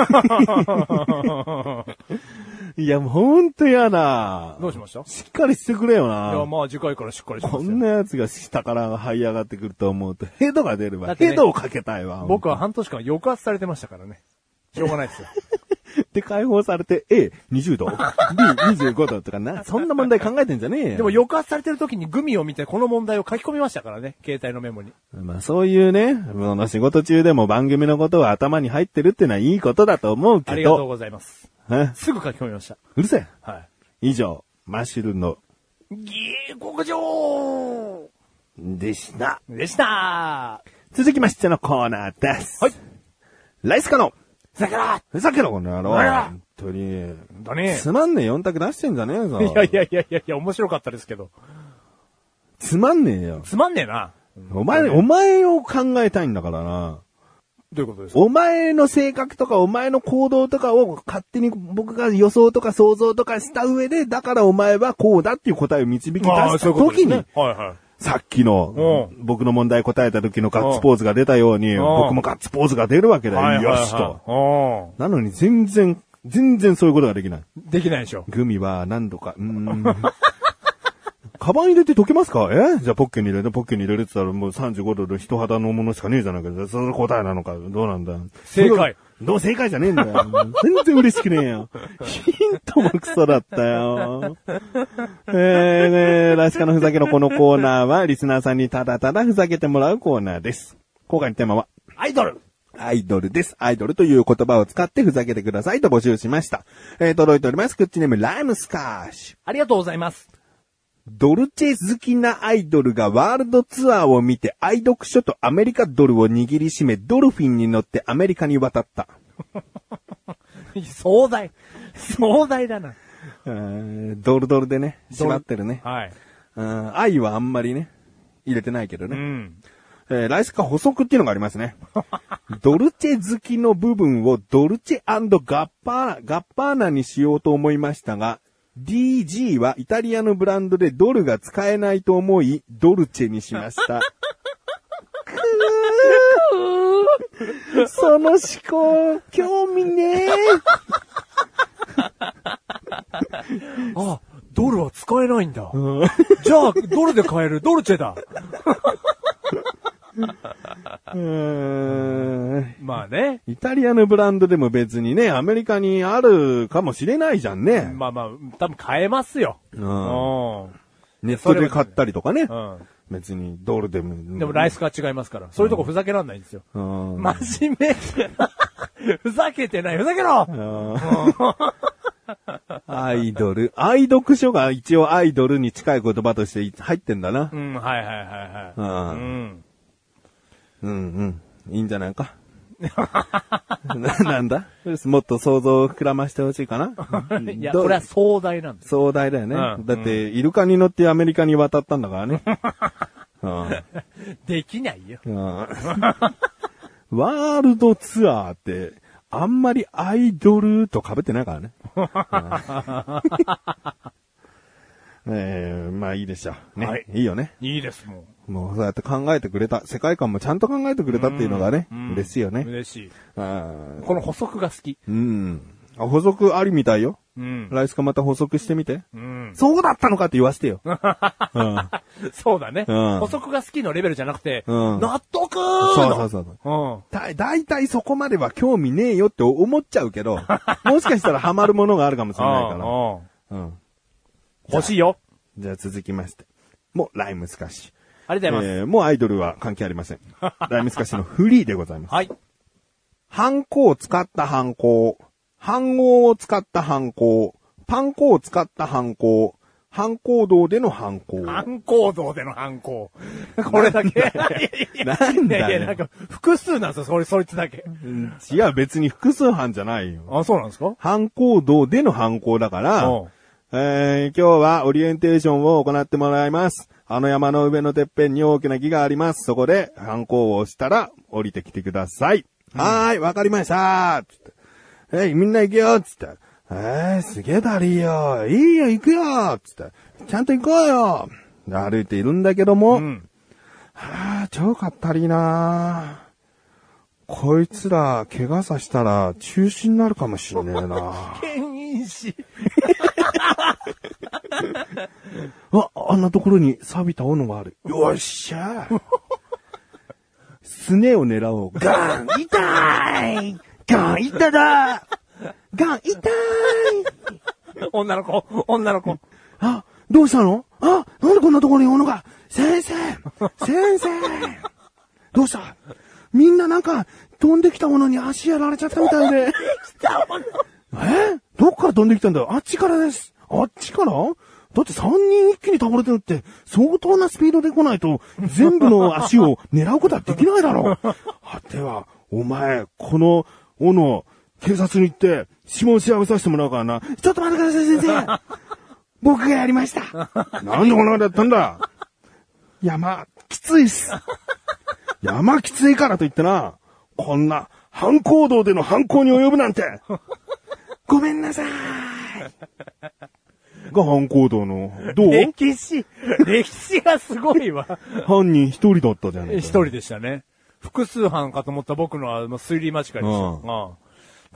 いや、もうほんとやだ。 どうしました？ しっかりしてくれよな。 いや、次回からしっかりしますよ。 こんなやつが下から這い上がってくると思うと、ヘドが出るわ。ヘドをかけたいわ。 僕は半年間抑圧されてましたからね。しょうがないですよ。 で、解放されて、A、20度、B、25度とかな。そんな問題考えてんじゃねえよ。 でも抑圧されてる時にグミを見てこの問題を書き込みましたからね。携帯のメモに。 そういうね、仕事中でも番組のことは頭に入ってるってのはいいことだと思うけど。 ありがとうございます。すぐ書き込みました。 うるせえ。 はい。 以上、マシュルの下克上でした。続きましてのコーナーです。 はい。 ライスカのふざけろこの野郎。本当に。 だね。 つまんねえ4択出してんじゃねえぞ。 いや、面白かったですけど。 つまんねえよ。 つまんねえな。 お前を考えたいんだからな。 どういうことですか？ お前の性格とかお前の行動とかを勝手に僕が予想とか想像とかした上で、だからお前はこうだっていう答えを導き出した時に、さっきの僕の問題答えた時のガッツポーズが出たように、僕もガッツポーズが出るわけだよ。よしと。なのに全然そういうことができない。 できないでしょ。 グミは何度か、カバン入れて溶けますか？じゃあポッケに入れてって言ったらもう35度で人肌のものしかねえじゃないか。それ答えなのか。どうなんだ。 正解。 正解じゃねえんだよ。全然嬉しくねえよ。ヒントもクソだったよ。ラシカのふざけのこのコーナーはリスナーさんにただただふざけてもらうコーナーです。今回のテーマはアイドルです。アイドルという言葉を使ってふざけてくださいと募集しました。届いております。クッチネームライムスカッシュ。 ありがとうございます。 ドルチェ好きなアイドルがワールドツアーを見て愛読書とアメリカドルを握りしめドルフィンに乗ってアメリカに渡った。 壮大だな。 ドルでね、閉まってるね。 はい。 愛はあんまりね、入れてないけどね。ライスカ補足っていうのがありますね。ドルチェ好きの部分をドルチェ&ガッパーナにしようと思いましたが、DG はイタリアのブランドでドルが使えないと思い、ドルチェにしました。その思考、興味ねあ、ドルは使えないんだ。じゃあ、ドルで買えるドルチェだ。まあね。 イタリアのブランドでも別にね、アメリカにあるかもしれないじゃんね。 まあ、多分買えますよ。 ネットで買ったりとかね。別にドルでも。 でもライスカ違いますから。そういうとこふざけらんないんですよ。真面目。ふざけてない。ふざけろアイドル。愛読書が一応アイドルに近い言葉として入ってんだな。 はい。 いいんじゃないか。 なんだもっと想像を膨らましてほしいかないや、これは壮大なんです。 壮大だよね。だって、イルカに乗ってアメリカに渡ったんだからね。 できないよ。 ワールドツアーって、あんまりアイドルと被ってないからね。まあいいでしょう。ね。はい、いいよね。 いいですもん。 もうそうやって考えてくれた。世界観もちゃんと考えてくれたっていうのがね、嬉しいよね。 嬉しい。この補足が好き。 補足ありみたいよ。ライスカまた補足してみて。そうだったのかって言わせてよ。 そうだね、補足が好きのレベルじゃなくて、納得そう。だいたいそこまでは興味ねえよって思っちゃうけど、もしかしたらハマるものがあるかもしれないから。 欲しいよ。 じゃあ続きまして。もうライムスカッシュ。 ありがとうございます。 もうアイドルは関係ありません。ライムスカッシュのフリーでございます。 はい。 ハンコを使ったハンコ。飯盒を使ったハンコ。パン粉を使ったハンコ。半行動でのハンコ。 半行動でのハンコ。これだけ。 なんだよ。 なんか複数なんですよ、そいつだけ。 いや、別に複数犯じゃないよ。 あ、そうなんですか？ 半行動でのハンコだから、今日はオリエンテーションを行ってもらいます。あの山の上のてっぺんに大きな木があります。そこでハンコを押したら降りてきてください。はーい、わかりましたつって。みんな行くよつって。すげえだりーよ。いいよ、行くよつって。ちゃんと行こうよ歩いているんだけども、超かったりーなこいつら、怪我させたら中止になるかもしんねえな牽引士。 あんなところに錆びた斧がある。よっしゃすねを狙おう。ガン痛いガン痛だガン痛い女の子。 どうしたのなんでこんなところに斧が先生どうしたみんななんか、飛んできたものに足やられちゃったみたいで。どっから飛んできたんだよあっちからです。あっちからだって3人一気に倒れてるって、相当なスピードで来ないと、全部の足を狙うことはできないだろう。はては、お前、この斧、警察に行って、指紋調べさせてもらうからな。ちょっと待ってください、先生。僕がやりました。なんでこんなことやったんだ山、きついっす。山きついからといってな、こんな、反行動での犯行に及ぶなんて。ごめんなさい。が反行動の、どう？ 歴史がすごいわ。 犯人一人だったじゃないか。 一人でしたね。複数犯かと思った僕のは推理間違いでした。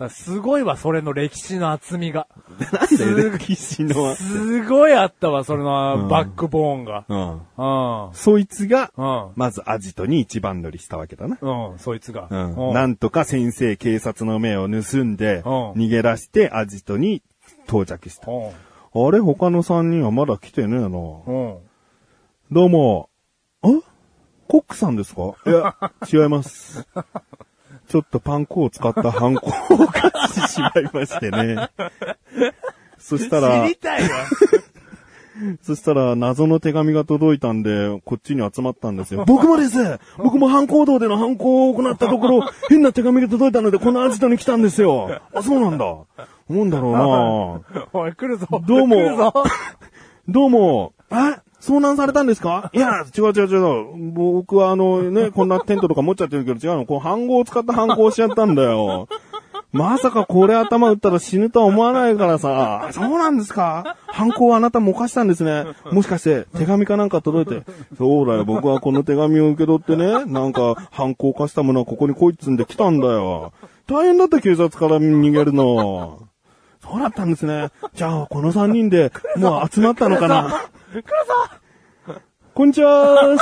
すごいわ、それの歴史の厚みが。 なんで歴史のすごいあったわ、それのバックボーンが。 そいつが、まずアジトに一番乗りしたわけだな。 そいつが。 なんとか先生警察の目を盗んで、逃げ出してアジトに到着した。あれ他の3人はまだ来てねえな。どうも。コックさんですか？いや、違います。ちょっとパン粉を使ったハンコを貸してしまいましてね。そしたら、 知りたいわ。 そしたら謎の手紙が届いたんで、こっちに集まったんですよ。僕もです。僕も反行動での犯行を行ったところ、変な手紙が届いたので、このアジトに来たんですよ。そうなんだ。なんだろうなおい、来るぞ。 どうも。どうも。遭難されたんですか？いや、違う。僕はこんなテントとか持っちゃってるけど違うの。こう、飯盒を使った犯行をしちゃったんだよ。まさかこれ頭打ったら死ぬとは思わないからさ。そうなんですか？犯行はあなたも犯したんですね。もしかして手紙かなんか届いて。そうだよ、僕はこの手紙を受け取ってね、なんか犯行を犯したものはここに来いっつんで来たんだよ。大変だった警察から逃げるの。そうだったんですね。じゃあ、この3人でもう集まったのかな。 来るぞこんにちは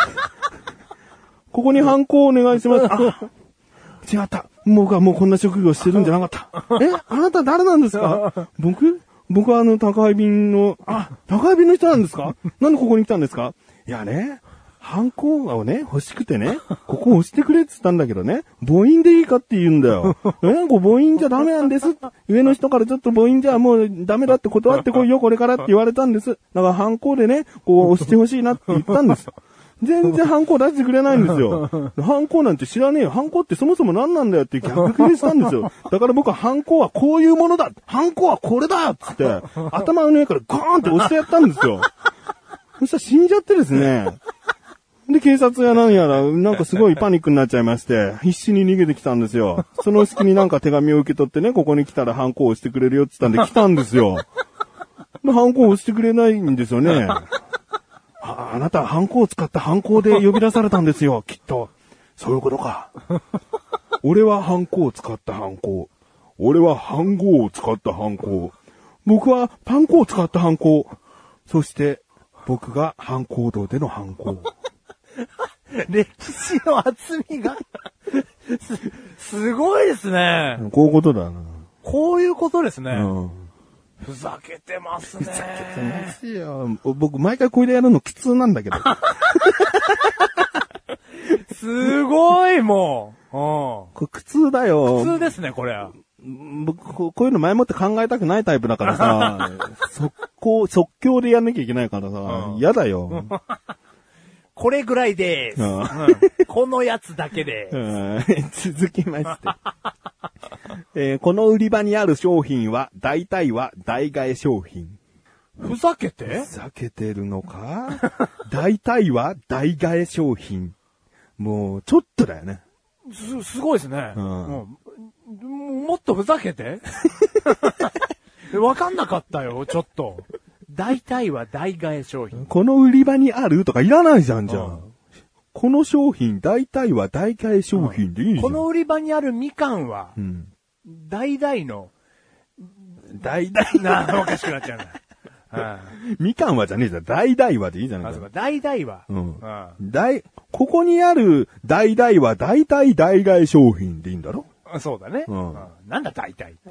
ここにハンコをお願いします。違った。僕はもうこんな職業してるんじゃなかった。あなた誰なんですか？僕は宅配便の、宅配便の人なんですか？なんでここに来たんですか？いやね、ハンコをね、欲しくてね、ここ押してくれって言ったんだけどね、母音でいいかって言うんだよ。こう母音じゃダメなんです。上の人からちょっと母音じゃもうダメだって断ってこいよ、これからって言われたんです。だからハンコでね、こう押してほしいなって言ったんです。 全然ハンコ出してくれないんですよ。ハンコなんて知らねえよ。ハンコってそもそも何なんだよって逆切れしたんですよ。だから僕はハンコはこういうものだ。ハンコはこれだっつって、頭の上からガーンって押してやったんですよ。そしたら死んじゃってですね。で、警察やなんやら、なんかすごいパニックになっちゃいまして、必死に逃げてきたんですよ。その隙になんか手紙を受け取ってね、ここに来たらハンコを押してくれるよって言ったんで来たんですよ。で、ハンコを押してくれないんですよね。あなたはハンコを使ったハンコで呼び出されたんですよ、きっと。そういうことか。俺はハンコを使ったハンコ。俺はハンゴを使ったハンコ。僕はパン粉を使ったハンコ。そして、僕がハンコードでのハンコ。 歴史の厚みがすごいですね。 こういうことだな。 こういうことですね。 うん、 ふざけてますね。 ふざけてますよ。僕毎回これでやるのきつなんだけど。 すごいもう。 これ苦痛だよ。 苦痛ですね、これ。 僕、こういうの前もって考えたくないタイプだからさ、即興でやんなきゃいけないからさ、嫌だよ。 これぐらいです。このやつだけで続きまして。この売り場にある商品は、大体は代替え商品。 ふざけて？ ふざけてるのか大体は代替え商品。もう、ちょっとだよね。 すごいですね。もっとふざけてわかんなかったよ、ちょっと。大体は代替え商品。 この売り場にあるとかいらないじゃん、じゃあ。この商品、大体は代替え商品でいいじゃん。 この売り場にあるみかんは、代々の、おかしくなっちゃうな。 みかんはじゃねえじゃん。代々はでいいじゃないか。 代々は。 ここにある代々は大体代替え商品でいいんだろ？ そうだね。なんだ大体。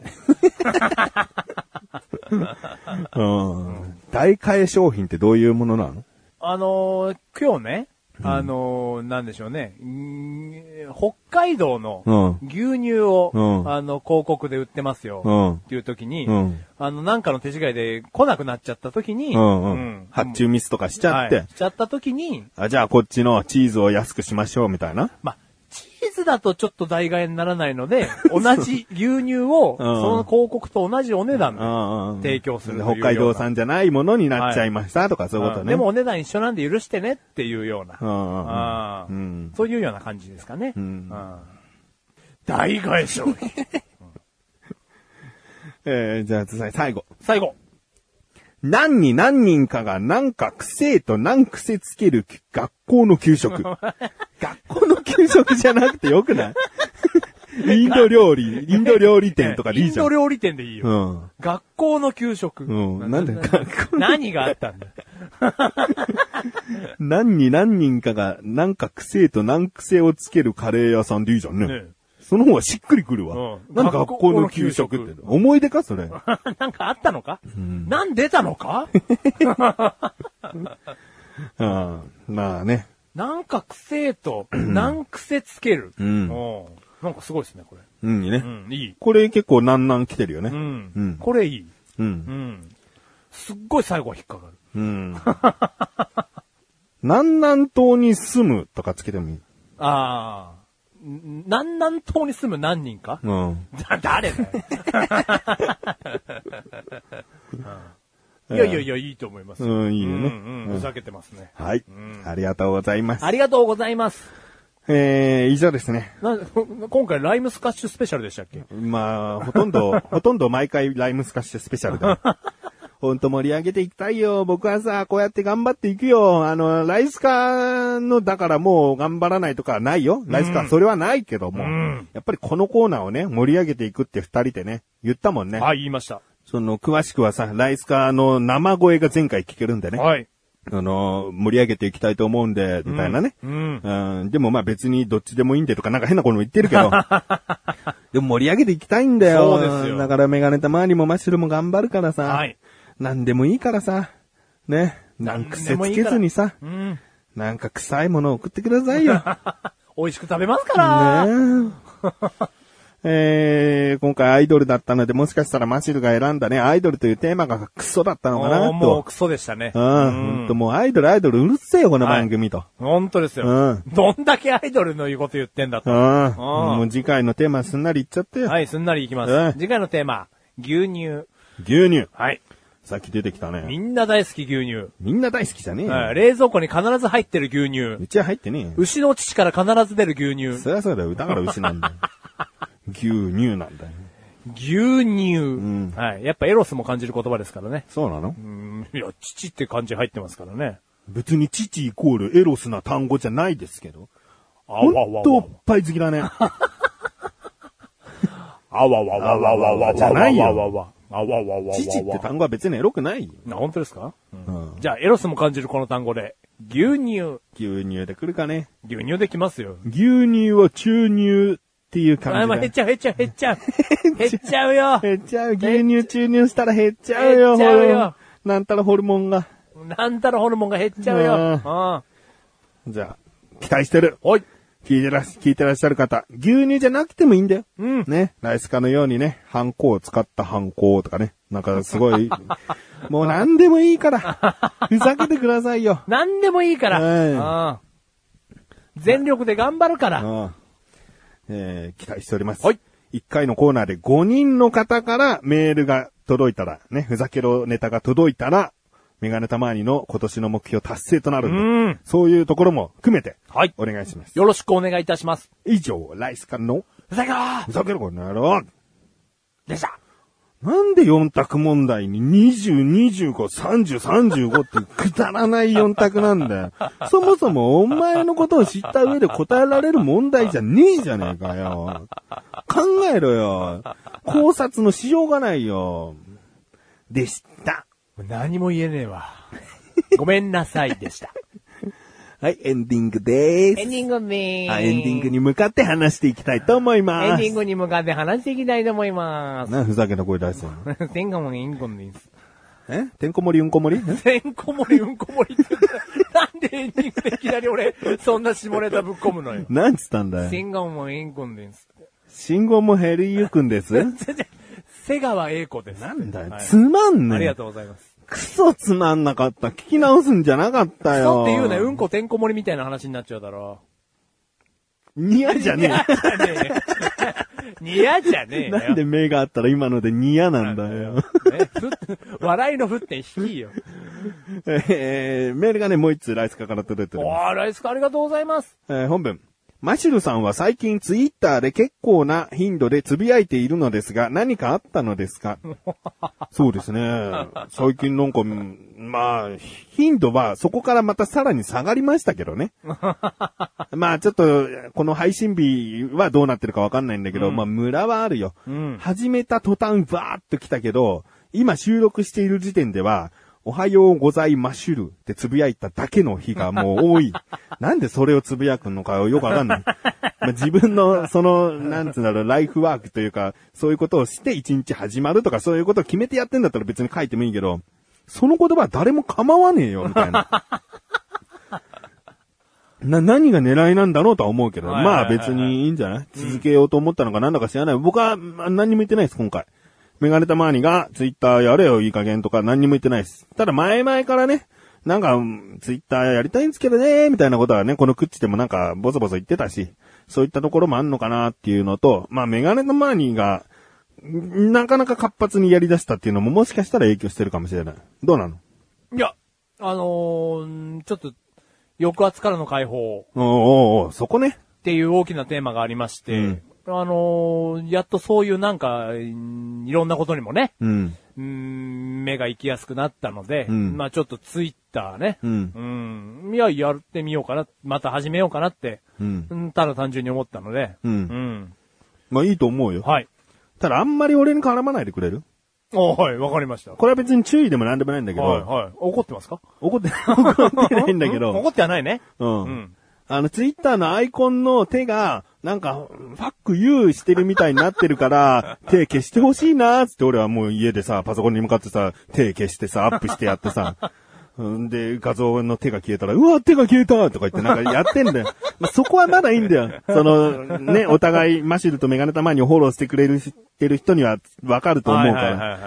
代替え商品ってどういうものなの？ 今日ね、なんでしょうね。北海道の牛乳を、広告で売ってますよ。っていう時に、なんかの手違いで来なくなっちゃった時に、 発注ミスとかしちゃって。 しちゃった時に、 じゃあこっちのチーズを安くしましょうみたいな。 チーズだとちょっと代替えにならないので、同じ牛乳を、その広告と同じお値段で提供するというような。 北海道産じゃないものになっちゃいましたとかそういうことね。 でもお値段一緒なんで許してねっていうような。そういうような感じですかね。代替え商品。 じゃあ最後。何に何人かがなんか癖と何癖つける学校の給食。学校の給食じゃなくてよくない？インド料理店とかでいいじゃん。 インド料理店でいいよ。学校の給食。 なんで学校何があったんだ？ 何に何人かがなんか癖と何癖をつけるカレー屋さんでいいじゃんね。その方がしっくりくるわ。なんで学校の給食って。思い出かそれ。 なんかあったのか？なん出たのか？ まあね。 なんか癖と何癖つける。なんかすごいですね、これ。 いいね。 いい。 これ結構なんなん来てるよね。 これいい。すっごい最後引っかかる。 南南東に住むとかつけてもいい。 南南東に住む何人か？誰だよ。いや、いいと思います。 いいよね。 ふざけてますね。 はい。ありがとうございます。 ありがとうございます。 以上ですね。 今回ライムスカッシュスペシャルでしたっけ？ ほとんど毎回ライムスカッシュスペシャルだ。ほんと盛り上げていきたいよ。僕はさ、こうやって頑張っていくよ。ライスカの、だからもう頑張らないとかはないよ。ライスカ、それはないけども。やっぱりこのコーナーをね、盛り上げていくって二人でね、言ったもんね。 言いました。 詳しくはさ、ライスカの生声が前回聞けるんでね。盛り上げていきたいと思うんで、みたいなね。でも別にどっちでもいいんでとかなんか変なことも言ってるけど。でも盛り上げていきたいんだよ。 そうですよ。 だからメガネたまわりもマッシュルも頑張るからさ。なんでもいいからさ。ね。なん癖つけずにさ。なんか臭いものを送ってくださいよ。 美味しく食べますから。 ね今回アイドルだったので、もしかしたらマシルが選んだね、アイドルというテーマがクソだったのかなと。 もうクソでしたね。 もうアイドルうるせえよ、この番組と。 本当ですよ。どんだけアイドルの言うこと言ってんだと。 もう次回のテーマすんなり言っちゃってよ。 はい、すんなりいきます。次回のテーマ、牛乳。 牛乳。 はい。 さっき出てきたね。 みんな大好き牛乳。 みんな大好きじゃねえよ。 冷蔵庫に必ず入ってる牛乳。 うちは入ってねえよ。 牛の乳から必ず出る牛乳。 そりゃそうだよ。だから牛なんだよ。牛乳なんだよ。 牛乳。はい。やっぱエロスも感じる言葉ですからね。 そうなの？ いや、乳って漢字入ってますからね。 別に乳イコールエロスな単語じゃないですけど。ほんとおっぱい好きだね。あわわわわわわじゃないよ。 乳って単語は別にエロくないよ。 本当ですか？じゃあ、エロスも感じるこの単語で。牛乳。 牛乳で来るかね。 牛乳できますよ。 牛乳は注入っていう感じだ。 減っちゃう。減っちゃうよ。 減っちゃう。牛乳注入したら減っちゃうよ。減っちゃうよ。なんたらホルモンが減っちゃうよ。 じゃあ、期待してる。 はい。 聞いてらっしゃる方、牛乳じゃなくてもいいんだよ。ね。ライスカのようにね、ハンコを使ったハンコとかね。なんかすごい、もう何でもいいから、ふざけてくださいよ。 何でもいいから。全力で頑張るから。 期待しております。 はい。 1回のコーナーで5人の方からメールが届いたら、ね、ふざけろネタが届いたら、メガネたまわりの今年の目標達成となるんで、そういうところも含めて、はい。お願いします。 よろしくお願いいたします。 以上、ライスカの、 ふざけろこの野郎でした。 なんで4択問題に20、25、30、35ってくだらない4択なんだよ。そもそもお前のことを知った上で答えられる問題じゃねえじゃねえかよ。考えろよ。考察のしようがないよ。でした。 何も言えねえわ。ごめんなさいでした。 はい、エンディングでーす。 エンディングでーす。 エンディングに向かって話していきたいと思います。 エンディングに向かって話していきたいと思います。 ふざけた声出してるのてんこ盛りうんこです。 てんこ盛りうんこ盛りてんこ盛りうんこ盛りってなんでエンディングでいきなり俺、そんな下ネタぶっ込むのよ。 なんつったんだよ。 てんこ盛りうんこです。 信号も減りゆくんです。 瀬川栄子です。 なんだよ、つまんねえ。 ありがとうございます。 クソつまんなかった。聞き直すんじゃなかったよ。 クソって言うね。うんこてんこ盛りみたいな話になっちゃうだろ。 ニヤじゃねえ。ニヤじゃねえ。 なんで目があったら今のでニヤなんだよ。 笑いの沸点低いよ。 メールがね、もう一通ライスカから届いております。 ライスカありがとうございます。 本文。マシルさんは最近ツイッターで結構な頻度でつぶやいているのですが、何かあったのですか？そうですね。最近なんか、まあ、頻度はそこからまたさらに下がりましたけどね。まあちょっと、この配信日はどうなってるかわかんないんだけど、まあムラはあるよ。始めた途端バーっと来たけど、今収録している時点では、おはようございましゅるってつぶやいただけの日がもう多い。なんでそれをつぶやくのかよくわかんない。まあ、自分のなんつうんだろう、ライフワークというか、そういうことをして一日始まるとかそういうことを決めてやってんだったら別に書いてもいいけど、その言葉は誰も構わねえよ、みたいな。何が狙いなんだろうとは思うけど、まあ別にいいんじゃない？続けようと思ったのかなんだか知らない。僕は何にも言ってないです、今回。メガネたまわりがツイッターやれよいい加減とか何にも言ってないです。ただ前々からね、なんかツイッターやりたいんですけどねみたいなことはね、このクッチでもなんかボソボソ言ってたし、そういったところもあんのかなっていうのと、まあメガネたまわりがなかなか活発にやり出したっていうのももしかしたら影響してるかもしれない。どうなの？ いや、ちょっと抑圧からの解放。 そこね。 っていう大きなテーマがありまして、やっとそういうなんか、いろんなことにもね、目が行きやすくなったので、まあちょっとツイッターね、いや、やってみようかな、また始めようかなって、ただ単純に思ったので、 まあいいと思うよ。 はい。 ただあんまり俺に絡まないでくれる？ はい、わかりました。 これは別に注意でもなんでもないんだけど、 はい。怒ってますか？ 怒ってないんだけど、 怒ってはないね。 ツイッターのアイコンの手が、なんか、ファックユーしてるみたいになってるから、手消してほしいなーつって俺はもう家でさ、パソコンに向かってさ、手消してさ、アップしてやってさ、 で、画像の手が消えたら、うわ、手が消えたとか言ってなんかやってんだよ。まあ、そこはまだいいんだよ。ね、お互いマシルとメガネたまにフォローしてくれる人にはわかると思うから。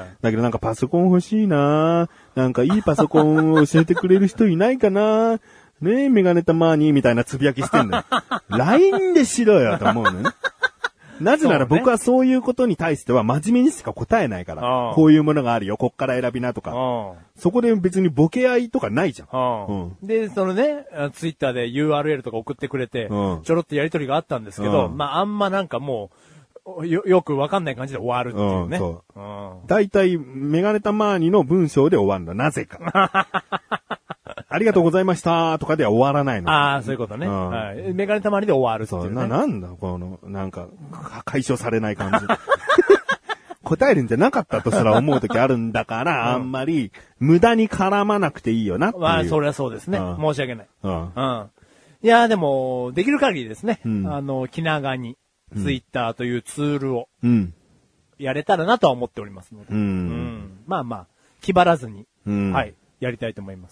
だけどなんかパソコン欲しいな、なんかいいパソコンを教えてくれる人いないかな、ねえ、メガネたまにみたいなつぶやきしてんだよ。LINE でしろよと思うのね。なぜなら僕はそういうことに対しては真面目にしか答えないから。こういうものがあるよ、こっから選びなとか。そこで別にボケ合いとかないじゃん。 で、そのね、ツイッターで URL とか送ってくれて、ちょろっとやりとりがあったんですけど、まああんまなんかもう、よくわかんない感じで終わるっていうね。 だいたいメガネたまーにの文章で終わるんだ、なぜか。ありがとうございましたとかでは終わらないの。 ああ、そういうことね。はい。メガネたまりで終わるっていうね。 なんだこの、なんか、解消されない感じ。答えるんじゃなかったとすら思うときあるんだから、あんまり無駄に絡まなくていいよなっていう。 まあ、それはそうですね。申し訳ない。いや、でも、できる限りですね。気長に、ツイッターというツールを、やれたらなとは思っておりますので。まあまあ、気張らずに、はい。やりたいと思います。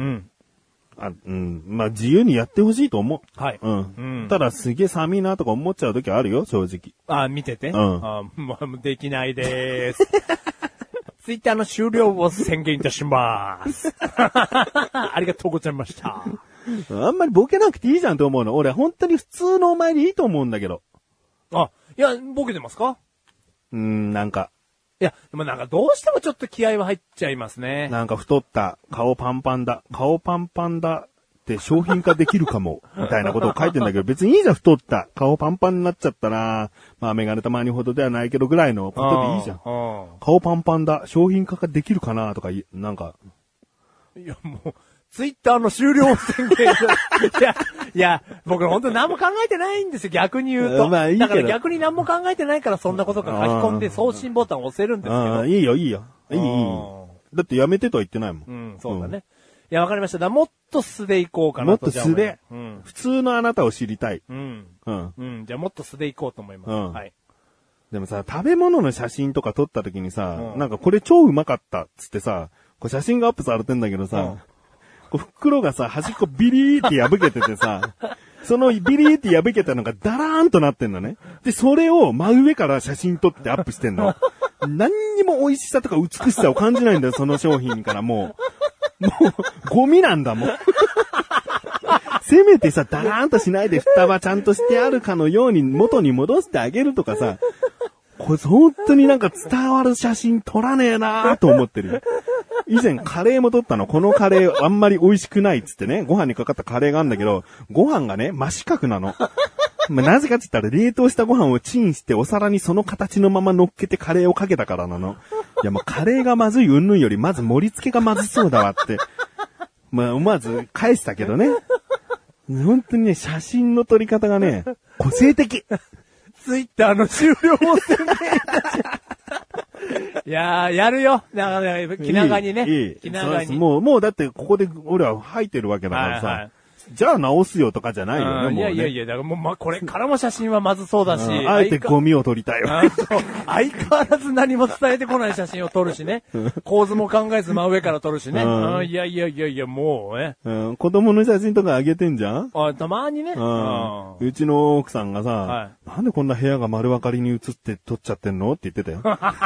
まあ自由にやってほしいと思う。 はい。 ただすげえ寒いなとか思っちゃう時あるよ、正直。 見てて。もうできないでーす。ツイッターの終了を宣言いたします。ありがとうございました。 あんまりボケなくていいじゃんと思うの。俺本当に普通のお前でいいと思うんだけど。 いや、ボケてますか？ なんか。 いや、でもなんかどうしてもちょっと気合は入っちゃいますね。 なんか太った、顔パンパンだって商品化できるかも、みたいなことを書いてんだけど、別にいいじゃん、太った、顔パンパンになっちゃったら、まあメガネたまにほどではないけどぐらいのことでいいじゃん。顔パンパンだ、商品化ができるかなとか、なんか。 いや、もう、ツイッターの終了宣言。いや、僕本当何も考えてないんですよ、逆に言うと。 まあいいけど。 だから逆に何も考えてないからそんなことが書き込んで送信ボタンを押せるんですけど。 いいよ。いい。だってやめてとは言ってないもん。そうだね。いや、わかりました。もっと素でいこうかなと。 もっと素で。普通のあなたを知りたい。 じゃあもっと素でいこうと思います。はい。 でもさ、食べ物の写真とか撮った時にさ、なんかこれ超うまかったっつってさ、こう写真がアップされてんだけどさ、こう袋がさ、端っこビリーって破けててさ、そのビリーって破けたのがダラーンとなってんのね。で、それを真上から写真撮ってアップしてんの。何にも美味しさとか美しさを感じないんだよ、その商品からもう、ゴミなんだもん。せめてさ、ダラーンとしないで蓋はちゃんとしてあるかのように元に戻してあげるとかさ、これ本当になんか伝わる写真撮らねえなーと思ってるよ。以前カレーも撮ったの。このカレーあんまり美味しくないっつってね、ご飯にかかったカレーがあるんだけど、ご飯がね、真四角なの。なぜかって言ったら冷凍したご飯をチンしてお皿にその形のまま乗っけてカレーをかけたからなの。いやもうカレーがまずい云々よりまず盛り付けがまずそうだわって。まあ思わず返したけどね。本当にね、写真の撮り方がね、個性的。 ツイッターの終了を宣言いたしいやー、やるよ。気長にね。気長に。 もうだってここで俺は吐いてるわけだからさ。じゃあ直すよとかじゃないよね、もうね。 いや、だからもうこれからも写真はまずそうだし。 あえてゴミを撮りたいわ。 相変わらず何も伝えてこない写真を撮るしね。構図も考えず真上から撮るしね。いや、もうね。 子供の写真とかあげてんじゃん？ たまにね。 うちの奥さんがさ、なんでこんな部屋が丸分かりに映って撮っちゃってんのって言ってたよ。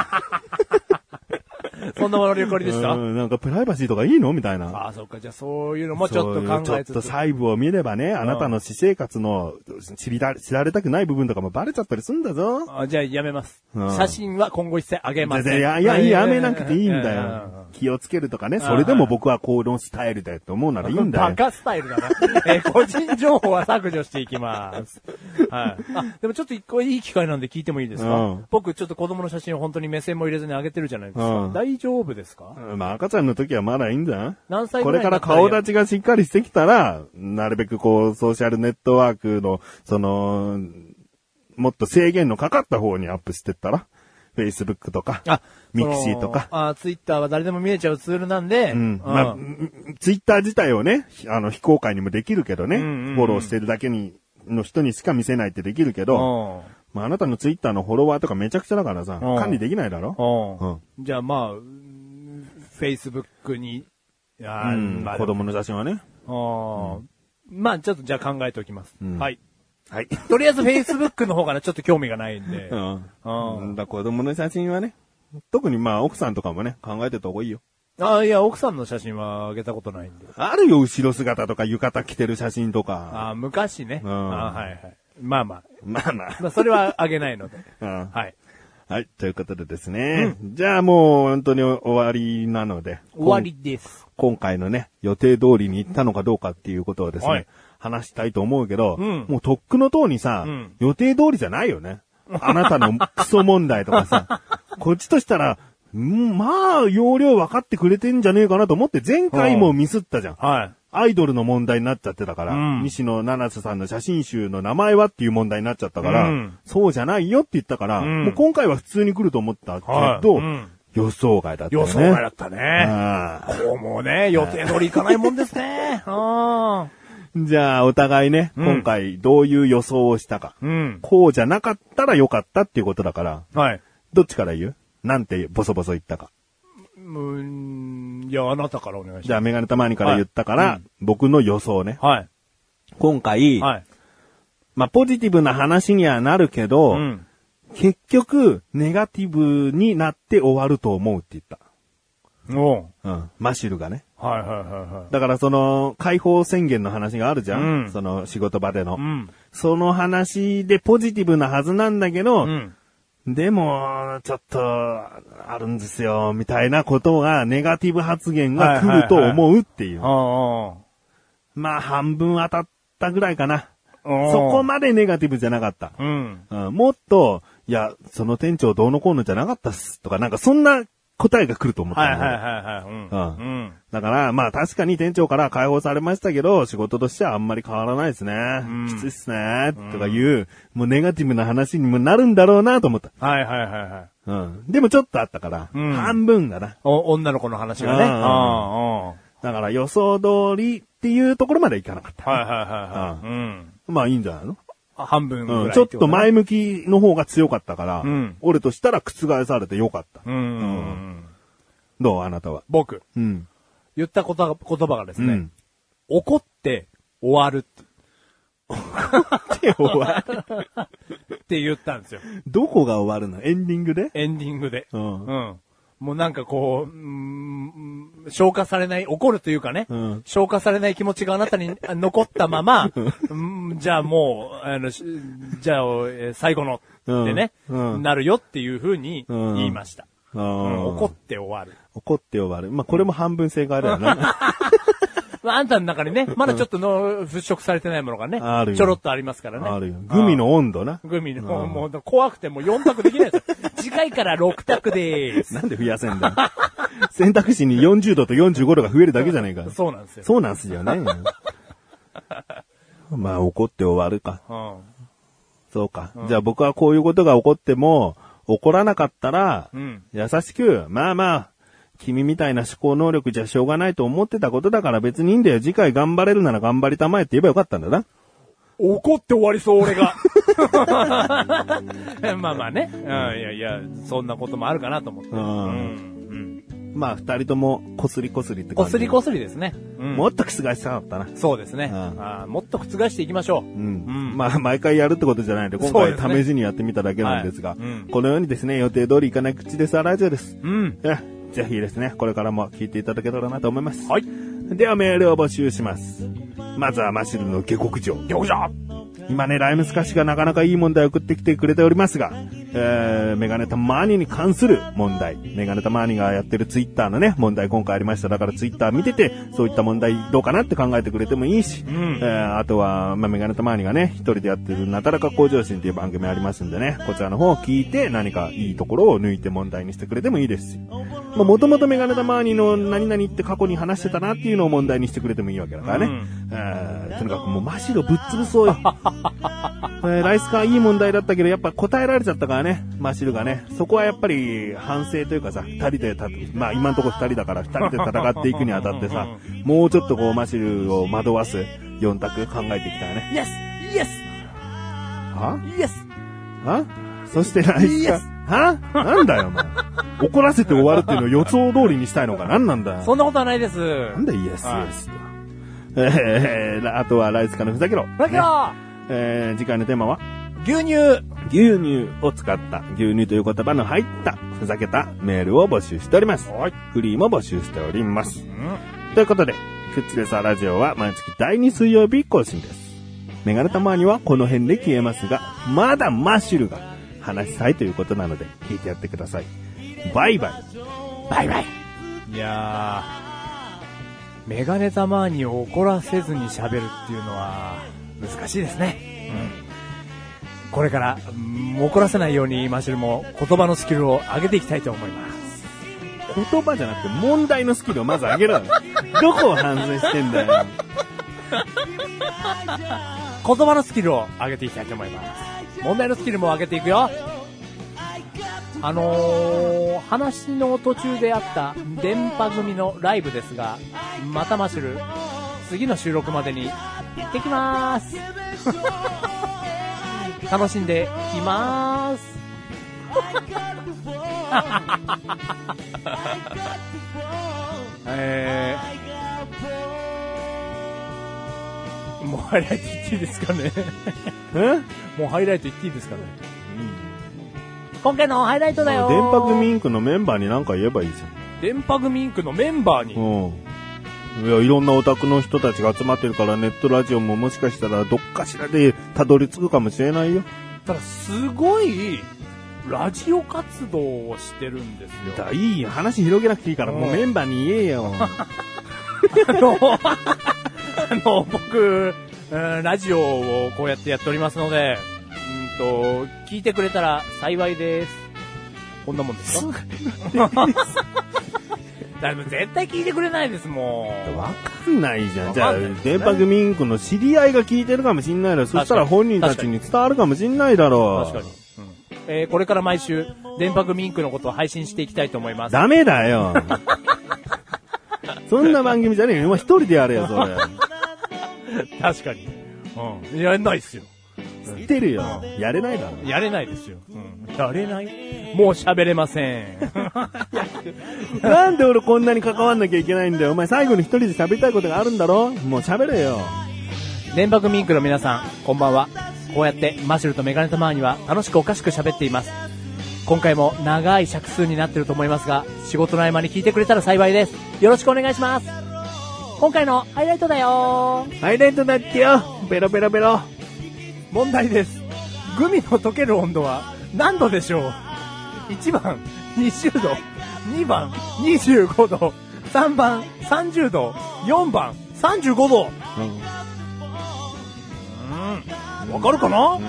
そんな丸分かりでした？ なんかプライバシーとかいいのみたいな。 そっか。じゃあそういうのもちょっと考えつつ。 ちょっと細部を見ればね、あなたの私生活の知られたくない部分とかもバレちゃったりするんだぞ。 じゃあやめます。写真は今後一切あげません。 やめなくていいんだよ。気をつけるとかね、それでも僕はこのスタイルだよって思うならいいんだよ。 バカスタイルだな。個人情報は削除していきます。はい。でもちょっと一個いい機会なんで聞いてもいいですか？僕ちょっと子供の写真を本当に目線も入れずに上げてるじゃないですか。大丈夫ですか？ まあ赤ちゃんの時はまだいいんじゃん？ 何歳ぐらい？ これから顔立ちがしっかりしてきたら、なるべくこうソーシャルネットワークのもっと制限のかかった方にアップしてったら、Facebook とか、ミクシーとか。 Twitter は誰でも見えちゃうツールなんで、 まあ、Twitter 自体をね、非公開にもできるけどね、フォローしてるだけの人にしか見せないってできるけど、まあ、あなたのツイッターのフォロワーとかめちゃくちゃだからさ、管理できないだろ？ じゃあまあ、Facebook にいやー、 まあ、子供の写真はね。 まあ、ちょっとじゃあ考えておきます。はい。 はい。 とりあえず Facebook の方からちょっと興味がないんで。 だ子供の写真はね、特にまあ奥さんとかもね、考えてた方がいいよ。 いや、奥さんの写真はあげたことないんで。 あるよ、後ろ姿とか浴衣着てる写真とか。 昔ね。はいはい。まあ、それはあげないので。はい。 はい、ということでですね。じゃあもう本当に終わりなので。 終わりです。 今回のね、予定通りに行ったのかどうかっていうことをですね、話したいと思うけど、もうとっくの塔にさ、予定通りじゃないよね。あなたのクソ問題とかさ、こっちとしたら、まあ、容量分かってくれてんじゃねえかなと思って、前回もミスったじゃん。はい。アイドルの問題になっちゃってたから、西野七瀬さんの写真集の名前はっていう問題になっちゃったから、そうじゃないよって言ったから、もう今回は普通に来ると思ったけど、予想外だったね。 予想外だったね。こうもね、予定通りいかないもんですね。 じゃあ、お互いね、今回どういう予想をしたか。こうじゃなかったらよかったっていうことだから、はい。どっちから言う？なんてボソボソ言ったか。 いや、あなたからお願いします。 じゃあ、メガネたまにから言ったから、僕の予想ね。はい。今回、はい。まあ、ポジティブな話にはなるけど、結局、ネガティブになって終わると思うって言った。マシュルがね。はいはいはいはい。だからその、解放宣言の話があるじゃん。その仕事場での。その話でポジティブなはずなんだけど、でも、ちょっと、あるんですよ、みたいなことが、ネガティブ発言が来ると思うっていう。まあ、半分当たったぐらいかな。そこまでネガティブじゃなかった。もっと、いや、その店長どうのこうのじゃなかったっす。とか、なんかそんな答えが来ると思った。だから、まあ確かに店長から解放されましたけど、仕事としてはあんまり変わらないですね。きついっすね。とかいう、もうネガティブな話にもなるんだろうなと思った。でもちょっとあったから、半分だな。 女の子の話がね。 だから予想通りっていうところまでいかなかった。まあいいんじゃないの？ 半分ぐらい、 ちょっと前向きの方が強かったから、俺としたら覆されてよかった。どうあなたは。 僕。言った言葉がですね、怒って終わる。 怒って終わるって言ったんですよ。 どこが終わるの？エンディングで？ エンディングで。もうなんかこう、消化されない、怒るというかね、消化されない気持ちがあなたに残ったまま、じゃあもう、じゃあ、最後のってね、なるよっていう風に言いました。怒って終わる。 怒って終わる。まあ、これも半分正解だよね。 あんたの中にね、まだちょっと払拭されてないものがね、ちょろっとありますからね。 あるよ。グミの温度な。 グミの、もう怖くてもう4択できないですよ。次回から6択でーす。 なんで増やせんだよ。選択肢に40度と45度が増えるだけじゃないか。 そうなんですよ。 そうなんすよね。まあ、怒って終わるか。そうか。じゃあ僕はこういうことが起こっても、怒らなかったら、優しく、まあまあ、君みたいな思考能力じゃしょうがないと思ってたことだから別にいいんだよ。次回頑張れるなら頑張りたまえって言えばよかったんだな。 怒って終わりそう、俺が。まあまあね。いや、そんなこともあるかなと思って。 まあ、二人ともこすりこすりって感じ。 こすりですね。 もっと覆したかったな。 そうですね。もっと覆していきましょう。 まあ、毎回やるってことじゃないので、今回試しにやってみただけなんですが、このようにですね、予定通りいかない口でさラジオです。ぜひですね、これからも聞いていただけたらなと思います。はい。ではメールを募集します。まずはマシルの下克上。今ね、ライムスカシがなかなかいい問題を送ってきてくれておりますが、メガネタマーニに関する問題。メガネタマーニがやってるツイッターのね、問題今回ありました。だからツイッター見てて、そういった問題どうかなって考えてくれてもいいし、あとは、まあ、メガネタマーニがね、一人でやってるなだらか向上心っていう番組ありますんでね、こちらの方を聞いて何かいいところを抜いて問題にしてくれてもいいですし、まあ、もともとメガネタマーニの何々って過去に話してたなっていうのを問題にしてくれてもいいわけだからね。とにかくもうマシロぶっ潰そうよ。ライスカーいい問題だったけどやっぱ答えられちゃったからね、マシルがね。そこはやっぱり反省というかさ、二人でまあ今んとこ二人だから二人で戦っていくにあたってさ、もうちょっとこうマシルを惑わす4択考えていきたいね。 イエスはイエスはそしてライスカーはなんだよ、お前。怒らせて終わるっていうのを予想通りにしたいのか何なんだよ。 そんなことはないです。 なんだイエスイエス。あとはライスカのふざけろ。 ふざけろ、 ね、次回のテーマは牛乳。 牛乳を使った牛乳という言葉の入ったふざけたメールを募集しております。フリーも募集しております。ということで、クッチレサラジオは毎月第2水曜日更新です。メガネたまにはこの辺で消えますが、まだマッシュルが話したいということなので聞いてやってください。バイバイ。 バイバイ。いやー、メガネたまに怒らせずに喋るっていうのは難しいですね。これから、怒らせないようにマシュルも言葉のスキルを上げていきたいと思います。 言葉じゃなくて問題のスキルをまず上げろ。どこを反省してんだよ。 言葉のスキルを上げていきたいと思います。問題のスキルも上げていくよ。話の途中であった電波組のライブですが、またマシュル、次の収録までに行ってきまーす。楽しんできまーす。もうハイライト言っていいですかね。もうハイライト言っていいですかね。今回のハイライトだよ。 電波組インクのメンバーに何か言えばいいじゃん。 電波組インクのメンバーに。 いや、いろんなオタクの人たちが集まってるからネットラジオももしかしたらどっかしらでたどり着くかもしれないよ。 ただすごいラジオ活動をしてるんですよ。 いいよ、話広げなくていいからもうメンバーに言えよ。 僕、ラジオをこうやってやっておりますので、聞いてくれたら幸いです。こんなもんですか？だいぶ絶対聞いてくれないですもん。 わかんないじゃん。じゃあ、電波組インクの知り合いが聞いてるかもしんないだろ。そしたら本人たちに伝わるかもしんないだろう。 確かに。これから毎週、電波組インクのことを配信していきたいと思います。 ダメだよ。そんな番組じゃねえよ。今一人でやれよ、それ。 確かに。やれないっすよ。 知ってるよ。やれないだろ。 やれないですよ。やれない？もう喋れません。 なんで俺こんなに関わんなきゃいけないんだよ。お前最後に一人で喋りたいことがあるんだろ？もう喋れよ。 電波組インクの皆さん、こんばんは。こうやってマシュルとメガネたまには楽しくおかしく喋っています。今回も長い尺数になってると思いますが、仕事の合間に聞いてくれたら幸いです。よろしくお願いします。今回のハイライトだよ。 ハイライトだってよ。ベロベロベロ。 問題です。グミの溶ける温度は何度でしょう？ 1 番20度、2番25度、3番30度、4番35度。わかるかな？も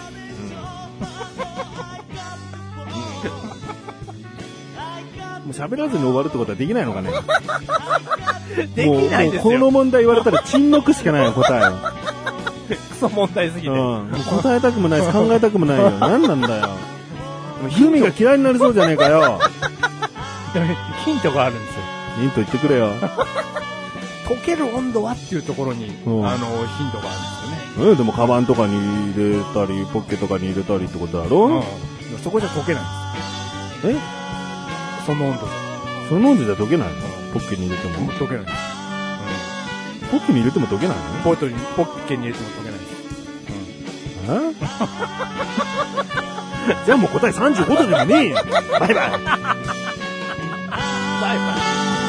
う喋らずに終わるってことはできないのかね。 できないですよ。 もうこの問題言われたら沈黙しかないよ、答えは。 クソ問題すぎて。 もう答えたくもないし考えたくもないよ。何なんだよ。ヒミが嫌いになりそうじゃねえかよ。 ヒントがあるんですよ。 ヒント言ってくれよ。 溶ける温度はっていうところに、ヒントがあるんですよね。 でもカバンとかに入れたり、ポッケとかに入れたりってことだろ？ そこじゃ溶けないんです。その温度じゃ。 その温度じゃ溶けないの？ポッケに入れても。 溶けないです。 ポッケに入れても溶けないの？ ポッケに入れても溶けないです。 じゃあもう答え35度でもねえよ。バイバイ。 バイバイ。